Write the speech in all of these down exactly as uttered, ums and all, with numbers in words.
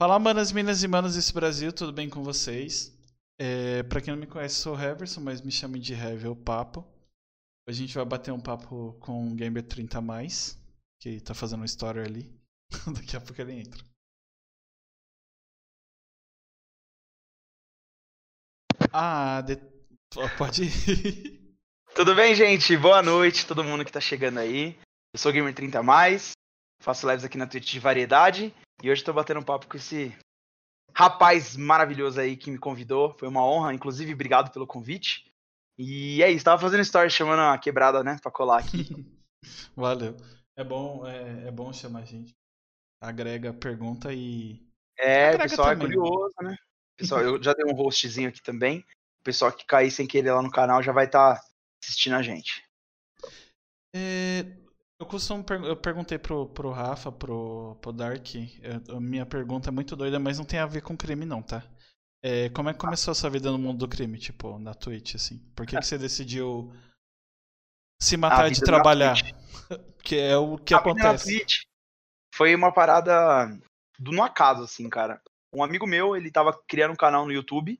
Fala, manas, minas e manos desse Brasil, tudo bem com vocês? É, pra quem não me conhece, sou o Heverson, mas me chamem de Hever o Papo. Hoje a gente vai bater um papo com o Gamer trinta mais, que tá fazendo um story ali. Daqui a pouco ele entra. Ah, de... pode ir. Tudo bem, gente? Boa noite, todo mundo que tá chegando aí. Eu sou o Gamer trinta mais, faço lives aqui na Twitch de variedade e hoje tô batendo um papo com esse rapaz maravilhoso aí que me convidou. Foi uma honra, inclusive, obrigado pelo convite. E é isso, tava fazendo story chamando a quebrada, né, pra colar aqui. Valeu. É bom, é, é bom chamar a gente. Agrega pergunta e. É, o Agrega pessoal é também. curioso, né? Pessoal, eu já dei um hostzinho aqui também. O pessoal que cair sem querer lá no canal já vai estar tá assistindo a gente. É, eu costumo per- eu perguntei pro, pro Rafa, pro, pro Dark, eu- a minha pergunta é muito doida, mas não tem a ver com crime não, tá? É, como é que começou a sua vida no mundo do crime, tipo, na Twitch, assim? Por que, que você decidiu se A matar de vida na trabalhar? Twitch. Que é o que A vida na acontece. Twitch foi uma parada do no acaso, assim, cara. Um amigo meu, ele tava criando um canal no YouTube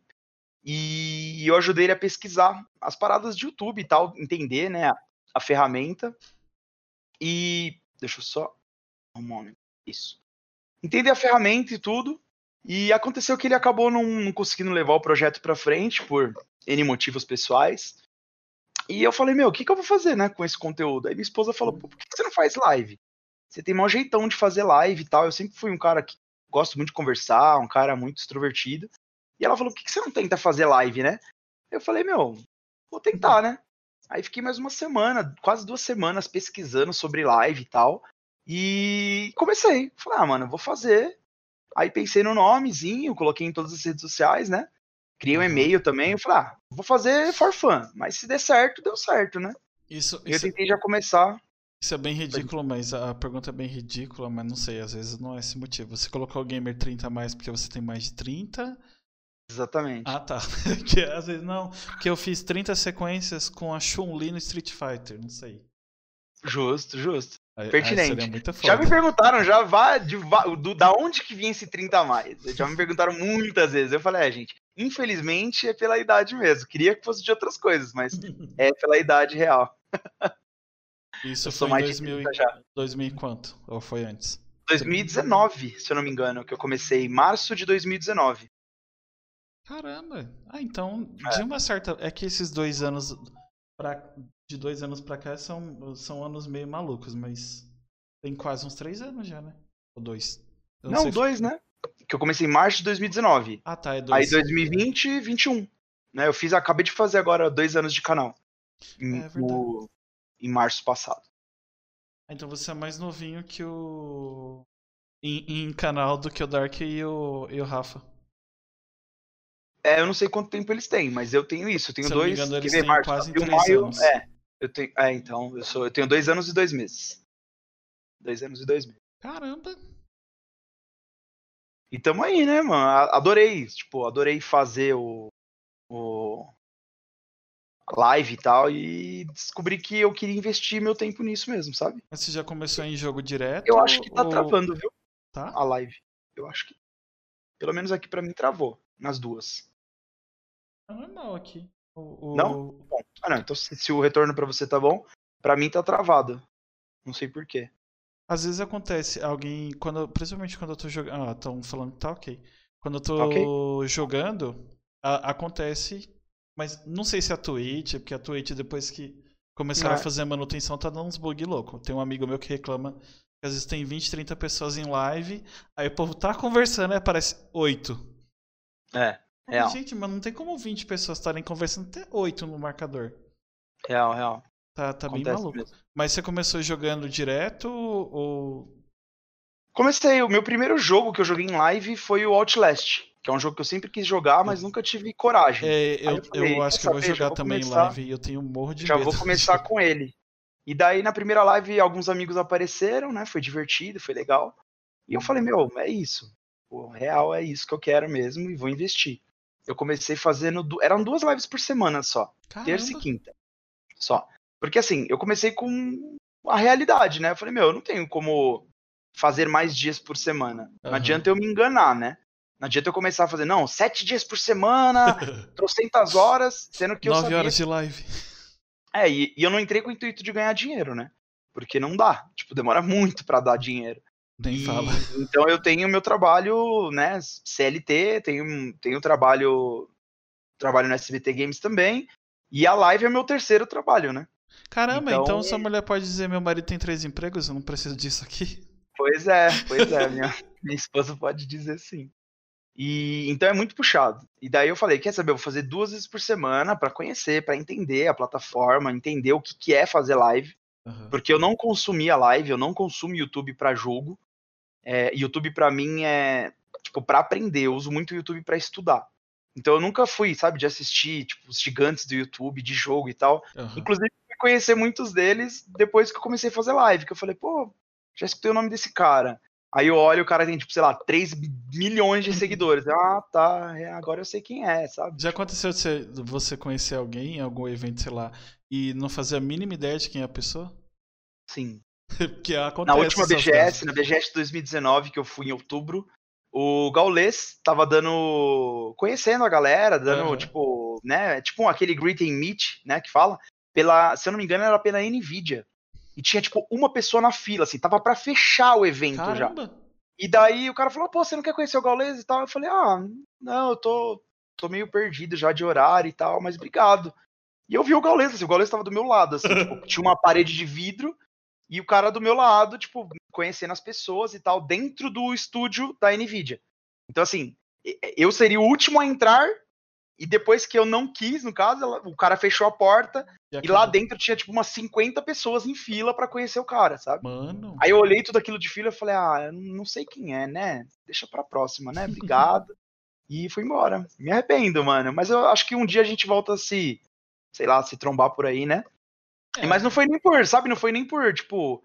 e eu ajudei ele a pesquisar as paradas de YouTube e tal, entender, né, a, a ferramenta. E deixa eu só um momento. Isso. Entender a ferramenta e tudo. E aconteceu que ele acabou não, não conseguindo levar o projeto pra frente por N motivos pessoais. E eu falei, meu, o que, que eu vou fazer, né, com esse conteúdo? Aí minha esposa falou, pô, por que que você não faz live? Você tem mau jeitão de fazer live e tal. Eu sempre fui um cara que gosto muito de conversar, um cara muito extrovertido. E ela falou, por que que você não tenta fazer live, né? Eu falei, meu, vou tentar, né? Aí fiquei mais uma semana, quase duas semanas pesquisando sobre live e tal. E comecei. Falei, ah, mano, eu vou fazer. Aí pensei no nomezinho, coloquei em todas as redes sociais, né? Criei um Aham. e-mail também. Eu falei, ah, vou fazer for fun. Mas se der certo, deu certo, né? Isso, E eu isso, tentei já começar. isso é bem ridículo, mas a pergunta é bem ridícula, mas não sei, às vezes não é esse motivo. Você colocou o Gamer trinta a mais porque você tem mais de trinta. Exatamente. Ah, tá. Que às vezes não. Porque eu fiz trinta sequências com a Chun-Li no Street Fighter, não sei. Justo, justo. Aí, aí seria Pertinente. muito Já foda. me perguntaram, já vai de, do, da onde que vinha esse trinta a mais? Já me perguntaram muitas vezes. Eu falei, é, gente, infelizmente é pela idade mesmo. Queria que fosse de outras coisas, mas é pela idade real. Isso Eu sou foi em mais de dois mil trinta e, já. dois mil e quanto? Ou foi antes? dois mil e dezenove, se eu não me engano, que eu comecei. Março de dois mil e dezenove. Caramba! Ah, então, de É. uma certa. É que esses dois anos. Pra, de dois anos pra cá são, são anos meio malucos, mas. Tem quase uns três anos já, né? Ou dois. Eu não Não, sei. dois, né? Que eu comecei em março de dois mil e dezenove. Ah, tá, é Aí dois. dois mil e vinte, vinte e um. Né? Eu fiz, acabei de fazer agora dois anos de canal. Em, É verdade. no, em março passado. Ah, então você é mais novinho que o. Em, em canal do que o Dark e o, e o Rafa. É, eu não sei quanto tempo eles têm, mas eu tenho isso. Eu tenho Se eu não me dois. engano, Quer eles ver, têm março, quase abril, três maio. anos. É. Eu tenho. É, então, eu sou. Eu tenho dois anos e dois meses. Dois anos e dois meses. Caramba! E tamo aí, né, mano? A- Adorei. Tipo, adorei fazer o. o live e tal. E descobri que eu queria investir meu tempo nisso mesmo, sabe? Mas você já começou em jogo direto Eu acho que tá ou. travando, viu? Tá? A live. Eu acho que. Pelo menos aqui pra mim travou. Nas duas. Tá normal aqui. Não? O, o- Bom. Ah, não. Então se, se o retorno pra você tá bom, pra mim tá travado. Não sei por quê. Às vezes acontece, alguém. Quando, principalmente quando eu tô jogando. Ah, estão falando que tá ok. Quando eu Tá ok? tô jogando, a- acontece. Mas não sei se é a Twitch, porque a Twitch, depois que começaram a É. fazer a manutenção, tá dando uns bug louco. Tem um amigo meu que reclama que às vezes tem vinte, trinta pessoas em live, aí o povo tá conversando e aparece oito. É. Mas, Real. gente, mas não tem como vinte pessoas estarem conversando até oito no marcador. Real, real. Tá, tá bem Acontece maluco. mesmo. Mas você começou jogando direto ou. Comecei, o meu primeiro jogo que eu joguei em live foi o Outlast, que é um jogo que eu sempre quis jogar, mas nunca tive coragem. É, Aí eu, eu eu falei, acho quer que eu vou saber, já jogar vou também em começar, live e eu tenho um morro de já medo vou de começar jogar. com ele. E daí na primeira live alguns amigos apareceram, né? Foi divertido, foi legal. E eu falei, meu, é isso. O real é isso que eu quero mesmo e vou investir. Eu comecei fazendo, du- eram duas lives por semana só, terça e Caramba! quinta, só. Porque assim, eu comecei com a realidade, né? Eu falei, meu, eu não tenho como fazer mais dias por semana. Não Aham. adianta eu me enganar, né? Não adianta eu começar a fazer, não, sete dias por semana, trocentas horas, sendo que eu Nove sabia... horas de live. É, e, e eu não entrei com o intuito de ganhar dinheiro, né? Porque não dá. Tipo, demora muito pra dar dinheiro. Nem E, fala. então eu tenho meu trabalho, né, C L T, tenho, tenho trabalho, trabalho no S B T Games também, e a live é meu terceiro trabalho, né? Caramba, Então, então sua mulher pode dizer: meu marido tem três empregos, eu não preciso disso aqui. pois é, pois é, minha, minha esposa pode dizer sim. E então é muito puxado. E daí eu falei, quer saber, eu vou fazer duas vezes por semana pra conhecer, pra entender a plataforma, entender o que, que é fazer live, Aham. porque eu não consumia live, eu não consumo YouTube pra jogo. É, YouTube pra mim é, tipo, pra aprender, eu uso muito o YouTube pra estudar. Então eu nunca fui, sabe, de assistir, tipo, os gigantes do YouTube, de jogo e tal. Aham. Inclusive, fui conhecer muitos deles depois que eu comecei a fazer live, que eu falei, pô, já escutei o nome desse cara. Aí eu olho, o cara tem, tipo, sei lá, três milhões de seguidores. Ah, tá, é, agora eu sei quem é, sabe? Já aconteceu de você, você conhecer alguém em algum evento, sei lá, e não fazer a mínima ideia de quem é a pessoa? Sim. Porque Na acontece última essas B G S, coisas. na B G S dois mil e dezenove, que eu fui em outubro, o Gaules tava dando. Conhecendo a galera, dando, Aham. tipo, né? Tipo aquele Greet and Meet, né? Que fala. Pela, se eu não me engano, era pela Nvidia. E tinha, tipo, uma pessoa na fila, assim, tava pra fechar o evento já. Caramba! E daí o cara falou, pô, você não quer conhecer o Gaules e tal? Eu falei, ah, não, eu tô, tô meio perdido já de horário e tal, mas obrigado. E eu vi o Gaules, assim, o Gaules tava do meu lado, assim, tipo, tinha uma parede de vidro. E o cara do meu lado, tipo, conhecendo as pessoas e tal, dentro do estúdio da Nvidia. Então, assim, eu seria o último a entrar, e depois que eu não quis, no caso, ela- o cara fechou a porta, E e lá acabou. dentro tinha, tipo, umas cinquenta pessoas em fila pra conhecer o cara, sabe? Mano. Aí eu olhei tudo aquilo de fila e falei, ah, eu não sei quem é, né? Deixa pra próxima, né? Obrigado. E fui embora. Me arrependo, mano. Mas eu acho que um dia a gente volta a se, sei lá, se trombar por aí, né? É. Mas não foi nem por, sabe? Não foi nem por, tipo,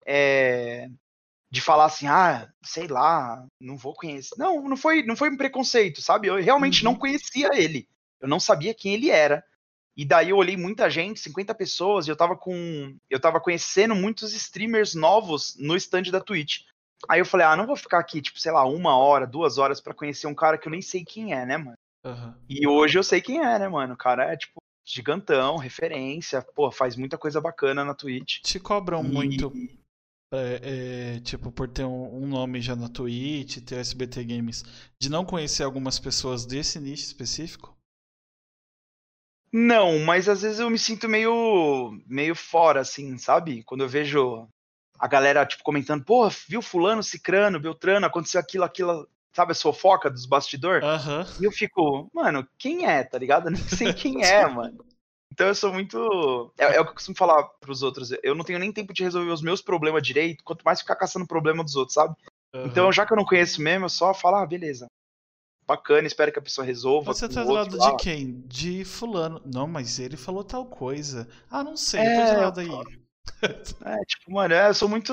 é, de falar assim, ah, sei lá, não vou conhecer. Não, não foi, não foi um preconceito, sabe? Eu realmente não Uhum. conhecia ele. Eu não sabia quem ele era. E daí eu olhei muita gente, cinquenta pessoas, e eu tava com. Eu tava conhecendo muitos streamers novos no stand da Twitch. Aí eu falei, ah, não vou ficar aqui, tipo, sei lá, uma hora, duas horas pra conhecer um cara que eu nem sei quem é, né, mano? Aham. E hoje eu sei quem é, né, mano? O cara é, tipo, gigantão, referência, pô, faz muita coisa bacana na Twitch. Te cobram muito, E é, é, tipo, por ter um, um nome já na Twitch, ter S B T Games, de não conhecer algumas pessoas desse nicho específico? não, mas às vezes eu me sinto meio, meio fora, assim, sabe? Quando eu vejo a galera, tipo, comentando, pô, viu fulano, cicrano, beltrano, aconteceu aquilo, aquilo, sabe, a fofoca dos bastidores? Aham. E eu fico, mano, quem é, tá ligado? Eu nem sei quem é, mano. Então eu sou muito. É, é o que eu costumo falar pros outros. Eu não tenho nem tempo de resolver os meus problemas direito, quanto mais ficar caçando problema dos outros, sabe? Então, Aham. já que eu não conheço mesmo, eu só falo, ah, beleza. Bacana, espero que a pessoa resolva Você com o tá do outro lado de lá. quem? De fulano. Não, mas ele falou tal coisa. Ah, não sei, eu tô de É, eu lado aí. É, tipo, mano, é, eu sou muito.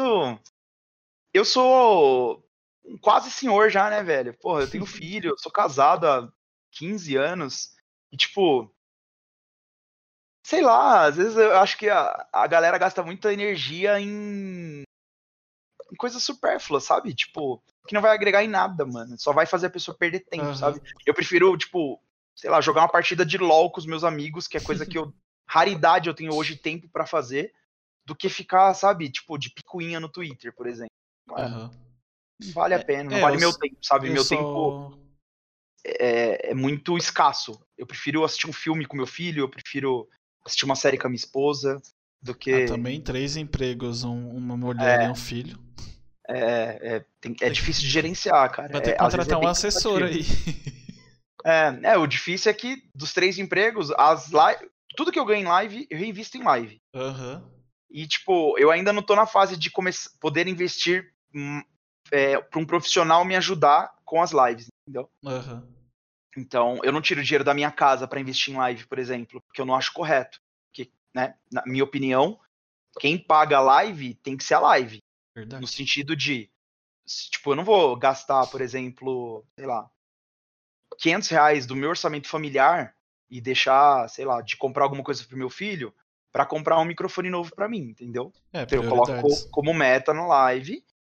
Eu sou um quase senhor já, né, velho? Porra, eu tenho filho, eu sou casado há quinze anos. E, tipo, sei lá, às vezes eu acho que a, a galera gasta muita energia em, em coisas supérfluas, sabe? Tipo, que não vai agregar em nada, mano. Só vai fazer a pessoa perder tempo, Aham. sabe? Eu prefiro, tipo, sei lá, jogar uma partida de LOL com os meus amigos, que é coisa que eu. Raridade eu tenho hoje tempo pra fazer, do que ficar, sabe, tipo, de picuinha no Twitter, por exemplo. Mano, Aham. não vale a É, pena, não é, eu, vale meu s- tempo, sabe? eu Meu tempo só. é, é muito escasso. Eu prefiro assistir um filme com meu filho, eu prefiro assistir uma série com a minha esposa, do Ah, que. também três empregos, um- uma mulher e É, um filho. é, é, tem- é Tem que- difícil de gerenciar, cara. Vai ter É, que às vezes é contratar um bem assessor cansativo. aí. É, é, o difícil é que dos três empregos, as li- tudo que eu ganho em live, eu reinvisto em live. Aham. E, tipo, eu ainda não tô na fase de começar, poder investir hum, é, para um profissional me ajudar com as lives, entendeu? Aham. Então, eu não tiro dinheiro da minha casa para investir em live, por exemplo, porque eu não acho correto. Porque, né, na minha opinião, quem paga a live tem que ser a live. No Verdade. sentido de, se, tipo, eu não vou gastar, por exemplo, sei lá, quinhentos reais do meu orçamento familiar e deixar, sei lá, de comprar alguma coisa pro meu filho para comprar um microfone novo para mim, entendeu? É, Então eu coloco prioridades. como meta na live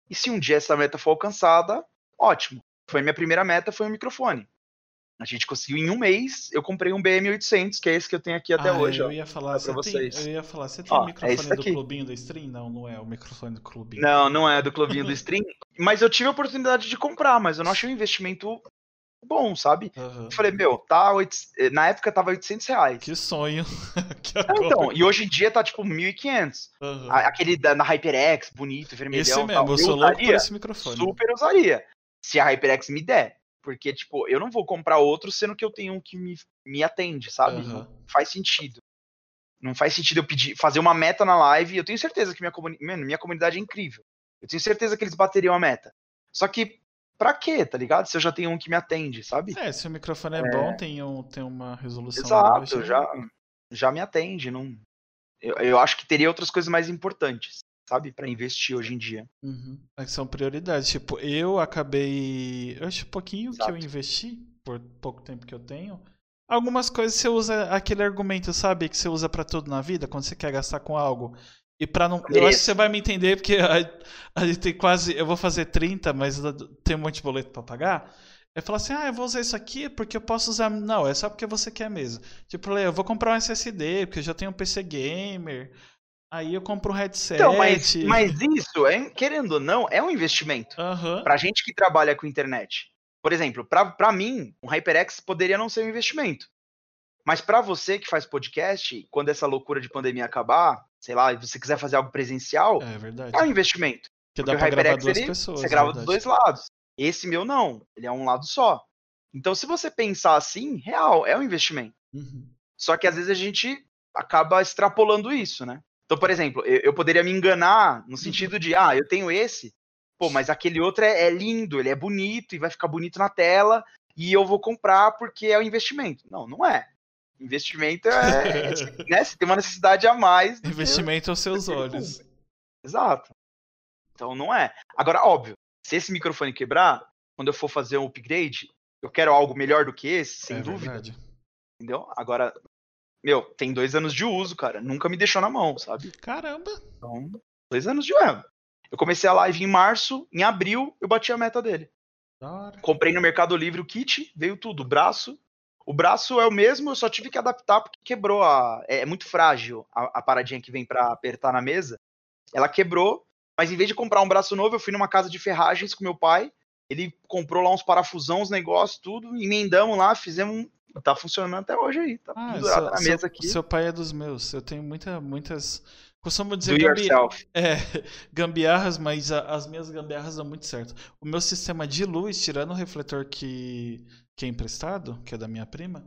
E se um dia essa meta for alcançada, ótimo. Foi a minha primeira meta, foi o microfone. A gente conseguiu em um mês, eu comprei um B M oitocentos, que é esse que eu tenho aqui até Ah, hoje, eu ó. ia falar, Dá pra você tem, vocês. eu ia falar, você tem o Ó, é esse microfone do daqui. clubinho do stream? Não, não é o microfone do clubinho. Não, não é do clubinho do stream, mas eu tive a oportunidade de comprar, mas eu não achei um investimento bom, sabe? Uhum. Eu falei, meu, tá, oito... na época tava oitocentos reais. Que sonho. que Não, agora... então, e hoje em dia tá tipo mil e quinhentos. Uhum. Aquele da, na HyperX, bonito, vermelhão. Esse mesmo, tal. eu sou eu louco usaria, por esse microfone. Super usaria. Se a HyperX me der. Porque, tipo, eu não vou comprar outro sendo que eu tenho um que me, me atende, sabe? Uhum. Não faz sentido. Não faz sentido eu pedir, fazer uma meta na live. Eu tenho certeza que minha, comuni... Mano, minha comunidade é incrível. Eu tenho certeza que eles bateriam a meta. Só que, pra quê, tá ligado? Se eu já tenho um que me atende, sabe? É, se o microfone é, é... bom, tem, um, tem uma resolução Exato, boa, já, já me atende. Não... Eu, eu acho que teria outras coisas mais importantes, sabe? Pra investir hoje em dia. Uhum. É que são prioridades. Tipo, eu acabei. Eu acho pouquinho Exato. que eu investi, por pouco tempo que eu tenho. Algumas coisas você usa aquele argumento, sabe? Que você usa pra tudo na vida, quando você quer gastar com algo. E pra não. Eu acho que você vai me entender, porque a, a gente tem quase. Eu vou fazer trinta, mas tem um monte de boleto pra pagar. Eu falo assim, ah, eu vou usar isso aqui porque eu posso usar. Não, é só porque você quer mesmo. Tipo, eu vou comprar um S S D, porque eu já tenho um P C gamer. Aí eu compro um headset. Então, mas, mas isso, é, querendo ou não, é um investimento. Uhum. Pra gente que trabalha com internet. Por exemplo, pra, pra mim, um HyperX poderia não ser um investimento. Mas pra você que faz podcast, quando essa loucura de pandemia acabar, sei lá, e você quiser fazer algo presencial, é, verdade. é um investimento. Que Porque dá pra o HyperX, gravar duas ele, pessoas. você grava verdade. dos dois lados. Esse meu não, ele é um lado só. Então, se você pensar assim, real, é um investimento. Uhum. Só que às vezes a gente acaba extrapolando isso, né? Então, por exemplo, eu, eu poderia me enganar no sentido de, ah, eu tenho esse, pô, mas aquele outro é, é lindo, ele é bonito e vai ficar bonito na tela e eu vou comprar porque é um investimento. Não, não é. Investimento é, é né? Você tem uma necessidade a mais. Do Investimento que, aos seus olhos. Exato. Então não é. Agora, óbvio, se esse microfone quebrar, quando eu for fazer um upgrade, eu quero algo melhor do que esse, sem é dúvida. Verdade. Entendeu? Agora, meu, tem dois anos de uso, cara. Nunca me deixou na mão, sabe? Caramba! Então, dois anos de uso. Eu comecei a live em março, em abril, eu bati a meta dele. Hora. Comprei no Mercado Livre o kit, veio tudo, o braço. O braço é o mesmo, eu só tive que adaptar porque quebrou a... É muito frágil a, a paradinha que vem pra apertar na mesa. Ela quebrou, mas em vez de comprar um braço novo, eu fui numa casa de ferragens com meu pai. Ele comprou lá uns parafusão, uns negócios, tudo. Emendamos lá, fizemos... Tá funcionando até hoje aí. Tá ah, pendurado seu, na mesa seu, aqui. Seu pai é dos meus. Eu tenho muita, muitas... Costumo dizer Do gambi... yourself. É, gambiarras, mas a, as minhas gambiarras dão muito certo. O meu sistema de luz, tirando o refletor que, que é emprestado, que é da minha prima,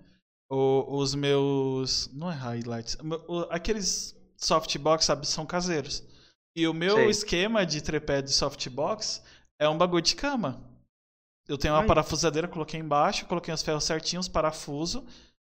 o, os meus... Não é highlights. O, aqueles softbox, sabe, são caseiros. E o meu Sei. esquema de tripé de softbox é um bagulho de cama. Eu tenho uma Ai. parafusadeira, coloquei embaixo, coloquei os ferros certinhos, parafuso.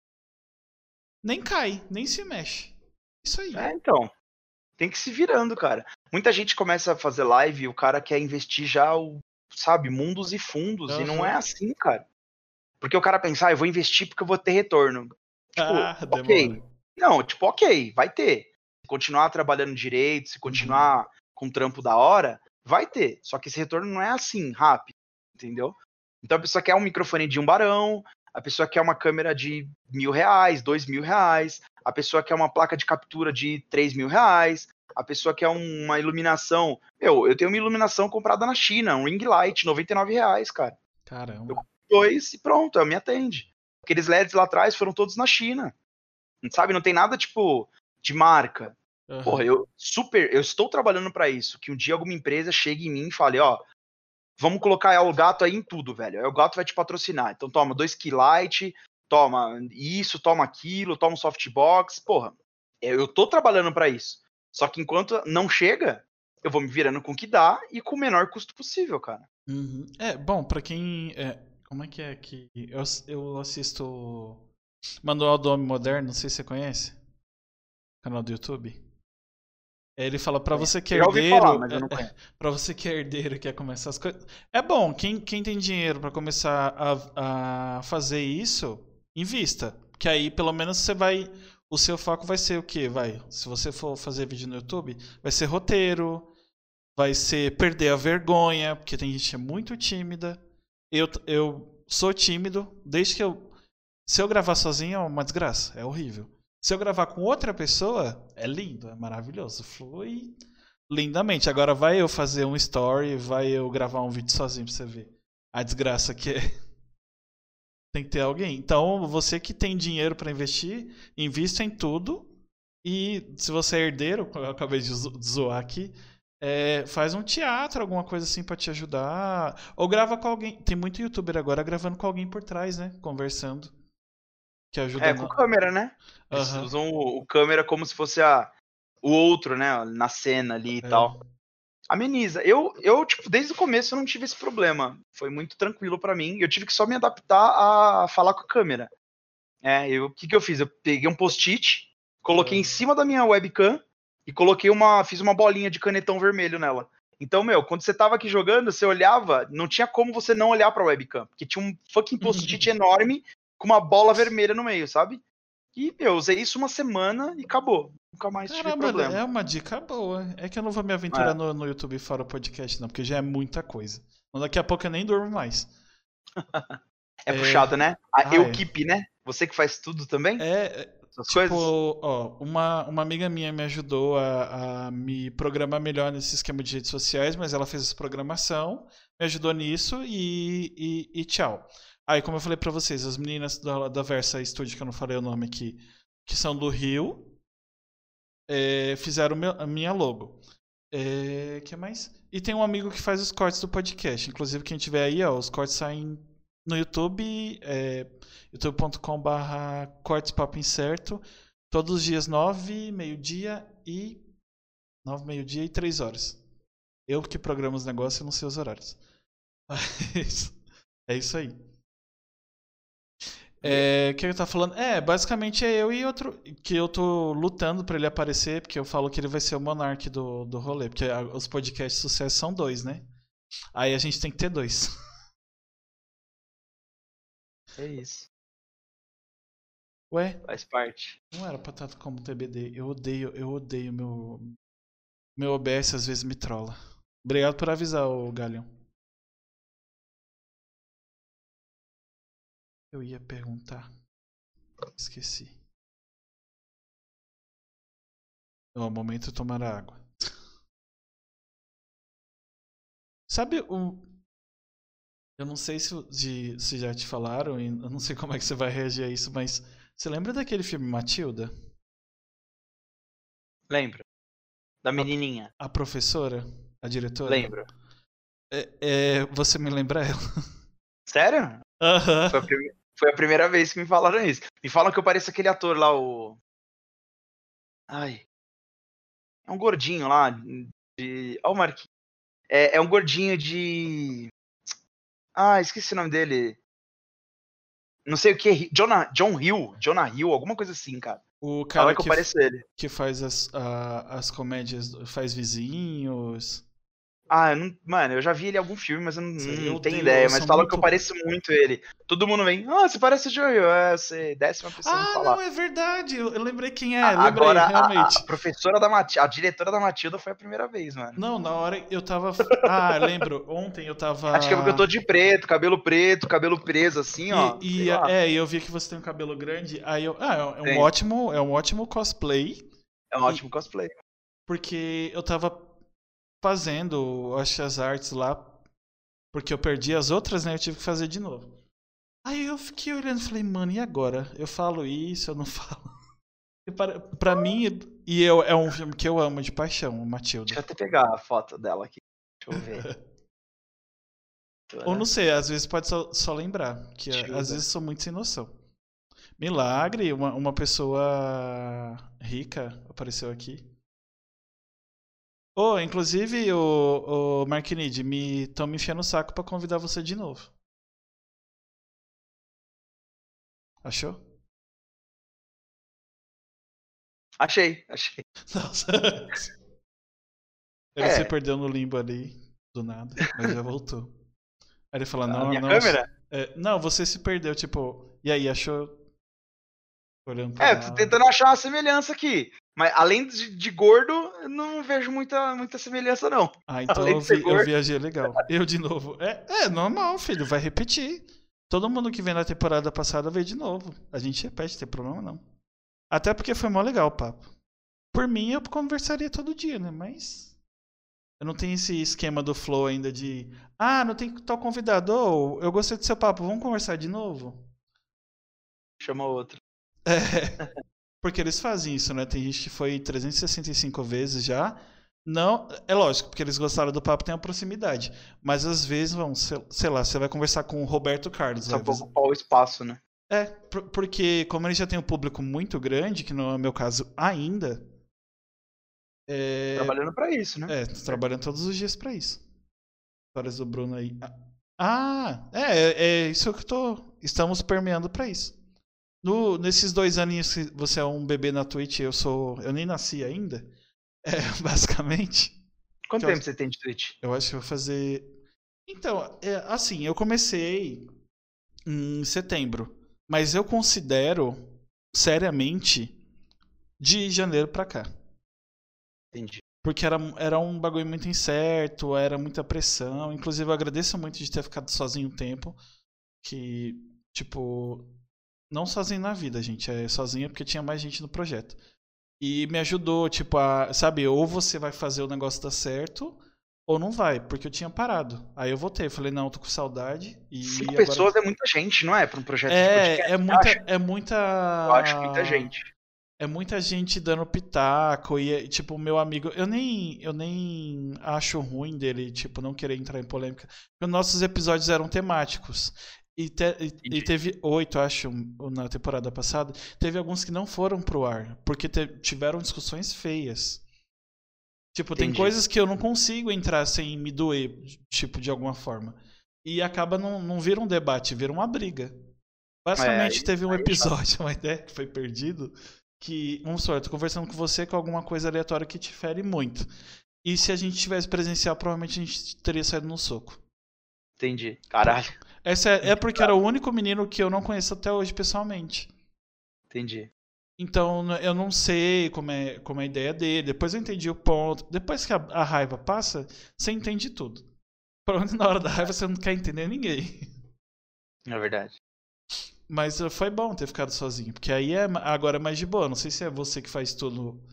Nem cai, nem se mexe. Isso aí. É, então. Tem que se virando, cara. Muita gente começa a fazer live e o cara quer investir já, o, sabe, mundos e fundos. Uhum. E não é assim, cara. Porque o cara pensa, ah, eu vou investir porque eu vou ter retorno. Tipo, ah, ok. demora. Não, tipo, ok, vai ter. Se continuar trabalhando direito, se continuar uhum. com um trampo da hora, vai ter. Só que esse retorno não é assim, rápido, entendeu? Então a pessoa quer um microfone de um barão, a pessoa quer uma câmera de mil reais, dois mil reais, a pessoa quer uma placa de captura de três mil reais, a pessoa quer uma iluminação. Meu, eu tenho uma iluminação comprada na China, um ring light, noventa e nove reais, cara. Caramba. Eu dois e pronto, eu me atende. Aqueles L E Ds lá atrás foram todos na China. Sabe, não tem nada tipo de marca. Uhum. Porra, eu super, eu estou trabalhando para isso, que um dia alguma empresa chegue em mim e fale, ó, vamos colocar o gato aí em tudo, velho. Aí o gato vai te patrocinar. Então toma dois key light, toma isso, toma aquilo, toma um softbox. Porra, eu tô trabalhando para isso. Só que enquanto não chega, eu vou me virando com o que dá e com o menor custo possível, cara. Uhum. É, bom, pra quem... É, como é que é que... Eu, eu assisto Manual do Homem Moderno, não sei se você conhece. Canal do YouTube. Ele fala pra você que é herdeiro... falar, mas eu não conheço. É, pra você que é herdeiro e quer começar as coisas... É bom, quem, quem tem dinheiro pra começar a, a fazer isso, invista. Que aí pelo menos você vai... O seu foco vai ser o quê? Vai, se você for fazer vídeo no YouTube, vai ser roteiro, vai ser perder a vergonha, porque tem gente que é muito tímida. Eu, eu sou tímido, desde que eu... Se eu gravar sozinho é uma desgraça, é horrível. Se eu gravar com outra pessoa, é lindo, é maravilhoso, flui lindamente. Agora vai eu fazer um story, vai eu gravar um vídeo sozinho pra você ver a desgraça que é. Tem que ter alguém. Então, você que tem dinheiro pra investir, invista em tudo. E se você é herdeiro, eu acabei de zo- de zoar aqui, é, faz um teatro, alguma coisa assim pra te ajudar. Ou grava com alguém. Tem muito youtuber agora gravando com alguém por trás, né? Conversando. Que ajuda É, com na. câmera, né? Eles Aham. usam o, o câmera como se fosse a, o outro, né? Na cena ali e É. tal. Ameniza. Eu, eu, tipo, desde o começo eu não tive esse problema. Foi muito tranquilo pra mim. Eu tive que só me adaptar a falar com a câmera. É, eu, o que que eu fiz? Eu peguei um post-it, coloquei em Aham. cima da minha webcam e coloquei uma, fiz uma bolinha de canetão vermelho nela. Então, meu, quando você tava aqui jogando, você olhava, não tinha como você não olhar pra webcam, porque tinha um fucking post-it enorme com uma bola vermelha no meio, sabe? E, meu, eu usei isso uma semana e acabou. Nunca mais tive Caramba, problema. é uma dica boa. É que eu não vou me aventurar É, no, no YouTube fora o podcast, não, porque já é muita coisa. Então, daqui a pouco eu nem durmo mais. é É. puxado, né? A Ah, é. Eukip, né? Você que faz tudo também? É, é, Essas tipo, coisas? ó, uma, uma amiga minha me ajudou a, a me programar melhor nesse esquema de redes sociais, mas ela fez essa programação, me ajudou nisso e, e, e tchau. Aí, como eu falei pra vocês, as meninas da, da Versa Studio, que eu não falei o nome aqui, que são do Rio, é, fizeram meu- a minha logo. É, que mais? E tem um amigo que faz os cortes do podcast. Inclusive, quem tiver aí, ó, os cortes saem no YouTube, é, youtube ponto com barra cortes papo incerto, todos os dias nove, meio-dia e nove, meio-dia e três horas. Eu que programo os negócios e não sei os horários. Mas é isso aí. É, o que eu tava falando? É, basicamente é eu e outro. Que eu tô lutando pra ele aparecer, porque eu falo que ele vai ser o monarca do, do rolê. Porque a- os podcasts de sucesso são dois, né? Aí a gente tem que ter dois. É isso. Ué, Faz parte. não era pra estar como T B D. Eu odeio, eu odeio meu. Meu O B S às vezes me trola. Obrigado por avisar, o Galhão. Eu ia perguntar. Esqueci. No momento eu tomar água. Sabe o. Eu não sei se, de- se já te falaram, e eu não sei como é que você vai reagir a isso, mas você lembra daquele filme Matilda? Lembra? Da A, menininha. a professora? A diretora? Lembro. É, é, você me lembra ela? Sério? Aham. Foi a, prime- foi a primeira vez que me falaram isso. Me falam que eu pareço aquele ator lá, o. Ai. É um gordinho lá. De... Ó, o Marquinhos. É, é um gordinho de. Ah, esqueci o nome dele. Não sei o que. Jonah, John Hill. Jonah Hill, alguma coisa assim, cara. O Fala cara que eu que, f- pareço ele. que faz as, a- as comédias, faz vizinhos. Ah, eu não, mano, eu já vi ele em algum filme, mas eu não, Sei, eu não tenho odeio, eu ideia. Mas sou falam que eu muito. pareço muito ele. Todo mundo vem, ah, você parece o John Hill. É, você décima pessoa a me Ah, não, falar. é verdade. Eu, eu lembrei quem é, A- lembrei, Agora, a, realmente. a professora da Matilda, a diretora da Matilda foi a primeira vez, mano. Não, na hora eu tava. Ah, eu lembro. Ontem eu Acho que é porque eu tava. tô de preto, cabelo preto, cabelo preso, assim, ó. Sei E, e lá. é, eu vi que você tem um cabelo grande. Aí eu. Ah, é um Tem. ótimo, é um ótimo cosplay. É um ótimo E cosplay. porque eu tava fazendo, acho, as artes lá. Porque eu perdi as outras, né? Eu tive que fazer de novo. Aí eu fiquei olhando e falei, mano, e agora? Eu falo isso, eu não falo. E para, pra mim, e eu, é um filme que eu amo de paixão, o Matilda. Deixa eu até pegar a foto dela aqui. Deixa eu ver. Ou não sei, às vezes pode só, só lembrar, que a- às Matilda. vezes sou muito sem noção. Milagre, uma, uma pessoa rica apareceu aqui. Oh, inclusive, o, o Marquinide, me estão me enchendo o saco pra convidar você de novo. Achou? Achei, achei. Nossa. Ele se É, perdeu no limbo ali, do nada, mas já voltou. Aí ele fala, a não, minha não, câmera? é, não, você se perdeu, tipo, e aí, achou? Olhando pro É, tô lado. tentando achar uma semelhança aqui. Mas além de, de gordo, eu não vejo muita, muita semelhança, não. Ah, então Além eu, de ser vi, eu gordo. viajei legal. Eu de novo. É, é normal, filho, vai repetir. Todo mundo que vem na temporada passada veio de novo. A gente repete, não tem problema não. Até porque foi mó legal o papo. Por mim, eu conversaria todo dia, né? Mas eu não tenho esse esquema do flow ainda de. Ah, não tem tal convidado. Ô, eu gostei do seu papo, vamos conversar de novo? Chama outro. É. Porque eles fazem isso, né? Tem gente que foi trezentas e sessenta e cinco vezes já. Não, é lógico, porque eles gostaram do papo, tem a proximidade. Mas às vezes vão, sei, sei lá, você vai conversar com o Roberto Carlos. Só Vai, pra ocupar o espaço, né? é, por- porque como ele já tem um público muito grande, que não é o meu caso ainda, é, Trabalhando pra isso, né? é tô trabalhando todos os dias pra isso. Histórias do Bruno aí. Ah, é, é isso que eu tô. Estamos permeando pra isso. No, nesses dois aninhos que você é um bebê na Twitch, eu sou. Eu nem nasci ainda. É, basicamente. Quanto Que eu, tempo você tem de Twitch? eu acho que eu vou fazer. Então, é, assim, eu comecei em setembro. Mas eu considero, seriamente, de janeiro pra cá. Entendi. Porque era, era um bagulho muito incerto, era muita pressão. Inclusive, eu agradeço muito de ter ficado sozinho um tempo. Que, tipo, não sozinho na vida, gente. É sozinho porque tinha mais gente no projeto. E me ajudou, tipo, a, sabe, ou você vai fazer o negócio dar certo, ou não vai, porque eu tinha parado. Aí eu voltei, falei, não, eu tô com saudade. E Cinco agora. pessoas é muita gente, não é? Pra um projeto de podcast. É, é muita. Acho? É muita. Eu acho muita gente. É muita gente dando pitaco e, tipo, o meu amigo, eu nem, eu nem acho ruim dele, tipo, não querer entrar em polêmica, porque nossos episódios eram temáticos. E, te- e- e teve oito, acho, na temporada passada. Teve alguns que não foram pro ar, porque te- tiveram discussões feias. Tipo, tem Entendi. coisas que eu não consigo entrar sem me doer, tipo, de alguma forma. E acaba não, não vira um debate, vira uma briga. Basicamente, aí- teve um aí é chato. episódio, uma ideia que foi perdido, que, vamos supor, eu tô conversando com você com alguma coisa aleatória que te fere muito. E se a gente tivesse presencial, provavelmente a gente teria saído no soco. Entendi. Caralho. Essa é, é porque era o único menino que eu não conheço até hoje pessoalmente. Entendi. Então n- eu não sei como é, como é a ideia dele. Depois eu entendi o ponto. Depois que a, a raiva passa, você entende tudo. Pronto, na hora da raiva você não quer entender ninguém. É verdade. Mas uh, foi bom ter ficado sozinho, porque aí é, ma- agora é mais de boa. Não sei se é você que faz tudo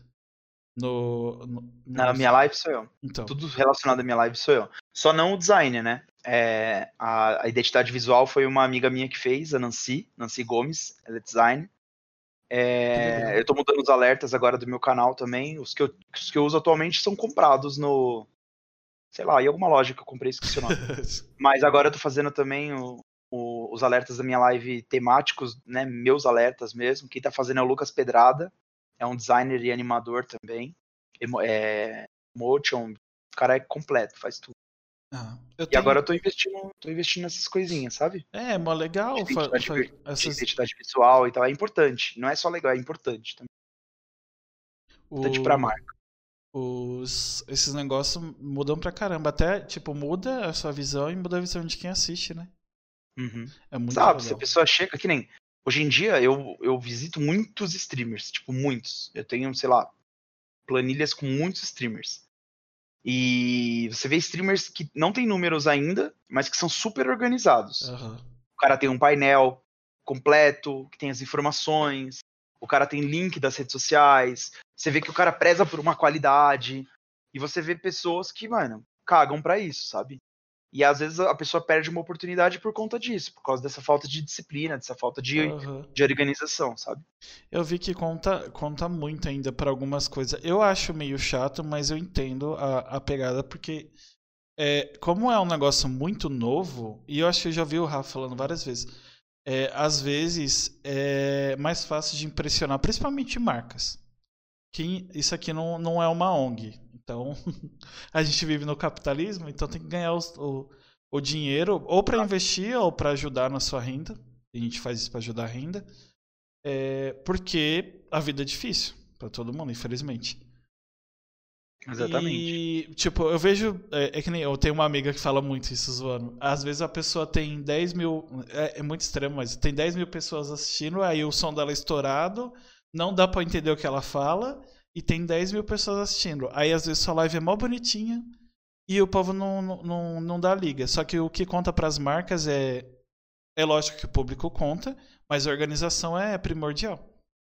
no. no, Na no- minha live sou eu. Então. Tudo relacionado à minha live sou eu. Só não o design, né? É, a, a identidade visual foi uma amiga minha que fez, a Nancy, Nancy Gomes, ela é design. Que legal. É, eu tô mudando os alertas agora do meu canal também. Os que, eu, os que eu uso atualmente são comprados no. Sei lá, em alguma loja que eu comprei, esqueci o nome. Mas agora eu tô fazendo também o- o- os alertas da minha live temáticos, né? Meus alertas mesmo. Quem tá fazendo é o Lucas Pedrada. É um designer e animador também. Emo- É, motion. O cara é completo, faz tudo. Ah, eu E tenho... agora eu tô investindo, tô investindo nessas coisinhas, sabe? É, mó legal. De Fa... identidade, fa- de essas... identidade visual e tal. É importante. Não é só legal, é importante também. Importante pra o... marca. Os... Esses negócios mudam pra caramba. Até, tipo, muda a sua visão e muda a visão de quem assiste, né? Uhum. É muito Sabe, se a legal. pessoa chega, que nem. Hoje em dia eu, eu visito muitos streamers, tipo, muitos. Eu tenho, sei lá, planilhas com muitos streamers. E você vê streamers que não tem números ainda, mas que são super organizados. Aham. O cara tem um painel completo, que tem as informações, o cara tem link das redes sociais, você vê que o cara preza por uma qualidade, e você vê pessoas que, mano, cagam pra isso, sabe? E às vezes a pessoa perde uma oportunidade por conta disso, por causa dessa falta de disciplina, dessa falta de, Aham. de organização, sabe? Eu vi que conta, conta muito ainda pra algumas coisas. Eu acho meio chato, mas eu entendo a, a pegada, porque é, como é um negócio muito novo, e eu acho que eu já vi o Rafa falando várias vezes, é, às vezes é mais fácil de impressionar, principalmente marcas. Que isso aqui não, não é uma O N G. Então, a gente vive no capitalismo, então tem que ganhar os- o, o dinheiro ou para investir ou para ajudar na sua renda. A gente faz isso para ajudar a renda. É, porque a vida é difícil para todo mundo, infelizmente. Exatamente. E, tipo, eu vejo. É, é que nem eu tenho uma amiga que fala muito isso zoando. Às vezes a pessoa tem dez mil. É, é muito extremo, mas tem dez mil pessoas assistindo, aí o som dela é estourado, não dá pra entender o que ela fala, e tem dez mil pessoas assistindo. Aí às vezes sua live é mó bonitinha e o povo não, não, não, não dá liga. Só que o que conta pras marcas é. É lógico que o público conta, mas a organização é primordial.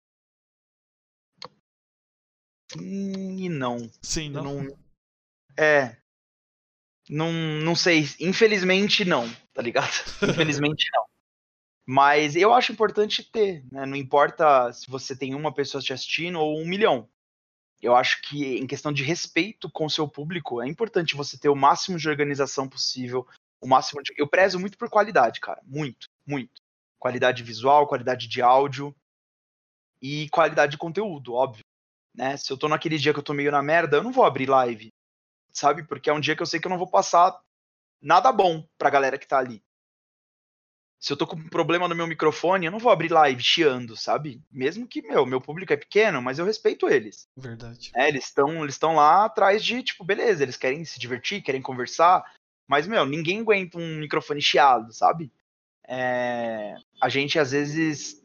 Sim e não. Sim, Eu não? não. É. Não, não sei. Infelizmente, não, tá ligado? Infelizmente, não. Mas eu acho importante ter, né? Não importa se você tem uma pessoa te assistindo ou um milhão. Eu acho que, em questão de respeito com o seu público, é importante você ter o máximo de organização possível. O máximo de... Eu prezo muito por qualidade, cara. Muito, muito. Qualidade visual, qualidade de áudio e qualidade de conteúdo, óbvio. Né? Se eu tô naquele dia que eu tô meio na merda, eu não vou abrir live, sabe? Porque é um dia que eu sei que eu não vou passar nada bom pra galera que tá ali. Se eu tô com um problema no meu microfone, eu não vou abrir live chiando, sabe? Mesmo que, meu, meu público é pequeno, mas eu respeito eles. Verdade. É, eles estão eles estão lá atrás de, tipo, beleza, eles querem se divertir, querem conversar, mas, meu, ninguém aguenta um microfone chiado, sabe? É, a gente, às vezes,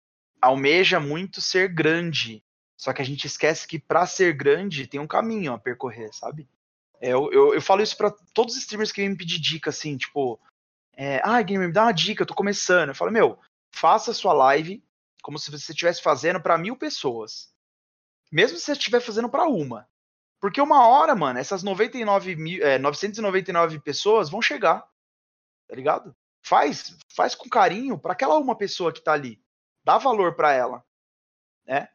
almeja muito ser grande, só que a gente esquece que pra ser grande tem um caminho a percorrer, sabe? É, eu, eu, eu falo isso pra todos os streamers que vêm me pedir dica, assim, tipo, é, ah, Gamer, me dá uma dica, eu tô começando. Eu falo, meu, faça a sua live como se você estivesse fazendo pra mil pessoas. Mesmo se você estiver fazendo pra uma. Porque uma hora, mano, essas noventa e nove mil, é, novecentas e noventa e nove pessoas vão chegar, tá ligado? Faz, faz com carinho pra aquela uma pessoa que tá ali. Dá valor pra ela, né?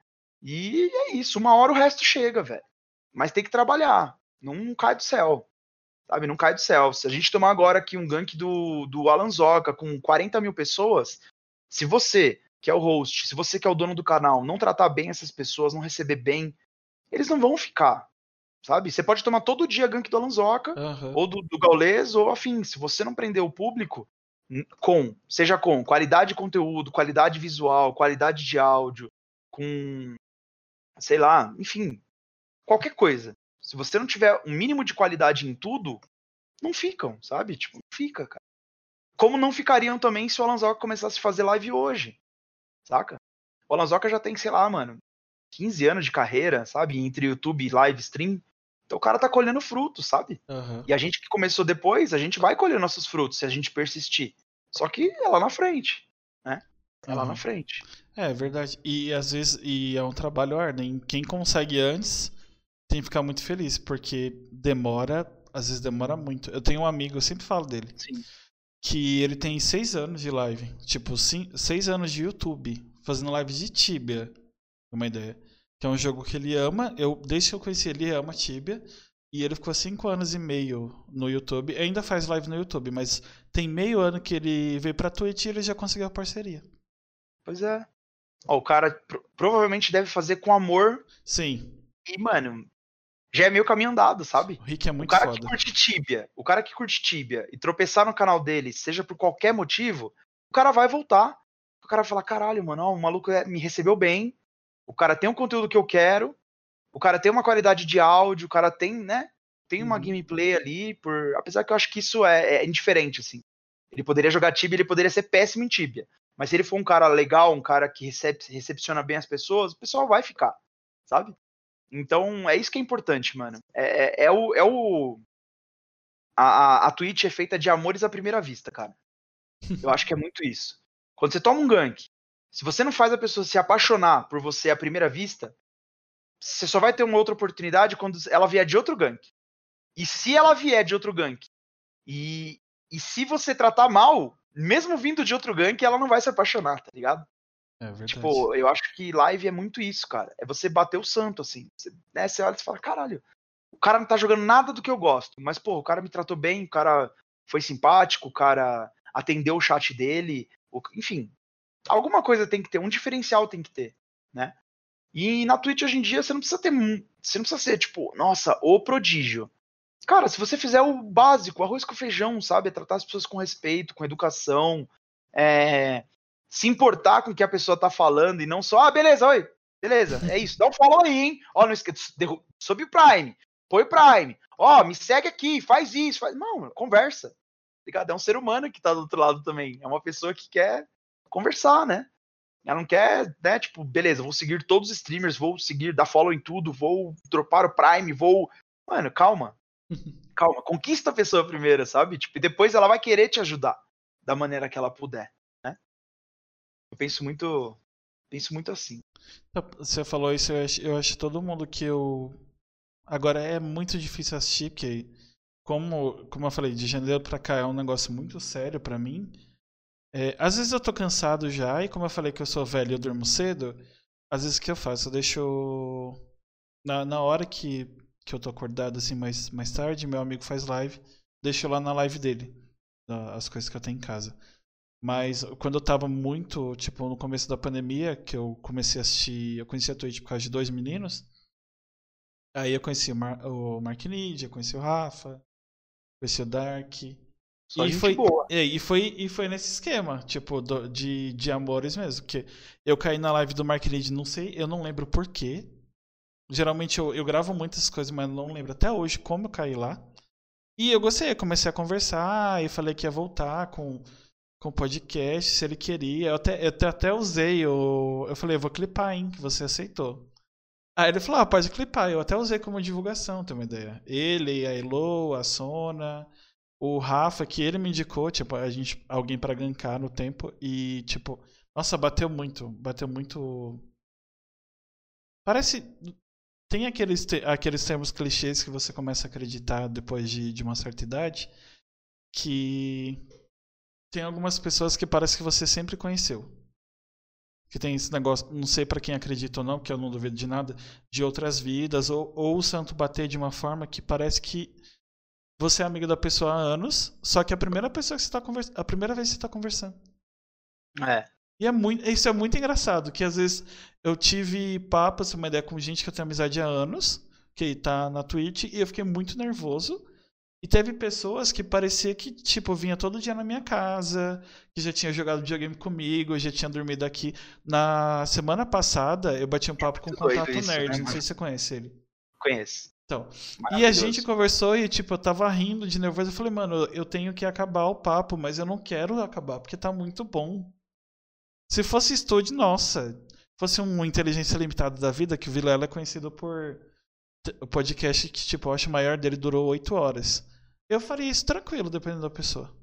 E é isso, uma hora o resto chega, velho. Mas tem que trabalhar, não cai do céu. Sabe, não cai do céu. Se a gente tomar agora aqui um gank do, do Alan Zoca com quarenta mil pessoas, se você, que é o host, se você que é o dono do canal, não tratar bem essas pessoas, não receber bem, eles não vão ficar, sabe? Você pode tomar todo dia gank do Alan Zoca, Uhum. ou do, do Gaules, ou afim. Se você não prender o público, com, seja com qualidade de conteúdo, qualidade visual, qualidade de áudio, com, sei lá, enfim, qualquer coisa. Se você não tiver um mínimo de qualidade em tudo, não ficam, sabe? Tipo, não fica, cara. Como não ficariam também se o Alanzoca começasse a fazer live hoje, saca? O Alanzoca já tem, sei lá, mano, quinze anos de carreira, sabe? Entre YouTube e live stream. Então o cara tá colhendo frutos, sabe? Uhum. E a gente que começou depois, a gente vai colher nossos frutos se a gente persistir. Só que é lá na frente, né? É lá Uhum. na frente. É verdade. E às vezes e é um trabalho árduo, hein? Quem consegue antes tem que ficar muito feliz, porque demora, às vezes demora muito. Eu tenho um amigo, eu sempre falo dele, Sim. que ele tem seis anos de live. Tipo, sim, seis anos de YouTube, fazendo live de Tibia. Uma ideia. Que é um jogo que ele ama. Eu, desde que eu conheci ele, ele ama Tibia. E ele ficou cinco anos e meio no YouTube. Ainda faz live no YouTube, mas tem meio ano que ele veio pra Twitch e ele já conseguiu a parceria. Pois é. Ó, o cara pro- provavelmente deve fazer com amor. Sim, E, mano, já é meio caminho andado, sabe? o Rick é O muito cara que foda. curte Tibia, o cara que curte Tibia e tropeçar no canal dele, seja por qualquer motivo, o cara vai voltar. O cara vai falar, caralho, mano, ó, o maluco é- me recebeu bem, o cara tem um conteúdo que eu quero, o cara tem uma qualidade de áudio, o cara tem, né, tem uma Uhum. gameplay ali, por... apesar que eu acho que isso é, é indiferente, assim. Ele poderia jogar Tibia, ele poderia ser péssimo em Tibia. Mas se ele for um cara legal, um cara que recebe, recepciona bem as pessoas, o pessoal vai ficar, sabe? Então, é isso que é importante, mano. É, é, é o. É o a, a Twitch é feita de amores à primeira vista, cara. Eu acho que é muito isso. Quando você toma um gank, se você não faz a pessoa se apaixonar por você à primeira vista, você só vai ter uma outra oportunidade quando ela vier de outro gank. E se ela vier de outro gank, e, e se você tratar mal, mesmo vindo de outro gank, ela não vai se apaixonar, tá ligado? É verdade. Tipo, eu acho que live é muito isso, cara. É você bater o santo, assim. Você, né, você olha e fala, caralho, o cara não tá jogando nada do que eu gosto. Mas, pô, o cara me tratou bem, o cara foi simpático, o cara atendeu o chat dele. O, enfim, alguma coisa tem que ter, um diferencial tem que ter, né? E na Twitch hoje em dia você não precisa ter. Você não precisa ser, tipo, nossa, o prodígio. Cara, se você fizer o básico, arroz com feijão, sabe? É tratar as pessoas com respeito, com educação, é, se importar com o que a pessoa tá falando e não só, ah, beleza, oi, beleza, é isso, dá um follow aí, hein? Ó, não esqueça, sob o Prime, põe Prime. Ó, me segue aqui, faz isso. Faz... Não, conversa. É um ser humano que tá do outro lado também. É uma pessoa que quer conversar, né? Ela não quer, né, tipo, beleza, vou seguir todos os streamers, vou seguir, dar follow em tudo, vou dropar o Prime, vou... Mano, calma. Calma, conquista a pessoa primeiro, sabe? Tipo, e depois ela vai querer te ajudar da maneira que ela puder, né? Eu penso muito... Penso muito assim. Você falou isso, eu acho, eu acho todo mundo que eu... Agora é muito difícil assistir, porque como, como eu falei, de janeiro pra cá é um negócio muito sério pra mim. É, às vezes eu tô cansado já, e como eu falei que eu sou velho e eu durmo cedo, às vezes o que eu faço? Eu deixo... Na, na hora que, que eu tô acordado, assim, mais, mais tarde, meu amigo faz live, deixo lá na live dele, as coisas que eu tenho em casa. Mas quando eu tava muito, tipo, no começo da pandemia, que eu comecei a assistir, eu conheci a Twitch por causa de dois meninos, aí eu conheci o, Mar, o Mark Nid, eu conheci o Rafa, conheci o Dark... Só E gente foi, boa. e foi, e foi nesse esquema, tipo, do, de, de amores mesmo. Porque eu caí na live do Mark Reed, não sei, eu não lembro porquê. Geralmente eu, eu gravo muitas coisas, mas não lembro até hoje como eu caí lá. E eu gostei, eu comecei a conversar, e falei que ia voltar com com o podcast, se ele queria. Eu até, eu até, até usei, o, eu falei, eu vou clipar, hein, que você aceitou. Aí ele falou, ah, pode clipar. Eu até usei como divulgação, tem uma ideia. Ele, a Elo, a Sona... O Rafa, que ele me indicou, tipo, a gente, alguém pra gankar no tempo e, tipo, nossa, bateu muito, bateu muito. Parece. Tem aqueles, te- aqueles termos clichês que você começa a acreditar depois de, de uma certa idade, que tem algumas pessoas que parece que você sempre conheceu. Que tem esse negócio, não sei pra quem acredita ou não, porque eu não duvido de nada, de outras vidas, ou, ou o santo bater de uma forma que parece que você é amigo da pessoa há anos, só que é a primeira pessoa que você tá conversando, a primeira vez que você tá conversando. É. E é muito, isso é muito engraçado, que às vezes eu tive papos, uma ideia com gente que eu tenho amizade há anos, que tá na Twitch, e eu fiquei muito nervoso. E teve pessoas que parecia que, tipo, vinha todo dia na minha casa, que já tinha jogado videogame comigo, já tinha dormido aqui. Na semana passada, eu bati um papo com o Contato Isso, Nerd, né, não sei mano? se você conhece ele. Conheço. Então, e a gente Maravilhoso. conversou e, tipo, eu tava rindo de nervoso. Eu falei, mano, eu tenho que acabar o papo, mas eu não quero acabar, porque tá muito bom. Se fosse estúdio, nossa. Fosse um Inteligência Limitada da vida, que o Vilela é conhecido por o podcast que, tipo, eu acho o maior dele durou oito horas. Eu faria isso tranquilo, dependendo da pessoa.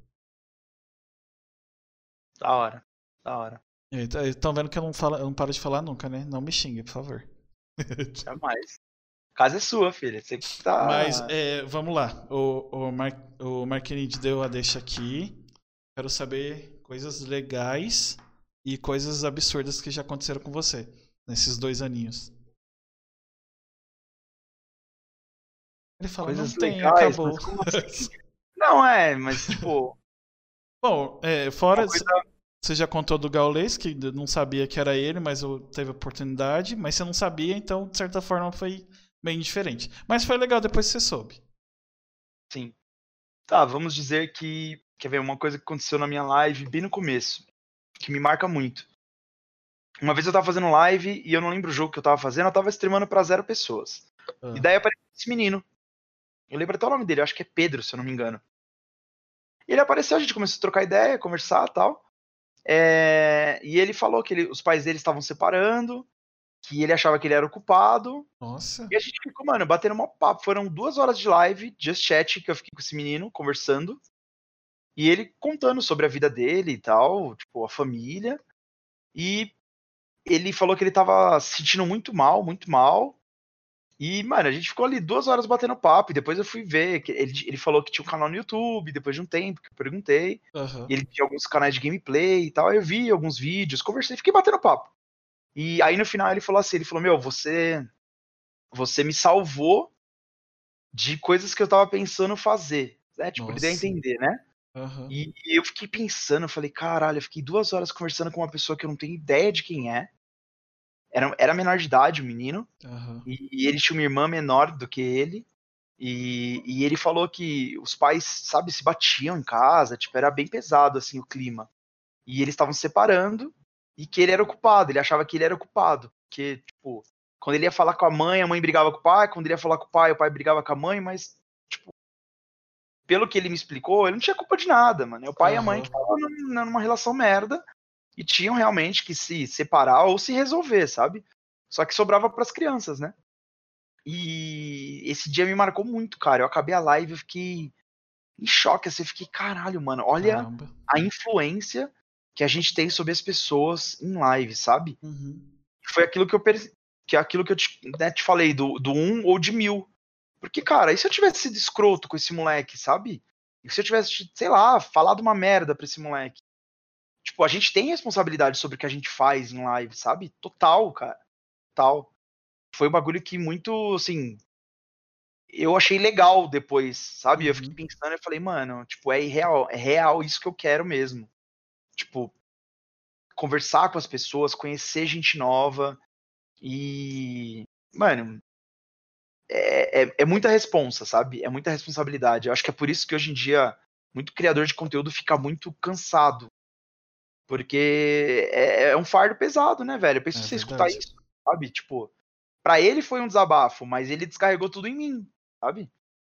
Da hora. Da hora. Estão vendo que eu não, falo, eu não paro de falar nunca, né? Não me xingue, por favor. Jamais. A casa é sua, filha. Você que Mas, tá. é, vamos lá. O, o, Mar, o Marquinhos deu a deixa aqui. Quero saber coisas legais e coisas absurdas que já aconteceram com você nesses dois aninhos. Ele fala, não Coisas tem, legais, acabou. mas como assim? Não, é, mas tipo. Bom, é, Uma fora, coisa. você já contou do Gaules, que não sabia que era ele, mas eu teve a oportunidade, mas você não sabia, então, de certa forma, foi bem diferente. Mas foi legal depois que você soube. Sim. Tá, vamos dizer que. Quer ver? Uma coisa que aconteceu na minha live bem no começo. Que me marca muito. Uma vez eu tava fazendo live e eu não lembro o jogo que eu tava fazendo, eu tava streamando pra zero pessoas. Ah. E daí apareceu esse menino. Eu lembro até o nome dele, eu acho que é Pedro, se eu não me engano. E ele apareceu, a gente começou a trocar ideia, conversar e tal. É... E ele falou que ele, os pais dele estavam separando, que ele achava que ele era o culpado. Nossa. E a gente ficou, mano, batendo uma papo. Foram duas horas de live, just chat, que eu fiquei com esse menino, conversando. E ele contando sobre a vida dele e tal, tipo, a família. E ele falou que ele tava se sentindo muito mal, muito mal. E, mano, a gente ficou ali duas horas batendo papo. E depois eu fui ver. Que ele, ele falou que tinha um canal no YouTube, depois de um tempo que eu perguntei. Uhum. E ele tinha alguns canais de gameplay e tal. Eu vi alguns vídeos, conversei, fiquei batendo papo. E aí no final ele falou assim: ele falou, meu, você. Você me salvou de coisas que eu tava pensando fazer. É, tipo, ele deu a Nossa. entender, né? Uhum. E, e eu fiquei pensando, eu falei, caralho, eu fiquei duas horas conversando com uma pessoa que eu não tenho ideia de quem é. Era, era menor de idade o menino. Uhum. E, e ele tinha uma irmã menor do que ele. E, e ele falou que os pais, sabe, se batiam em casa, tipo, era bem pesado, assim, o clima. E eles estavam se separando e que ele era o culpado, ele achava que ele era o culpado. Porque, tipo, Quando ele ia falar com a mãe, a mãe brigava com o pai. Quando ele ia falar com o pai, o pai brigava com a mãe. Mas, tipo, pelo que ele me explicou, ele não tinha culpa de nada, mano. É o pai uhum. e a mãe que estavam numa relação merda e tinham realmente que se separar ou se resolver, sabe? Só que sobrava pras crianças, né? E esse dia me marcou muito, cara. Eu acabei a live e fiquei em choque, assim. Eu fiquei, caralho, mano, olha Caramba. a influência que a gente tem sobre as pessoas em live, sabe? Uhum. Foi aquilo que eu per... que é aquilo que eu te, né, te falei, do, do um ou de mil. Porque, cara, e se eu tivesse sido escroto com esse moleque, sabe? E se eu tivesse, sei lá, falado uma merda pra esse moleque? Tipo, a gente tem responsabilidade sobre o que a gente faz em live, sabe? Total, cara. Total. Foi um bagulho que muito, assim... Eu achei legal depois, sabe? Uhum. Eu fiquei pensando e falei, mano, tipo, é real, é real isso que eu quero mesmo. Tipo, conversar com as pessoas, conhecer gente nova e... Mano, é, é, é muita responsa, sabe? É muita responsabilidade. Eu acho que é por isso que hoje em dia muito criador de conteúdo fica muito cansado. Porque é, é um fardo pesado, né, velho? Eu penso é você escutar isso, sabe? Tipo, pra ele foi um desabafo, mas ele descarregou tudo em mim, sabe?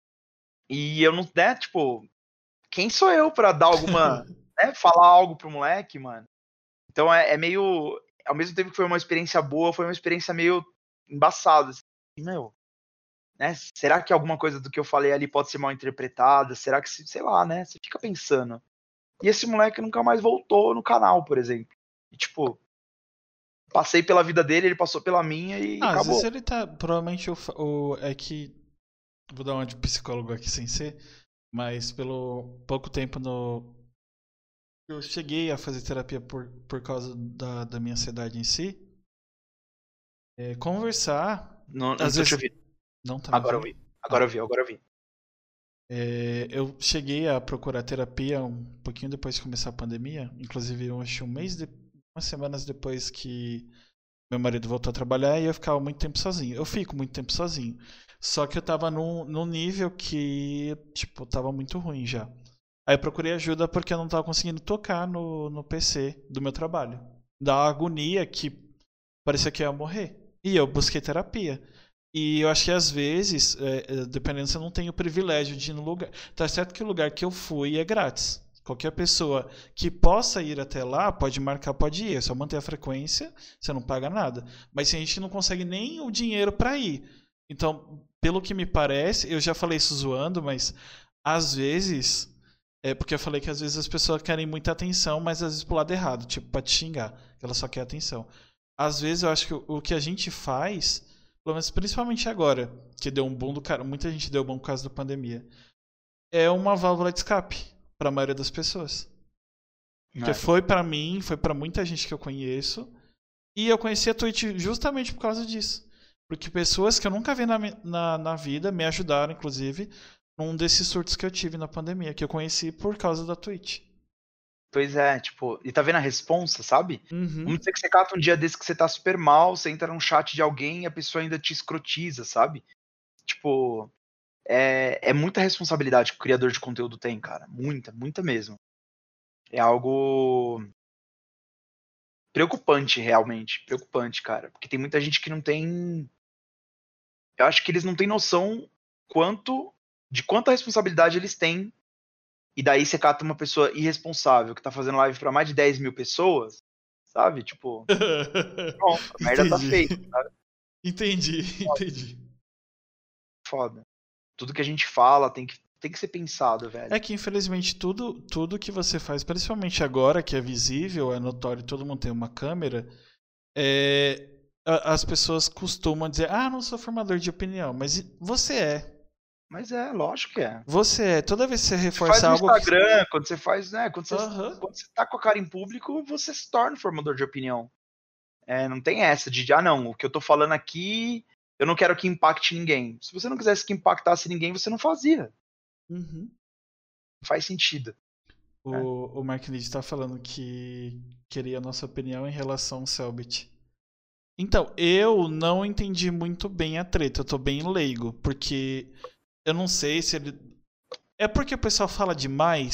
E eu não, né, tipo, quem sou eu pra dar alguma, né, falar algo pro moleque, mano? Então é, é meio, ao mesmo tempo que foi uma experiência boa, foi uma experiência meio embaçada, assim, meu, né? Será que alguma coisa do que eu falei ali pode ser mal interpretada? Será que, sei lá, né? Você fica pensando. E esse moleque nunca mais voltou no canal, por exemplo. E, tipo, passei pela vida dele, ele passou pela minha e ah, acabou. Às vezes ele tá, provavelmente o, o, é que, vou dar uma de psicólogo aqui sem ser, mas pelo pouco tempo no... Eu cheguei a fazer terapia por, por causa da, da minha ansiedade em si. É, conversar... Não, não às vezes... te ouvindo. Não tá agora eu vi, agora ah. eu vi, agora eu vi. É, eu cheguei a procurar terapia um pouquinho depois de começar a pandemia, inclusive eu acho um mês, de, umas semanas depois que meu marido voltou a trabalhar e eu ficava muito tempo sozinho. Eu fico muito tempo sozinho, só que eu tava num, num nível que, tipo, tava muito ruim já. Aí eu procurei ajuda porque eu não tava conseguindo tocar no, no P C do meu trabalho. Da agonia que parecia que eu ia morrer. E eu busquei terapia. E eu acho que às vezes, é, dependendo, você não tem o privilégio de ir no lugar. Tá certo que o lugar que eu fui é grátis. Qualquer pessoa que possa ir até lá, pode marcar, pode ir. É só manter a frequência, você não paga nada. Mas a gente não consegue nem o dinheiro para ir. Então, pelo que me parece, eu já falei isso zoando, mas às vezes... É porque eu falei que às vezes as pessoas querem muita atenção, mas às vezes pro lado errado. Tipo, pra te xingar. Ela só quer atenção. Às vezes eu acho que o que a gente faz... Pelo menos principalmente agora, que deu um boom do cara, muita gente deu bom por causa da pandemia. É uma válvula de escape para a maioria das pessoas. Porque é. foi para mim, foi para muita gente que eu conheço, e eu conheci a Twitch justamente por causa disso. Porque pessoas que eu nunca vi na, na, na vida me ajudaram, inclusive, num desses surtos que eu tive na pandemia, que eu conheci por causa da Twitch. Pois é, tipo, e tá vendo a responsa, sabe? Uhum. Vamos dizer que você cata um dia desse que você tá super mal, você entra num chat de alguém e a pessoa ainda te escrotiza, sabe? Tipo, é, é muita responsabilidade que o criador de conteúdo tem, cara. Muita, muita mesmo. É algo preocupante, realmente. Preocupante, cara. Porque tem muita gente que não tem... Eu acho que eles não têm noção quanto de quanta responsabilidade eles têm. E daí você cata uma pessoa irresponsável que tá fazendo live pra mais de dez mil pessoas, sabe? Tipo, pronto, a merda tá feita, sabe? Entendi, Foda. entendi. Foda. Tudo que a gente fala tem que, tem que ser pensado, velho. É que, infelizmente, tudo, tudo que você faz, principalmente agora que é visível, é notório, todo mundo tem uma câmera, é, as pessoas costumam dizer, ah, não sou formador de opinião, mas você é. Mas é, lógico que é. Você é. Toda vez que você reforça você faz algo... no Instagram, que... quando você faz, né? Quando você, uhum. quando você tá com a cara em público, você se torna formador de opinião. É, não tem essa de, ah, não, o que eu tô falando aqui, eu não quero que impacte ninguém. Se você não quisesse que impactasse ninguém, você não fazia. Uhum. Faz sentido. O, é. o Mark Leeds tá falando que queria a nossa opinião em relação ao Selbit. Então, eu não entendi muito bem a treta. Eu tô bem leigo, porque... Eu não sei se ele... É porque o pessoal fala demais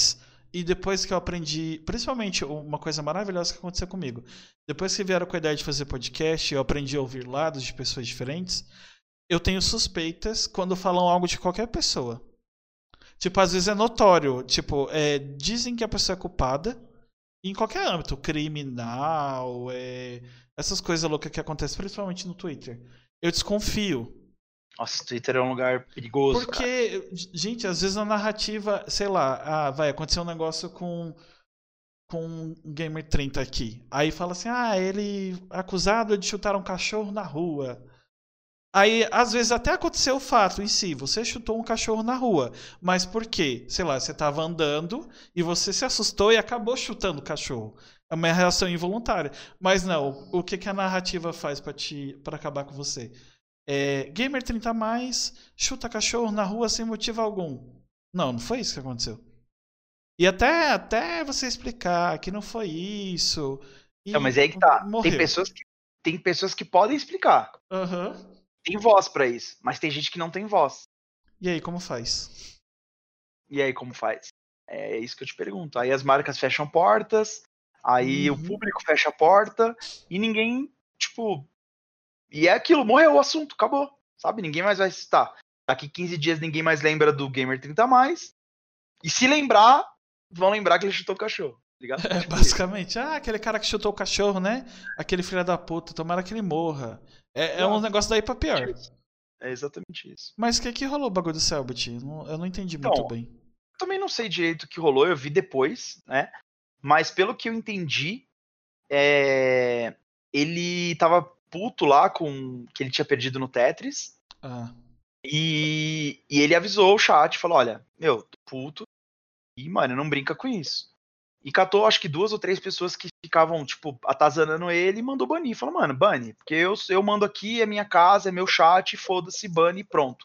E depois que eu aprendi, principalmente uma coisa maravilhosa que aconteceu comigo. Depois que vieram com a ideia de fazer podcast, eu aprendi a ouvir lados de pessoas diferentes. Eu tenho suspeitas quando falam algo de qualquer pessoa. Tipo, às vezes é notório. Tipo, é, dizem que a pessoa é culpada. Em qualquer âmbito, criminal, é, essas coisas loucas que acontecem, principalmente no Twitter. Eu desconfio. Nossa, Twitter é um lugar perigoso, Porque, cara. gente, às vezes a narrativa, sei lá, ah, vai acontecer um negócio com com o Gamer trinta aqui. Aí fala assim, ah, ele é acusado de chutar um cachorro na rua. Aí, às vezes, até aconteceu o fato em si, você chutou um cachorro na rua. Mas por quê? Sei lá, você estava andando e você se assustou e acabou chutando o cachorro. É uma reação involuntária. Mas não, o que, que a narrativa faz para te para acabar com você? É, Gamer trinta mais, chuta cachorro na rua sem motivo algum. Não, não foi isso que aconteceu. E até, até você explicar que não foi isso. E Não, mas é aí que tá. morreu. Tem pessoas que, tem pessoas que podem explicar. Uhum. Tem voz pra isso, mas tem gente que não tem voz. E aí, como faz? E aí, como faz? É isso que eu te pergunto. Aí as marcas fecham portas, aí Uhum. o público fecha a porta e ninguém, tipo. E é aquilo, morreu o assunto, acabou. Sabe? Ninguém mais vai citar. Daqui quinze dias ninguém mais lembra do Gamer trinta mais. E se lembrar, vão lembrar que ele chutou o cachorro. Ligado? É, Tipo basicamente, isso. Ah, aquele cara que chutou o cachorro, né? Aquele filho da puta, tomara que ele morra. É, é um negócio daí pra pior. É exatamente isso. Mas o que que rolou o bagulho do Selbit? Eu não, eu não entendi Então, muito bem. Eu também não sei direito o que rolou, eu vi depois, né? Mas pelo que eu entendi, é... ele tava puto lá com que ele tinha perdido no Tetris. Ah. E... e ele avisou o chat, falou, olha, meu, tô puto. E, mano, não brinca com isso. E catou, acho que duas ou três pessoas que ficavam, tipo, atazanando ele e mandou banir. Falou, mano, bane, porque eu, eu mando aqui, é minha casa, é meu chat, foda-se, bane e pronto.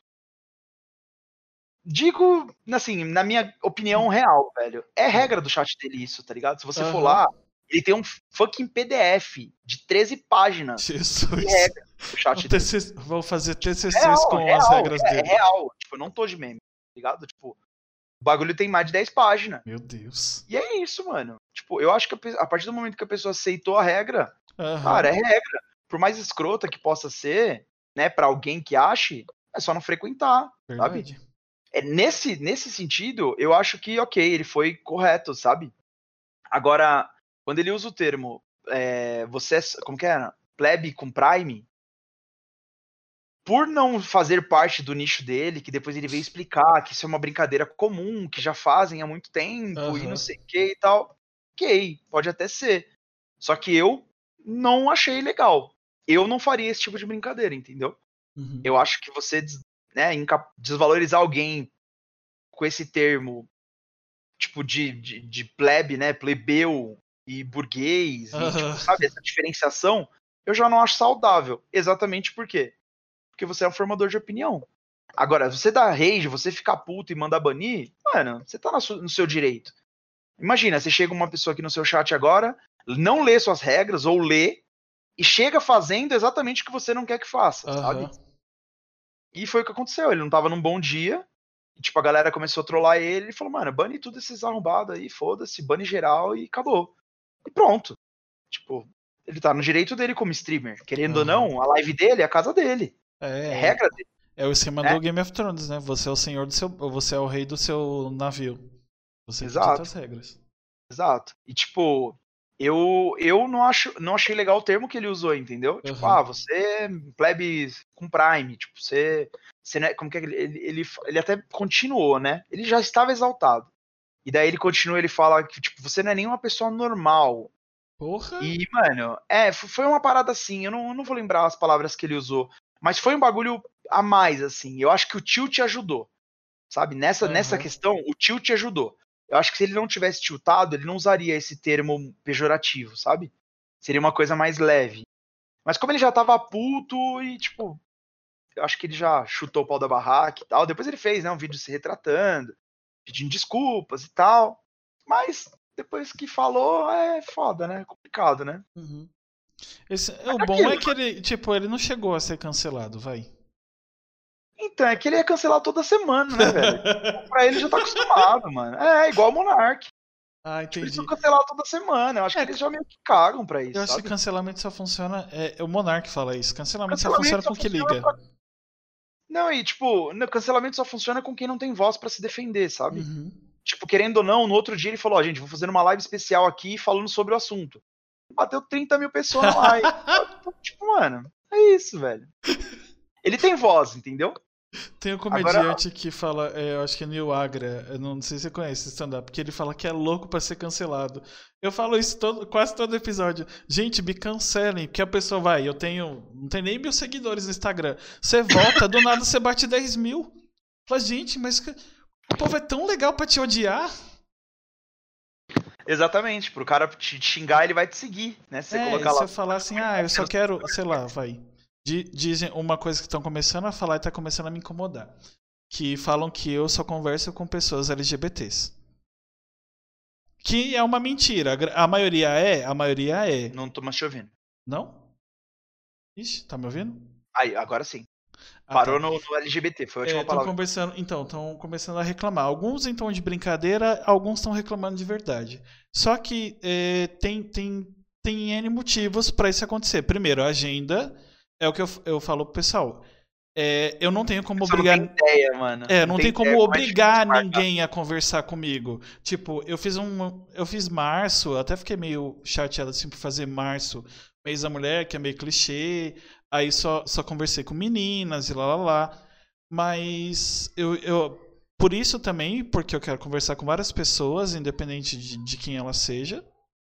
Digo, assim, na minha opinião real, velho, é regra do chat dele isso, tá ligado? Se você Uhum. for lá, ele tem um fucking P D F de treze páginas Jesus. de regra do chat dele. T C... Vou fazer T C Cs real, com real, as regras é, dele. É real, tipo, eu não tô de meme, tá ligado? Tipo, o bagulho tem mais de dez páginas. Meu Deus. E é isso, mano. Tipo, eu acho que a partir do momento que a pessoa aceitou a regra, uhum. cara, é regra. Por mais escrota que possa ser, né, pra alguém que ache, é só não frequentar, Verdade. sabe? É, nesse, nesse sentido, eu acho que, ok, ele foi correto, sabe? Agora, quando ele usa o termo, é, você, como que era? Plebe com Prime, por não fazer parte do nicho dele, que depois ele veio explicar que isso é uma brincadeira comum, que já fazem há muito tempo, uhum. e não sei o que e tal, ok, pode até ser. Só que eu não achei legal. Eu não faria esse tipo de brincadeira, entendeu? Uhum. Eu acho que você... né, desvalorizar alguém com esse termo, tipo, de, de, de plebe, né, plebeu e burguês, uhum. e, tipo, sabe, essa diferenciação, eu já não acho saudável. Exatamente por quê? Porque você é um formador de opinião. Agora, você dá rage, você ficar puto e mandar banir, mano, você tá no seu direito. Imagina, você chega uma pessoa aqui no seu chat agora, não lê suas regras, ou lê, e chega fazendo exatamente o que você não quer que faça, uhum. sabe? E foi o que aconteceu, ele não tava num bom dia, e, tipo, a galera começou a trollar ele, e falou, mano, bane tudo esses arrombados aí, foda-se, bane geral e acabou. E pronto. Tipo, ele tá no direito dele como streamer, querendo uhum. ou não, a live dele é a casa dele. É, é regra dele. É o esquema é. do Game of Thrones, né? Você é o senhor do seu, você é o rei do seu navio. Você dita as regras. Exato. E, tipo, eu, eu não, acho, não achei legal o termo que ele usou, entendeu? Uhum. Tipo, ah, você é plebe com Prime, tipo, você, você não é, como que é que ele, ele, ele até continuou, né? Ele já estava exaltado. E daí ele continua, ele fala que, tipo, você não é nenhuma pessoa normal. Porra! E, mano, é, foi uma parada assim, eu não, eu não vou lembrar as palavras que ele usou, mas foi um bagulho a mais, assim. Eu acho que o tilt ajudou, sabe? Nessa, uhum. nessa questão, o tilt ajudou. Eu acho que se ele não tivesse tiltado, ele não usaria esse termo pejorativo, sabe? Seria uma coisa mais leve. Mas como ele já tava puto e, tipo, eu acho que ele já chutou o pau da barraca e tal. Depois ele fez, né, um vídeo se retratando, pedindo desculpas e tal. Mas depois que falou, é foda, né? É complicado, né? Uhum. Esse, o bom aquilo, é que ele, tipo, ele não chegou a ser cancelado, vai. Então, é que ele ia cancelar toda semana, né, velho? Pra ele já tá acostumado, mano. É, igual o Monark. Ah, Tipo, eles entendi. são cancelados toda semana. Eu acho É, que eles já meio que cagam pra isso, eu acho que sabe? cancelamento só funciona. É, é o Monark fala isso. O Cancelamento só cancelamento funciona só com o que funciona liga. pra... Não, e tipo, no cancelamento só funciona com quem não tem voz pra se defender, sabe? Uhum. Tipo, querendo ou não, no outro dia ele falou, ó, gente, vou fazer uma live especial aqui falando sobre o assunto. Bateu trinta mil pessoas na live. Então, tipo, mano, é isso, velho. Ele tem voz, entendeu? Tem um Agora, comediante que fala, é, eu acho que é Neil Agra, eu não sei se você conhece esse stand-up, que ele fala que é louco pra ser cancelado. Eu falo isso todo, quase todo episódio. Gente, me cancelem, porque a pessoa vai, eu tenho, não tem nem mil seguidores no Instagram. Você volta, do nada você bate dez mil. Fala, gente, mas que- o povo é tão legal pra te odiar. exatamente, pro cara te xingar, ele vai te seguir, né? Se você É, e colocar você lá. falar assim, ah, eu só quero, sei lá, vai. Di- Dizem uma coisa que estão começando a falar e tá começando a me incomodar. Que falam que eu só converso com pessoas L G B Ts. Que é uma mentira. A gra- A maioria é, a maioria é. Não tô mais te ouvindo. Não? Ixi, tá me ouvindo? Aí, agora sim. Ah, Parou tá. no, no L G B T, foi a última Estão palavra. conversando, então, estão começando a reclamar. Alguns então de brincadeira, alguns estão reclamando de verdade. Só que é, tem, tem, tem N motivos para isso acontecer. Primeiro, a agenda é o que eu, eu falo pro pessoal. É, eu não tenho como Você não obrigar. tem ideia, mano. É, não, tem tem como ideia como é difícil obrigar marcar. ninguém a conversar comigo. Tipo, eu fiz um. Eu fiz março, até fiquei meio chateado assim por fazer março, mês da mulher, que é meio clichê. Aí só, só conversei com meninas e lá lá lá. Mas eu, eu. Por isso também, porque eu quero conversar com várias pessoas, independente de, de quem ela seja.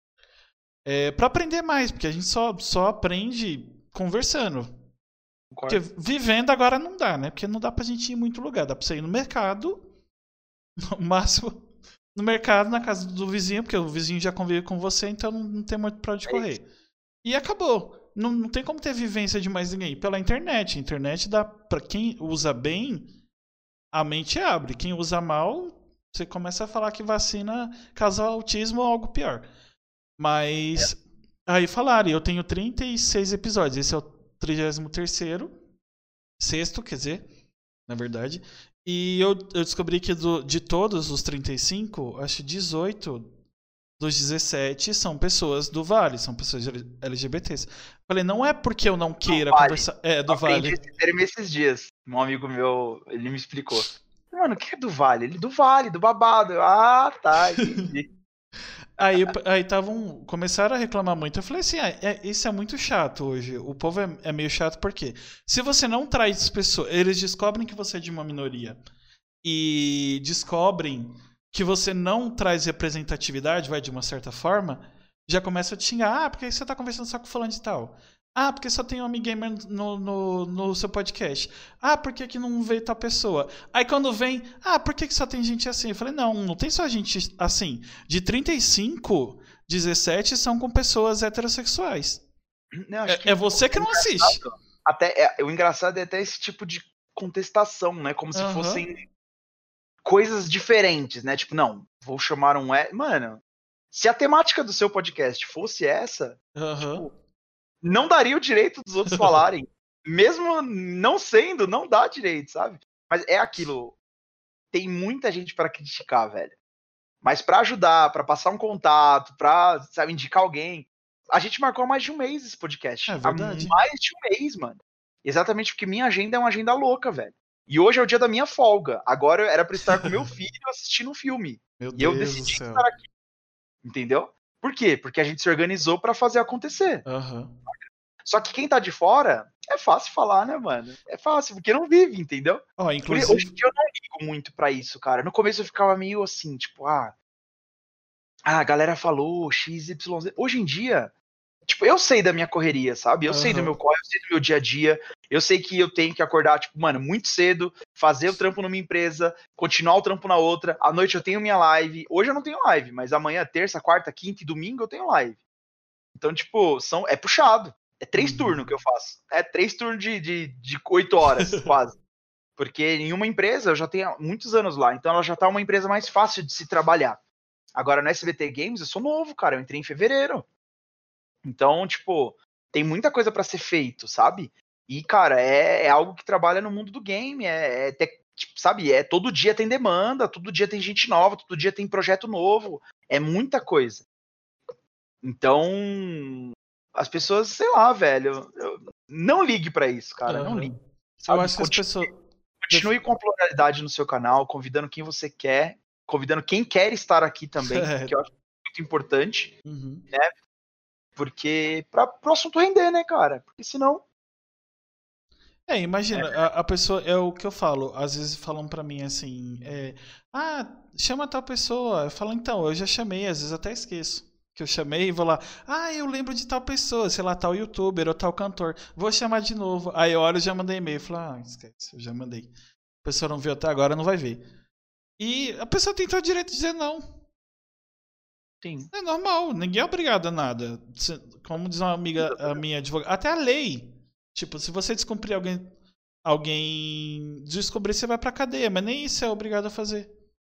É, para aprender mais, porque a gente só, só aprende conversando. Porque Concordo. vivendo agora não dá, né? Porque não dá pra gente ir em muito lugar. Dá pra você ir no mercado, no máximo no mercado, na casa do vizinho, porque o vizinho já convive com você, então não, não tem muito pra onde É correr. E acabou. Não, não tem como ter vivência de mais ninguém. Pela internet. A internet dá pra quem usa bem, a mente abre. Quem usa mal, você começa a falar que vacina causa autismo ou algo pior. Mas aí falaram, eu tenho trinta e seis episódios. Esse é o trigésimo terceiro. Sexto, quer dizer, na verdade. E eu, eu descobri que do, de todos os trinta e cinco, acho que dezoito dos dezessete são pessoas do Vale, são pessoas L G B Ts. Falei, não é porque eu não queira Vale. conversar. É, do Eu aprendi Vale. esse termo esses dias. Um amigo meu, ele me explicou. Mano, o que é do Vale? Ele do Vale, do babado. Eu, ah, tá, entendi. Aí, aí tavam, começaram a reclamar muito. Eu falei assim, ah, é, isso é muito chato hoje. O povo é, é meio chato porque se você não traz pessoas, eles descobrem que você é de uma minoria e descobrem que você não traz representatividade, vai de uma certa forma, já começa a te xingar. Ah, porque você tá conversando só com fulano de tal. Ah, porque só tem um homem gamer no, no, no seu podcast. Ah, por que, que não veio tal pessoa? Aí quando vem, ah, por que, que só tem gente assim? Eu falei, não, não tem só gente assim. De trinta e cinco, dezessete são com pessoas heterossexuais. Não, acho que É, é você que o não assiste. engraçado- Até, é, o engraçado é até esse tipo de contestação, né? Como se Aham. fossem coisas diferentes, né? Tipo, não, vou chamar um. é- Mano, se a temática do seu podcast fosse essa, Aham. não daria o direito dos outros falarem. Mesmo não sendo, não dá direito, sabe? Mas é aquilo. Tem muita gente pra criticar, velho. Mas pra ajudar, pra passar um contato, pra, sabe, indicar alguém. A gente marcou há mais de um mês esse podcast. É Há verdade. mais de um mês, mano. Exatamente porque minha agenda é uma agenda louca, velho. E hoje é o dia da minha folga. Agora era pra estar com meu filho assistindo um filme. Meu E eu Deus do decidi céu. estar aqui. Entendeu? Por quê? Porque a gente se organizou pra fazer acontecer. Aham. Só que quem tá de fora, é fácil falar, né, mano? É fácil, porque não vive, entendeu? Ó, Por- Hoje inclusive. em dia eu não ligo muito pra isso, cara. No começo eu ficava meio assim, tipo, ah, ah, a galera falou X, Y, Z. Hoje em dia, tipo, eu sei da minha correria, sabe? Eu sei do Aham. meu corre, eu sei do meu dia a dia. Eu sei que eu tenho que acordar, tipo, mano, muito cedo, fazer o trampo numa empresa, continuar o trampo na outra. À noite eu tenho minha live. Hoje eu não tenho live, mas amanhã, terça, quarta, quinta e domingo eu tenho live. Então, tipo, são, é puxado. É três Uhum. turnos que eu faço. É três turnos de, de, de oito horas, quase. Porque em uma empresa, eu já tenho muitos anos lá, então ela já tá uma empresa mais fácil de se trabalhar. Agora, no S B T Games, eu sou novo, cara, eu entrei em fevereiro. Então, tipo, tem muita coisa pra ser feito, sabe? E, cara, é, é algo que trabalha no mundo do game, é, é te- tipo, sabe, é todo dia tem demanda, todo dia tem gente nova, todo dia tem projeto novo, é muita coisa. Então, as pessoas, sei lá, velho, eu, não ligue pra isso, cara, não Aham. ligue. Eu Sabe, acho que as continue, pessoas. continue com a pluralidade no seu canal, convidando quem você quer, convidando quem quer estar aqui também, que eu acho muito importante, Uhum. né? Porque para pro assunto render, né, cara? Porque senão. É, imagina, a, a pessoa, é o que eu falo, às vezes falam pra mim assim, é, ah, chama tal pessoa. Eu falo, então, eu já chamei, às vezes até esqueço. Que eu chamei e vou lá, ah, eu lembro de tal pessoa, sei lá, tal youtuber ou tal cantor. Vou chamar de novo. Aí eu olho e já mandei e-mail. Falo, ah, esquece, eu já mandei. A pessoa não viu até agora, não vai ver. E a pessoa tem todo o direito de dizer não. Sim. É normal, ninguém é obrigado a nada. Se- Como diz uma amiga, a minha advogada, até a lei. Tipo, se você descumprir alguém, alguém descobrir, você vai pra cadeia, mas nem isso é obrigado a fazer.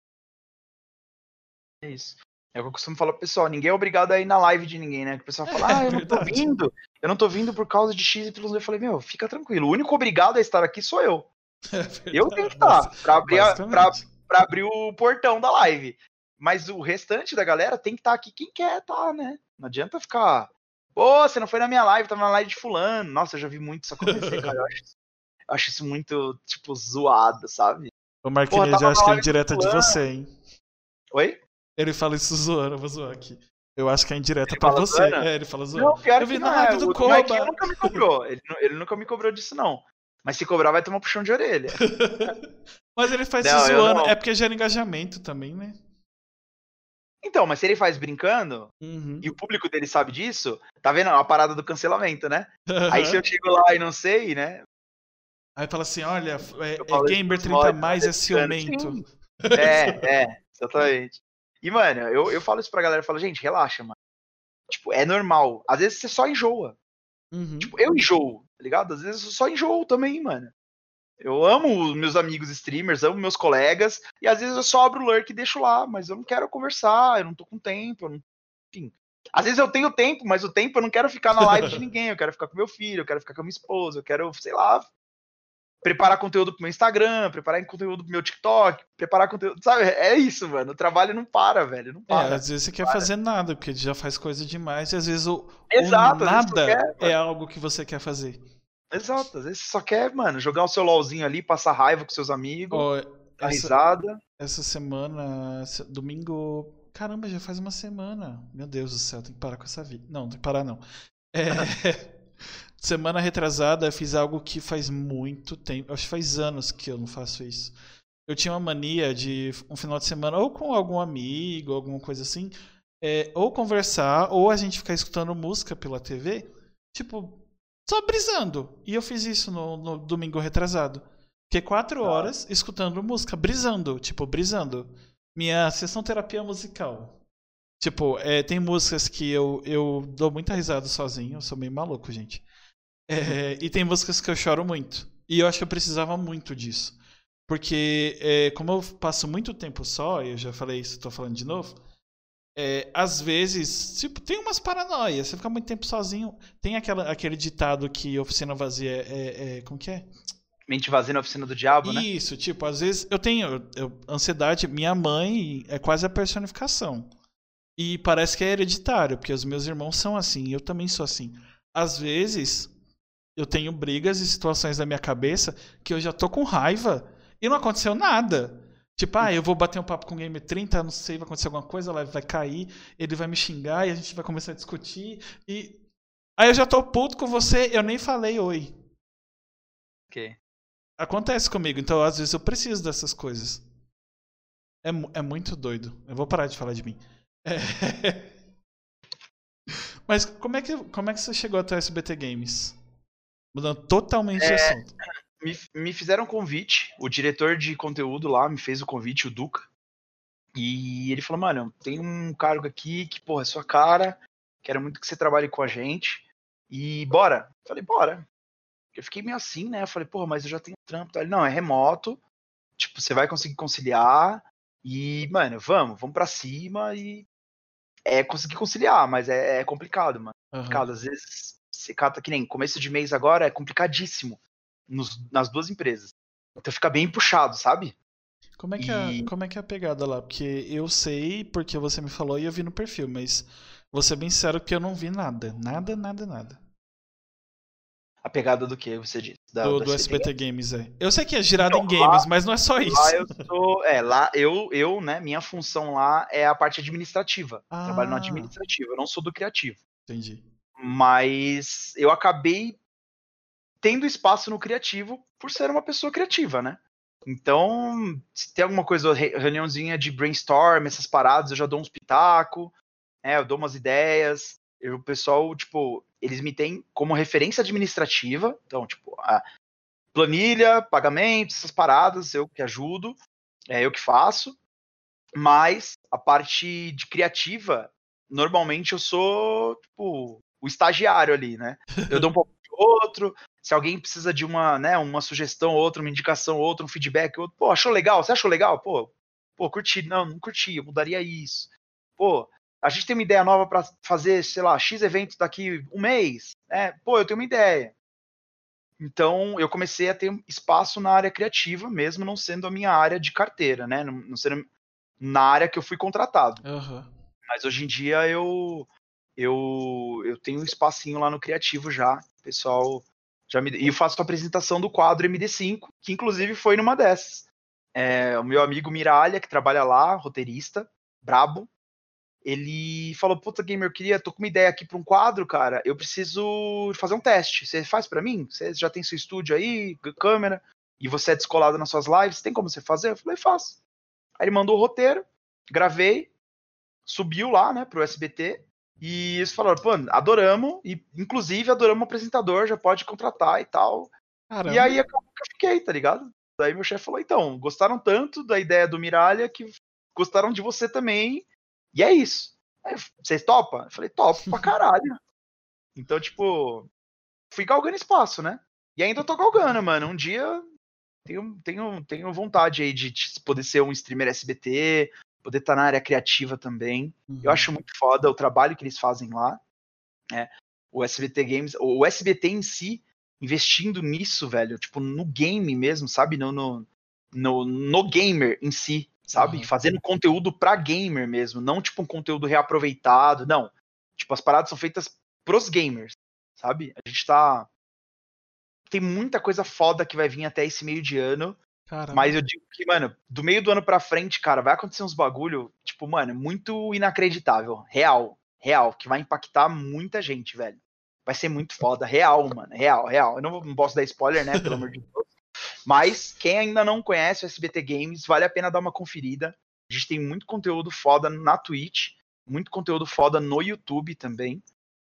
É isso. É o que eu costumo falar pro pessoal, ninguém é obrigado a ir na live de ninguém, né? Que o pessoal fala, ah, eu não tô verdade. vindo, eu não tô vindo por causa de X, Y, Z. Eu falei, meu, fica tranquilo, o único obrigado a estar aqui sou eu. É verdade. Eu tenho que estar, pra abrir, a, pra, Basicamente. pra abrir o portão da live. Mas o restante da galera tem que estar aqui quem quer estar, né? Não adianta ficar, pô, você não foi na minha live, tava na live de fulano. Nossa, eu já vi muito isso acontecer, cara. Eu acho, eu acho isso muito, tipo, zoado, sabe? O Porra, Marquinhos, eu tava acho na que é live do indireta de fulano. você, hein? Oi? Ele fala isso zoando, eu vou zoar aqui. Eu acho que é indireta Ele pra fala você. zoando? É, ele fala zoando. Não, pior Eu que vi não na é. live do O do Marquinhos Koba. nunca me cobrou. Ele, nu- ele nunca me cobrou disso, não. Mas se cobrar, vai tomar um puxão de orelha. Mas ele faz isso Não, eu zoando. não. É porque gera engajamento também, né? Então, mas se ele faz brincando, Uhum. e o público dele sabe disso, tá vendo? A parada do cancelamento, né? Aí se Aham. eu chego lá e não sei, né? Aí fala assim, olha, Eu é, é falo isso gamer pros trinta mods, mas mais é é brincando. ciumento. Sim. É, é, exatamente. E, mano, eu, eu falo isso pra galera, eu falo, gente, relaxa, mano. Tipo, é normal. Às vezes você só enjoa. Uhum. Tipo, eu enjoo, tá ligado? Às vezes eu só enjoo também, mano. Eu amo os meus amigos streamers, amo meus colegas, e às vezes eu só abro o lurk e deixo lá, mas eu não quero conversar, eu não tô com tempo, eu não... enfim. Às vezes eu tenho tempo, mas o tempo eu não quero ficar na live de ninguém, eu quero ficar com meu filho, eu quero ficar com a minha esposa, eu quero, sei lá, preparar conteúdo pro meu Instagram, preparar conteúdo pro meu TikTok, preparar conteúdo, sabe? É isso, mano, o trabalho não para, velho, não É, para. às vezes você Não quer para. fazer nada, porque já faz coisa demais, e às vezes o, o Exato, às vezes você só nada quer, é mano. algo que você quer fazer. Exato, às vezes você só quer, mano, jogar o seu LOLzinho ali, passar raiva com seus amigos, Ó, dar essa, risada. essa semana, se- domingo. Caramba, já faz uma semana. Meu Deus do céu, tem que parar com essa vida. Não, tem que parar não. É, semana retrasada eu fiz algo que faz muito tempo. Acho que faz anos que eu não faço isso. Eu tinha uma mania de um final de semana, ou com algum amigo, alguma coisa assim, é, ou conversar, ou a gente ficar escutando música pela T V, tipo, só brisando. E eu fiz isso no, no domingo retrasado. Fiquei quatro horas escutando música, brisando, tipo, brisando. Minha sessão terapia musical. Tipo, é, tem músicas que eu, eu dou muita risada sozinho, eu sou meio maluco, gente. É, e tem músicas que eu choro muito. E eu acho que eu precisava muito disso. Porque, é, como eu passo muito tempo só, e eu já falei isso, tô falando de novo, é, às vezes, tipo, tem umas paranoias. Você fica muito tempo sozinho. Tem aquela, aquele ditado que oficina vazia é, é. Como que é? Mente vazia na oficina do diabo, né? Isso, tipo, às vezes eu tenho eu- eu- ansiedade. Minha mãe é quase a personificação. E parece que é hereditário, porque os meus irmãos são assim, eu também sou assim. Às vezes, eu tenho brigas e situações na minha cabeça que eu já tô com raiva e não aconteceu nada. Tipo, ah, eu vou bater um papo com o Game trinta, não sei, vai acontecer alguma coisa, a live vai cair, ele vai me xingar e a gente vai começar a discutir. E aí eu já tô puto com você, eu nem falei oi. Ok. Acontece comigo, então às vezes eu preciso dessas coisas. É, mu- é muito doido. Eu vou parar de falar de mim. É. Mas como é, que, como é que você chegou até o S B T Games? Mudando totalmente de É, assunto. me, me fizeram um convite, o diretor de conteúdo lá me fez o convite, o Duca. E ele falou, mano, tem um cargo aqui que, porra, é sua cara, quero muito que você trabalhe com a gente. E bora. Eu falei, bora. Eu fiquei meio assim, né? Eu falei, porra, mas eu já tenho trampo. Tá? Ele, não, é remoto. Tipo, você vai conseguir conciliar. E, mano, vamos, vamos pra cima e é conseguir conciliar, mas é, é complicado, mano. Aham. Complicado. Às vezes você cata que nem começo de mês agora é complicadíssimo nos, nas duas empresas. Então fica bem puxado, sabe? Como é que é, E como é que é a pegada lá? Porque eu sei porque você me falou e eu vi no perfil, mas vou ser bem sincero que eu não vi nada. Nada, nada, nada. a pegada do que você disse? Da, Do, do do S B T S B T Games? Games, é. Eu sei que é girado Então, em lá, games, mas não é só lá isso. eu sou. É, lá eu, eu, né, minha função lá é a parte administrativa. Trabalho no Ah, administrativo, eu não sou do criativo. entendi. Mas eu acabei tendo espaço no criativo por ser uma pessoa criativa, né? Então, se tem alguma coisa, re- reuniãozinha de brainstorm, essas paradas, eu já dou uns pitaco, né? Eu dou umas ideias. Eu, o pessoal, tipo, eles me têm como referência administrativa. Então, tipo, a planilha, pagamentos, essas paradas, eu que ajudo, é eu que faço. Mas a parte de criativa, normalmente eu sou, tipo, o estagiário ali, né? Eu dou um pouco de outro. Se alguém precisa de uma, né, uma sugestão ou outra, uma indicação ou outra, um feedback, outro, pô, achou legal? Você achou legal? Pô, pô, curti. Não, não curti, eu mudaria isso. Pô, a gente tem uma ideia nova para fazer, sei lá, X eventos daqui um mês, né? Pô, eu tenho uma ideia. Então, eu comecei a ter espaço na área criativa, mesmo não sendo a minha área de carteira, né? Não, não sendo na área que eu fui contratado. Aham. Mas hoje em dia eu eu, eu tenho um espacinho lá no criativo já. O pessoal já me e eu faço a apresentação do quadro M D cinco, que inclusive foi numa dessas. É, o meu amigo Miralha, que trabalha lá, roteirista, brabo, ele falou: "Puta, gamer, eu queria, tô com uma ideia aqui para um quadro, cara. Eu preciso fazer um teste. Você faz para mim? Você já tem seu estúdio aí, câmera, e você é descolado nas suas lives, tem como você fazer?" Eu falei: "Faço." Aí ele mandou o roteiro, gravei, subiu lá, né, pro S B T, e eles falaram: "Pô, adoramos, e inclusive adoramos o apresentador, já pode contratar e tal." E Caramba. aí acabou que eu fiquei, tá ligado? Daí meu chefe falou: "Então, gostaram tanto da ideia do Miralha que gostaram de você também, e é isso. Aí, vocês topam?" Eu falei: "Topo pra caralho." Então, tipo, fui galgando espaço, né? E ainda tô galgando, mano. Um dia tenho, tenho, tenho vontade aí de, de poder ser um streamer S B T, poder estar na área criativa também. Eu Uhum. acho muito foda o trabalho que eles fazem lá, né? O S B T Games, o S B T em si, investindo nisso, velho, tipo, no game mesmo, sabe? No, no, no, no gamer em si, sabe? Aham. Fazendo conteúdo pra gamer mesmo, não tipo um conteúdo reaproveitado, não. Tipo, as paradas são feitas pros gamers, sabe? A gente tá. Tem muita coisa foda que vai vir até esse meio de ano. Mas Caramba. eu digo que, mano, do meio do ano pra frente, cara, vai acontecer uns bagulho, tipo, mano, muito inacreditável. Real. Real. Que vai impactar muita gente, velho. Vai ser muito foda. Real, mano. Real, real. Eu não, não posso dar spoiler, né? Pelo amor de Deus. Mas quem ainda não conhece o S B T Games, vale a pena dar uma conferida. A gente tem muito conteúdo foda na Twitch. Muito conteúdo foda no YouTube também.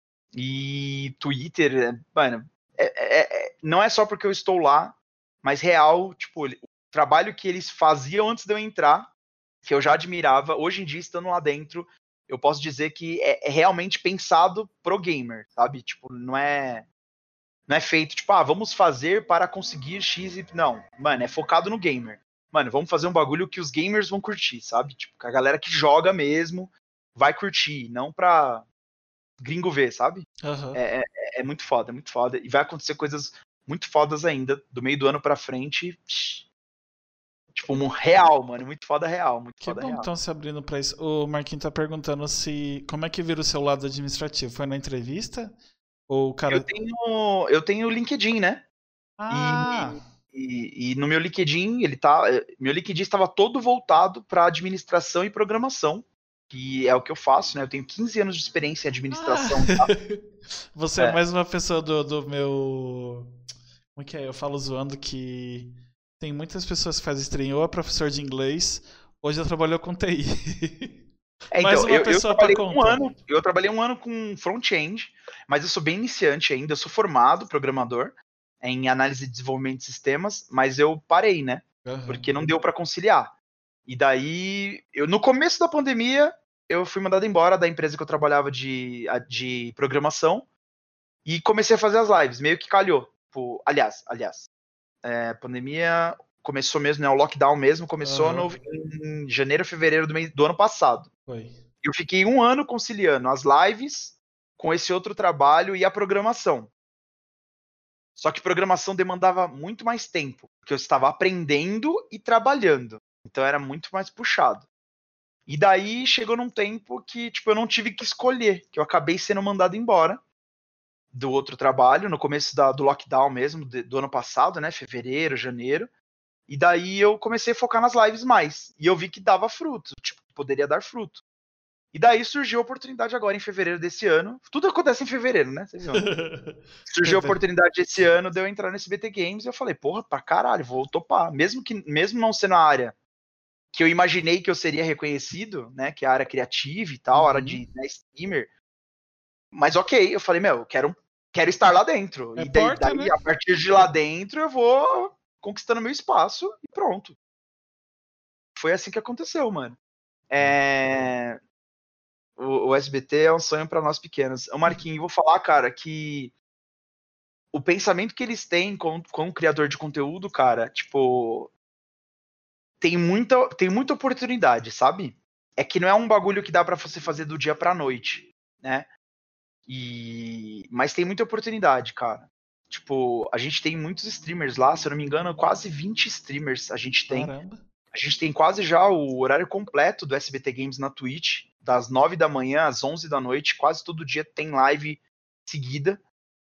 E Twitter, mano, é, é, é, não é só porque eu estou lá, mas real, tipo, o trabalho que eles faziam antes de eu entrar, que eu já admirava, hoje em dia, estando lá dentro, eu posso dizer que é, é realmente pensado pro gamer, sabe? Tipo, não é, não é feito, tipo, ah, vamos fazer para conseguir X e... Não, mano, é focado no gamer. Mano, vamos fazer um bagulho que os gamers vão curtir, sabe? Tipo, que a galera que joga mesmo vai curtir, não pra gringo ver, sabe? Aham. É, é, é muito foda, é muito foda. E vai acontecer coisas muito fodas ainda, do meio do ano pra frente. Tipo, um real, mano. Muito foda real, muito Que foda bom que real. estão se abrindo pra isso. O Marquinhos tá perguntando se. Como é que vira o seu lado administrativo? Foi na entrevista? Ou o Eu cara. tenho, eu tenho o LinkedIn, né? Ah! E, e, e no meu LinkedIn, ele tá. Meu LinkedIn estava todo voltado para administração e programação, que é o que eu faço, né? Eu tenho quinze anos de experiência em Ah! administração já. Você é É, mais uma pessoa do, do meu. Como é que é? Eu falo zoando que tem muitas pessoas que fazem stream ou é professor de inglês ou já trabalhou com T I. É, Mais então, uma eu, eu pessoa pra trabalhei um conta. ano, eu trabalhei um ano com front-end, mas eu sou bem iniciante ainda, eu sou formado programador em análise e desenvolvimento de sistemas, mas eu parei, né? Aham. Porque não deu para conciliar. E daí, eu, no começo da pandemia, eu fui mandado embora da empresa que eu trabalhava de, de programação e comecei a fazer as lives, meio que calhou. Tipo, aliás, aliás, é, a pandemia começou mesmo, né? O lockdown mesmo começou Aham. no, em janeiro, fevereiro do, mês, do ano passado. Foi. Eu fiquei um ano conciliando as lives com esse outro trabalho e a programação. Só que programação demandava muito mais tempo, porque eu estava aprendendo e trabalhando. Então era muito mais puxado. E daí chegou num tempo que, tipo, eu não tive que escolher, que eu acabei sendo mandado embora do outro trabalho, no começo da, do lockdown mesmo, de, do ano passado, né, fevereiro, janeiro. E daí eu comecei a focar nas lives mais. E eu vi que dava fruto, tipo, poderia dar fruto. E daí surgiu a oportunidade agora em fevereiro desse ano. Tudo acontece em fevereiro, né? Vocês viram? Surgiu a oportunidade esse ano de eu entrar no S B T Games e eu falei, porra, pra caralho, vou topar. Mesmo que, mesmo não sendo a área que eu imaginei que eu seria reconhecido, né? Que é a área criativa e tal, a área de né, streamer. Mas ok, eu falei, meu, eu quero, quero estar lá dentro. É e daí, porta, daí né? a partir de lá dentro, eu vou conquistando meu espaço e pronto. Foi assim que aconteceu, mano. É... O, o S B T é um sonho pra nós pequenos. O Marquinhos, vou falar, cara, que o pensamento que eles têm com, com o criador de conteúdo, cara, tipo, tem muita, tem muita oportunidade, sabe? É que não é um bagulho que dá pra você fazer do dia pra noite, né? E... Mas tem muita oportunidade, cara. Tipo, a gente tem muitos streamers lá, se eu não me engano, quase vinte streamers a gente tem. Caramba. A gente tem quase já o horário completo do S B T Games na Twitch, das nove da manhã às onze da noite, quase todo dia tem live seguida.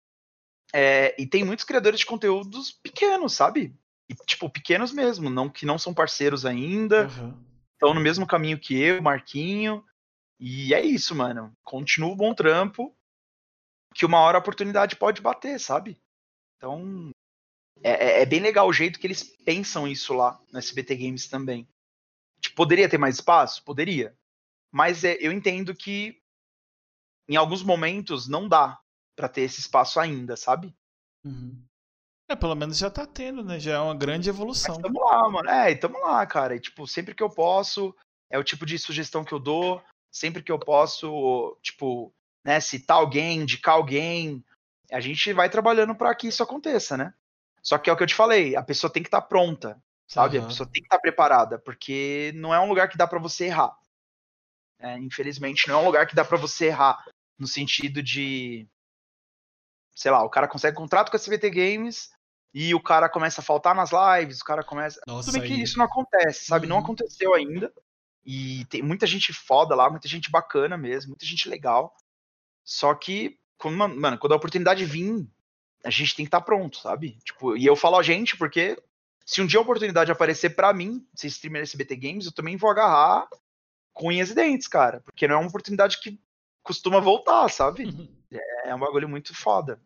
É, e tem muitos criadores de conteúdos pequenos, sabe? E, tipo, pequenos mesmo, não, que não são parceiros ainda, estão Uhum. no mesmo caminho que eu, Marquinho. E é isso, mano. Continua o bom trampo, que uma hora a oportunidade pode bater, sabe? Então, é, é bem legal o jeito que eles pensam isso lá no S B T Games também. Tipo, poderia ter mais espaço? Poderia. Mas é, eu entendo que em alguns momentos não dá pra ter esse espaço ainda, sabe? Uhum. É, pelo menos já tá tendo, né? Já é uma grande Mas evolução. tamo lá, mano. É, e tamo lá, cara. E, tipo, sempre que eu posso, é o tipo de sugestão que eu dou. Sempre que eu posso, tipo, né, citar alguém, indicar alguém, a gente vai trabalhando pra que isso aconteça, né? Só que é o que eu te falei, a pessoa tem que estar pronta, sabe? A Aham. pessoa tem que estar preparada, porque não é um lugar que dá pra você errar. É, infelizmente, não é um lugar que dá pra você errar no sentido de, sei lá, o cara consegue contrato com a S B T Games e o cara começa a faltar nas lives, o cara começa. Tudo Nossa, bem que aí. isso não acontece, sabe? Não Uhum. aconteceu ainda. E tem muita gente foda lá, muita gente bacana mesmo, muita gente legal. Só que, quando, mano, quando a oportunidade vir, a gente tem que estar pronto, sabe? Tipo, e eu falo a gente porque se um dia a oportunidade aparecer pra mim, ser streamer S B T Games, eu também vou agarrar com unhas e dentes, cara. Porque não é uma oportunidade que costuma voltar, sabe? É um bagulho muito foda.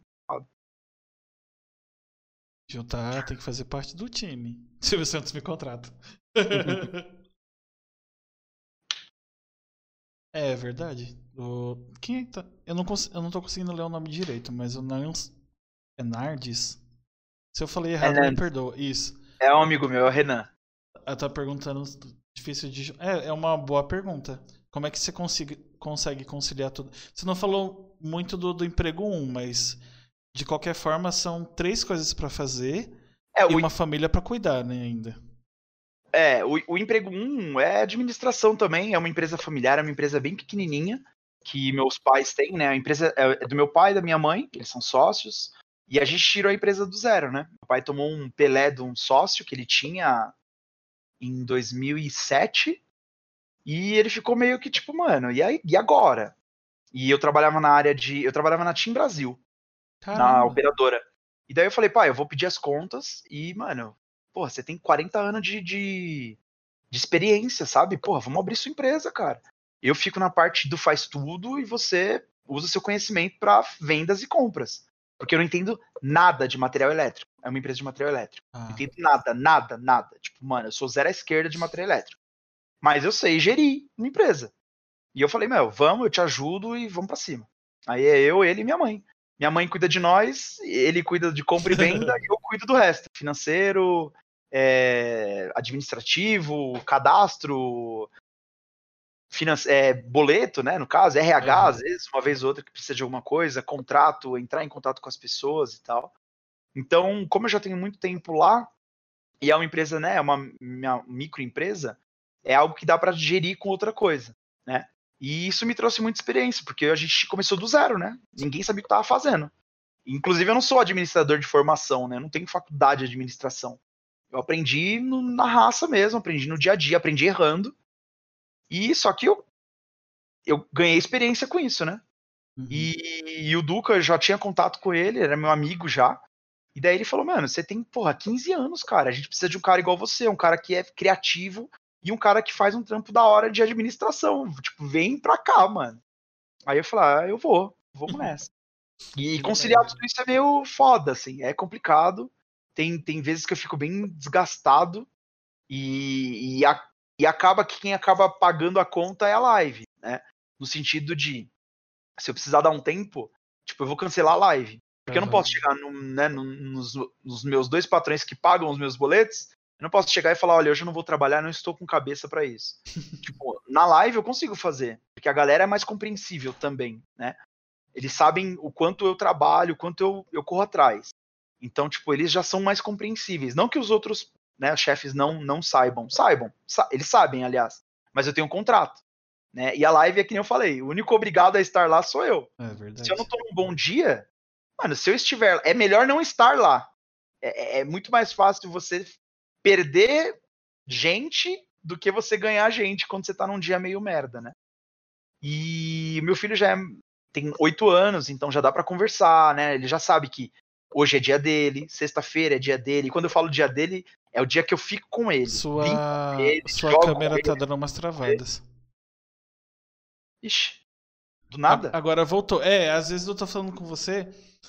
Juntar tem que fazer parte do time. Silvio Santos me contrata. É verdade. O... Quem é que tá. Eu não, cons... eu não tô conseguindo ler o nome direito, mas o Nans. É Nardes? Se eu falei É, errado, me né? perdoa. Isso. É um amigo meu, é o Renan. Ela tá perguntando. Difícil de. É, é uma boa pergunta. Como é que você consiga... consegue conciliar tudo? Você não falou muito do, do emprego um, mas de qualquer forma são três coisas pra fazer É, e o, uma família pra cuidar, né, ainda. é, o, o emprego um é administração também, é uma empresa familiar, é uma empresa bem pequenininha, que meus pais têm, né? A empresa é do meu pai e da minha mãe, eles são sócios, e a gente tirou a empresa do zero, né? Meu pai tomou um Pelé de um sócio que ele tinha em dois mil e sete, e ele ficou meio que tipo, mano, e, aí, e agora? E eu trabalhava na área de. Eu trabalhava na Team Brasil, na Caramba. operadora. E daí eu falei, pai, eu vou pedir as contas e, mano, porra, você tem quarenta anos de, de, de experiência, sabe? Porra, vamos abrir sua empresa, cara. Eu fico na parte do faz tudo e você usa seu conhecimento para vendas e compras. Porque eu não entendo nada de material elétrico. É uma empresa de material elétrico. Não Ah. entendo nada, nada, nada. Tipo, mano, eu sou zero à esquerda de material elétrico. Mas eu sei gerir uma empresa. E eu falei, meu, vamos, eu te ajudo e vamos pra cima. Aí é eu, ele e minha mãe. Minha mãe cuida de nós, ele cuida de compra e venda e eu cuido do resto. Financeiro, é, administrativo, cadastro, finance, é, boleto, né? No caso, R H, às Aham. vezes, uma vez ou outra que precisa de alguma coisa, contrato, entrar em contato com as pessoas e tal. Então, como eu já tenho muito tempo lá, e é uma empresa, né? É uma minha microempresa, é algo que dá para gerir com outra coisa, né? E isso me trouxe muita experiência, porque a gente começou do zero, né? Ninguém sabia o que estava fazendo. Inclusive, eu não sou administrador de formação, né? Eu não tenho faculdade de administração. Eu aprendi no, na raça mesmo, aprendi no dia a dia, aprendi errando. E só que eu, eu ganhei experiência com isso, né? Uhum. E, e o Duca, eu já tinha contato com ele, era meu amigo já. E daí ele falou, mano, você tem, porra, quinze anos, cara. A gente precisa de um cara igual você, um cara que é criativo e um cara que faz um trampo da hora de administração. Tipo, vem pra cá, mano. Aí eu falei, ah, eu vou, vamos nessa. E Que conciliar legal. tudo isso é meio foda, assim, é complicado. Tem, tem vezes que eu fico bem desgastado e, e, a, e acaba que quem acaba pagando a conta é a live, né? No sentido de, se eu precisar dar um tempo, tipo, eu vou cancelar a live. Porque eu não Aham. posso chegar no, né, no, nos, nos meus dois patrões que pagam os meus boletos, eu não posso chegar e falar, olha, hoje eu não vou trabalhar, não estou com cabeça pra isso. Tipo, na live eu consigo fazer, porque a galera é mais compreensível também, né? Eles sabem o quanto eu trabalho, o quanto eu, eu corro atrás. Então, tipo, eles já são mais compreensíveis. Não que os outros, né, chefes não, não saibam. Saibam. Sa eles sabem, aliás. Mas eu tenho um contrato. Né? E a live é que nem eu falei. O único obrigado a estar lá sou eu. É Se eu não verdade. tô num bom dia, mano, se eu estiver... É melhor não estar lá. É, é muito mais fácil você perder gente do que você ganhar gente quando você tá num dia meio merda, né? E meu filho já é, tem oito anos, então já dá pra conversar, né? Ele já sabe que hoje é dia dele, sexta-feira é dia dele. E quando eu falo dia dele, é o dia que eu fico com ele. Brinco com Sua, ele, sua jogo com câmera ele. tá dando umas travadas. Ixi, do A- nada? Agora voltou. É, às vezes eu tô falando com você,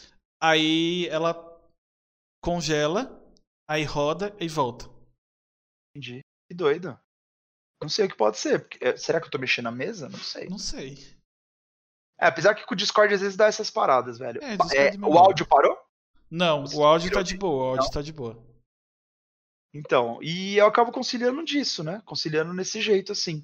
aí ela congela, aí roda e volta. Entendi. Que doido. Não sei o que pode ser. Porque, é, será que eu tô mexendo na mesa? Não sei. Não sei. É, apesar que com o Discord às vezes dá essas paradas, velho. É, Pa- é, Discord o melhora. áudio parou? Não, Vocês o áudio conseguiram tá de ouvir? boa, o Não? áudio tá de boa. Então, e eu acabo conciliando disso, né? Conciliando nesse jeito, assim.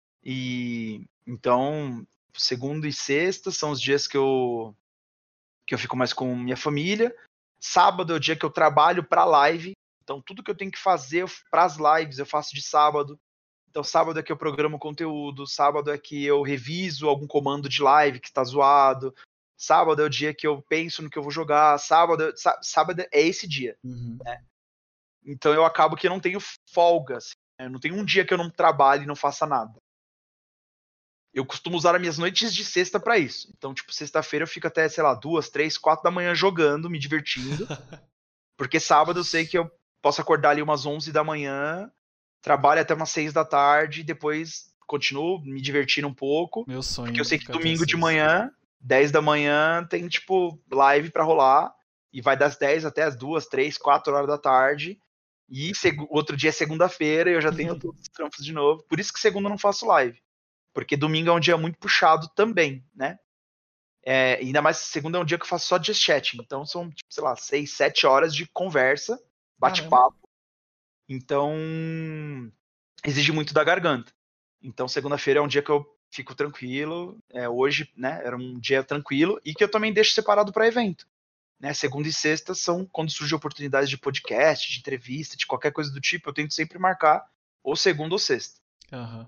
E então, segunda e sexta são os dias que eu que eu fico mais com minha família. Sábado é o dia que eu trabalho para live. Então, tudo que eu tenho que fazer para as lives eu faço de sábado. Então, sábado é que eu programo conteúdo, sábado é que eu reviso algum comando de live que está zoado. Sábado é o dia que eu penso no que eu vou jogar. Sábado, sábado é esse dia. Uhum. Então, eu acabo que eu não tenho folga. Assim, né? Eu não tenho um dia que eu não trabalhe e não faça nada. Eu costumo usar as minhas noites de sexta pra isso. Então, tipo, sexta-feira eu fico até, sei lá, duas, três, quatro da manhã jogando, me divertindo. Porque sábado eu sei que eu posso acordar ali umas onze da manhã, trabalho até umas seis da tarde, e depois continuo me divertindo um pouco. Meu Porque eu sonho sei que ficar até domingo de seis. manhã, dez da manhã, tem, tipo, live pra rolar. E vai das dez até as duas, três, quatro horas da tarde. E o outro dia é segunda-feira e eu já tenho todos os trampos de novo. Por isso que segunda eu não faço live. Porque domingo é um dia muito puxado também, né? É, ainda mais segunda é um dia que eu faço só just chatting. Então são, tipo, sei lá, seis, sete horas de conversa, Caramba. bate-papo. Então exige muito da garganta. Então segunda-feira é um dia que eu fico tranquilo. É, hoje, né, era um dia tranquilo e que eu também deixo separado para evento. Né? Segunda e sexta são quando surgem oportunidades de podcast, de entrevista, de qualquer coisa do tipo. Eu tento sempre marcar ou segunda ou sexta. Aham.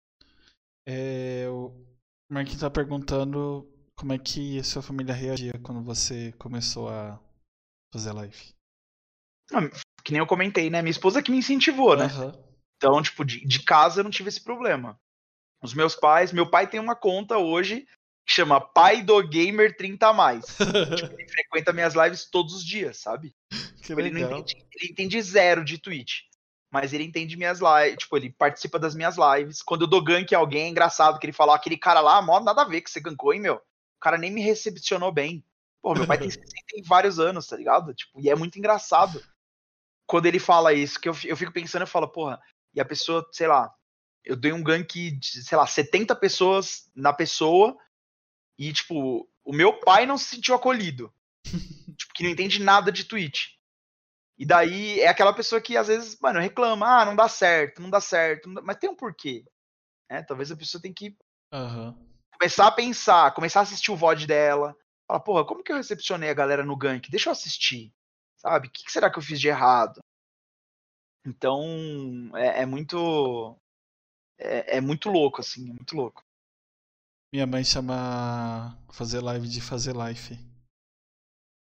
É, o Marquinhos tá perguntando como é que a sua família reagia quando você começou a fazer live. Ah, que nem eu comentei, né? Minha esposa que me incentivou, né? Aham. Então, tipo, de, de casa eu não tive esse problema. Os meus pais, meu pai tem uma conta hoje que chama Pai do Gamer trinta a mais. Tipo, ele frequenta minhas lives todos os dias, sabe? Que Tipo, ele não legal. entende, ele entende zero de Twitch. Mas ele entende minhas lives, tipo, ele participa das minhas lives. Quando eu dou gank em alguém, é engraçado que ele fala, ó, aquele cara lá, mó nada a ver que você gankou, hein, meu? O cara nem me recepcionou bem. Pô, meu pai tem sessenta e vários anos, tá ligado? Tipo, e é muito engraçado quando ele fala isso, que eu, eu fico pensando, eu falo, porra, e a pessoa, sei lá, eu dei um gank de, sei lá, setenta pessoas na pessoa e, tipo, o meu pai não se sentiu acolhido. Tipo, que não entende nada de Twitch. E daí é aquela pessoa que às vezes, mano, reclama, ah, não dá certo, não dá certo, não dá... mas tem um porquê. Né? Talvez a pessoa tenha que Aham. começar a pensar, começar a assistir o V O D dela. Falar, porra, como que eu recepcionei a galera no gank? Deixa eu assistir. Sabe? O que, que será que eu fiz de errado? Então, é, é muito. É, é muito louco, assim, é muito louco. Minha mãe chama fazer live de fazer life.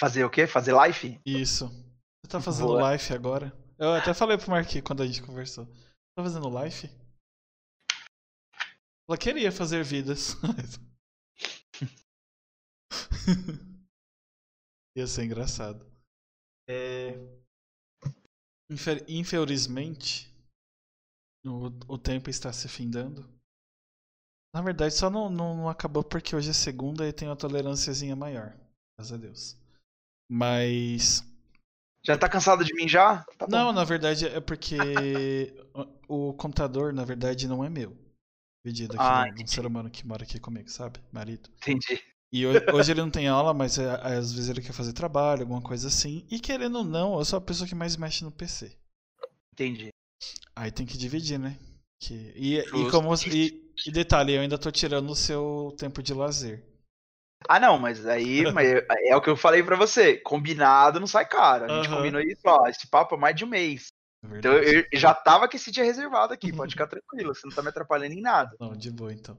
Fazer o quê? Fazer live? Isso. Você tá fazendo Boa. live agora? Eu até falei pro Marquinhos quando a gente conversou. Tá fazendo live? Ela queria fazer vidas. Ia ser engraçado. É... Infer... Infelizmente, o, o tempo está se findando. Na verdade, só não, não, não acabou porque hoje é segunda e tem uma tolerânciazinha maior. Graças a Deus. Mas... Já tá cansado de mim já? Tá bom. Não, na verdade é porque o o computador, na verdade, não é meu. Dividido aqui Ah, de um entendi. ser humano que mora aqui comigo, sabe? Marido. Entendi. E ho- hoje ele não tem aula, mas é, às vezes ele quer fazer trabalho, alguma coisa assim. E querendo ou não, eu sou a pessoa que mais mexe no P C. Entendi. Aí tem que dividir, né? Que, e, e, Justo. como, e, e detalhe, eu ainda tô tirando o seu tempo de lazer. Ah, não, mas aí mas é é o que eu falei pra você. Combinado não sai caro. A gente Aham. combinou isso, ó. Esse papo é mais de um mês. É Então verdade. eu já tava com esse dia reservado aqui. Pode ficar tranquilo. Você não tá me atrapalhando em nada. Não, de boa então.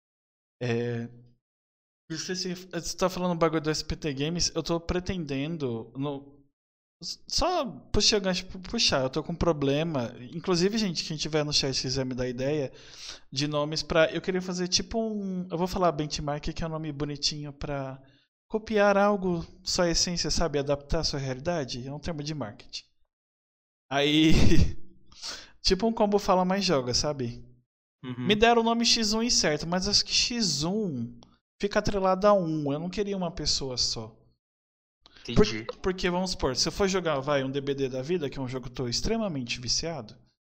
É, você, se, você tá falando um bagulho do S P T Games, eu tô pretendendo. No, só puxar o gancho por puxar, eu tô com um problema. Inclusive, gente, quem tiver no chat quiser me dar ideia de nomes pra. Eu queria fazer tipo um. Eu vou falar benchmark, que é um nome bonitinho pra copiar algo, sua essência, sabe? Adaptar a sua realidade. É um termo de marketing. Aí. Tipo um combo fala mais joga, sabe? Uhum. Me deram o nome X um incerto, mas acho que X um fica atrelado a um. Eu não queria uma pessoa só. Por- Entendi. porque, vamos supor, se eu for jogar, vai, um D B D da vida, que é um jogo que eu tô extremamente viciado,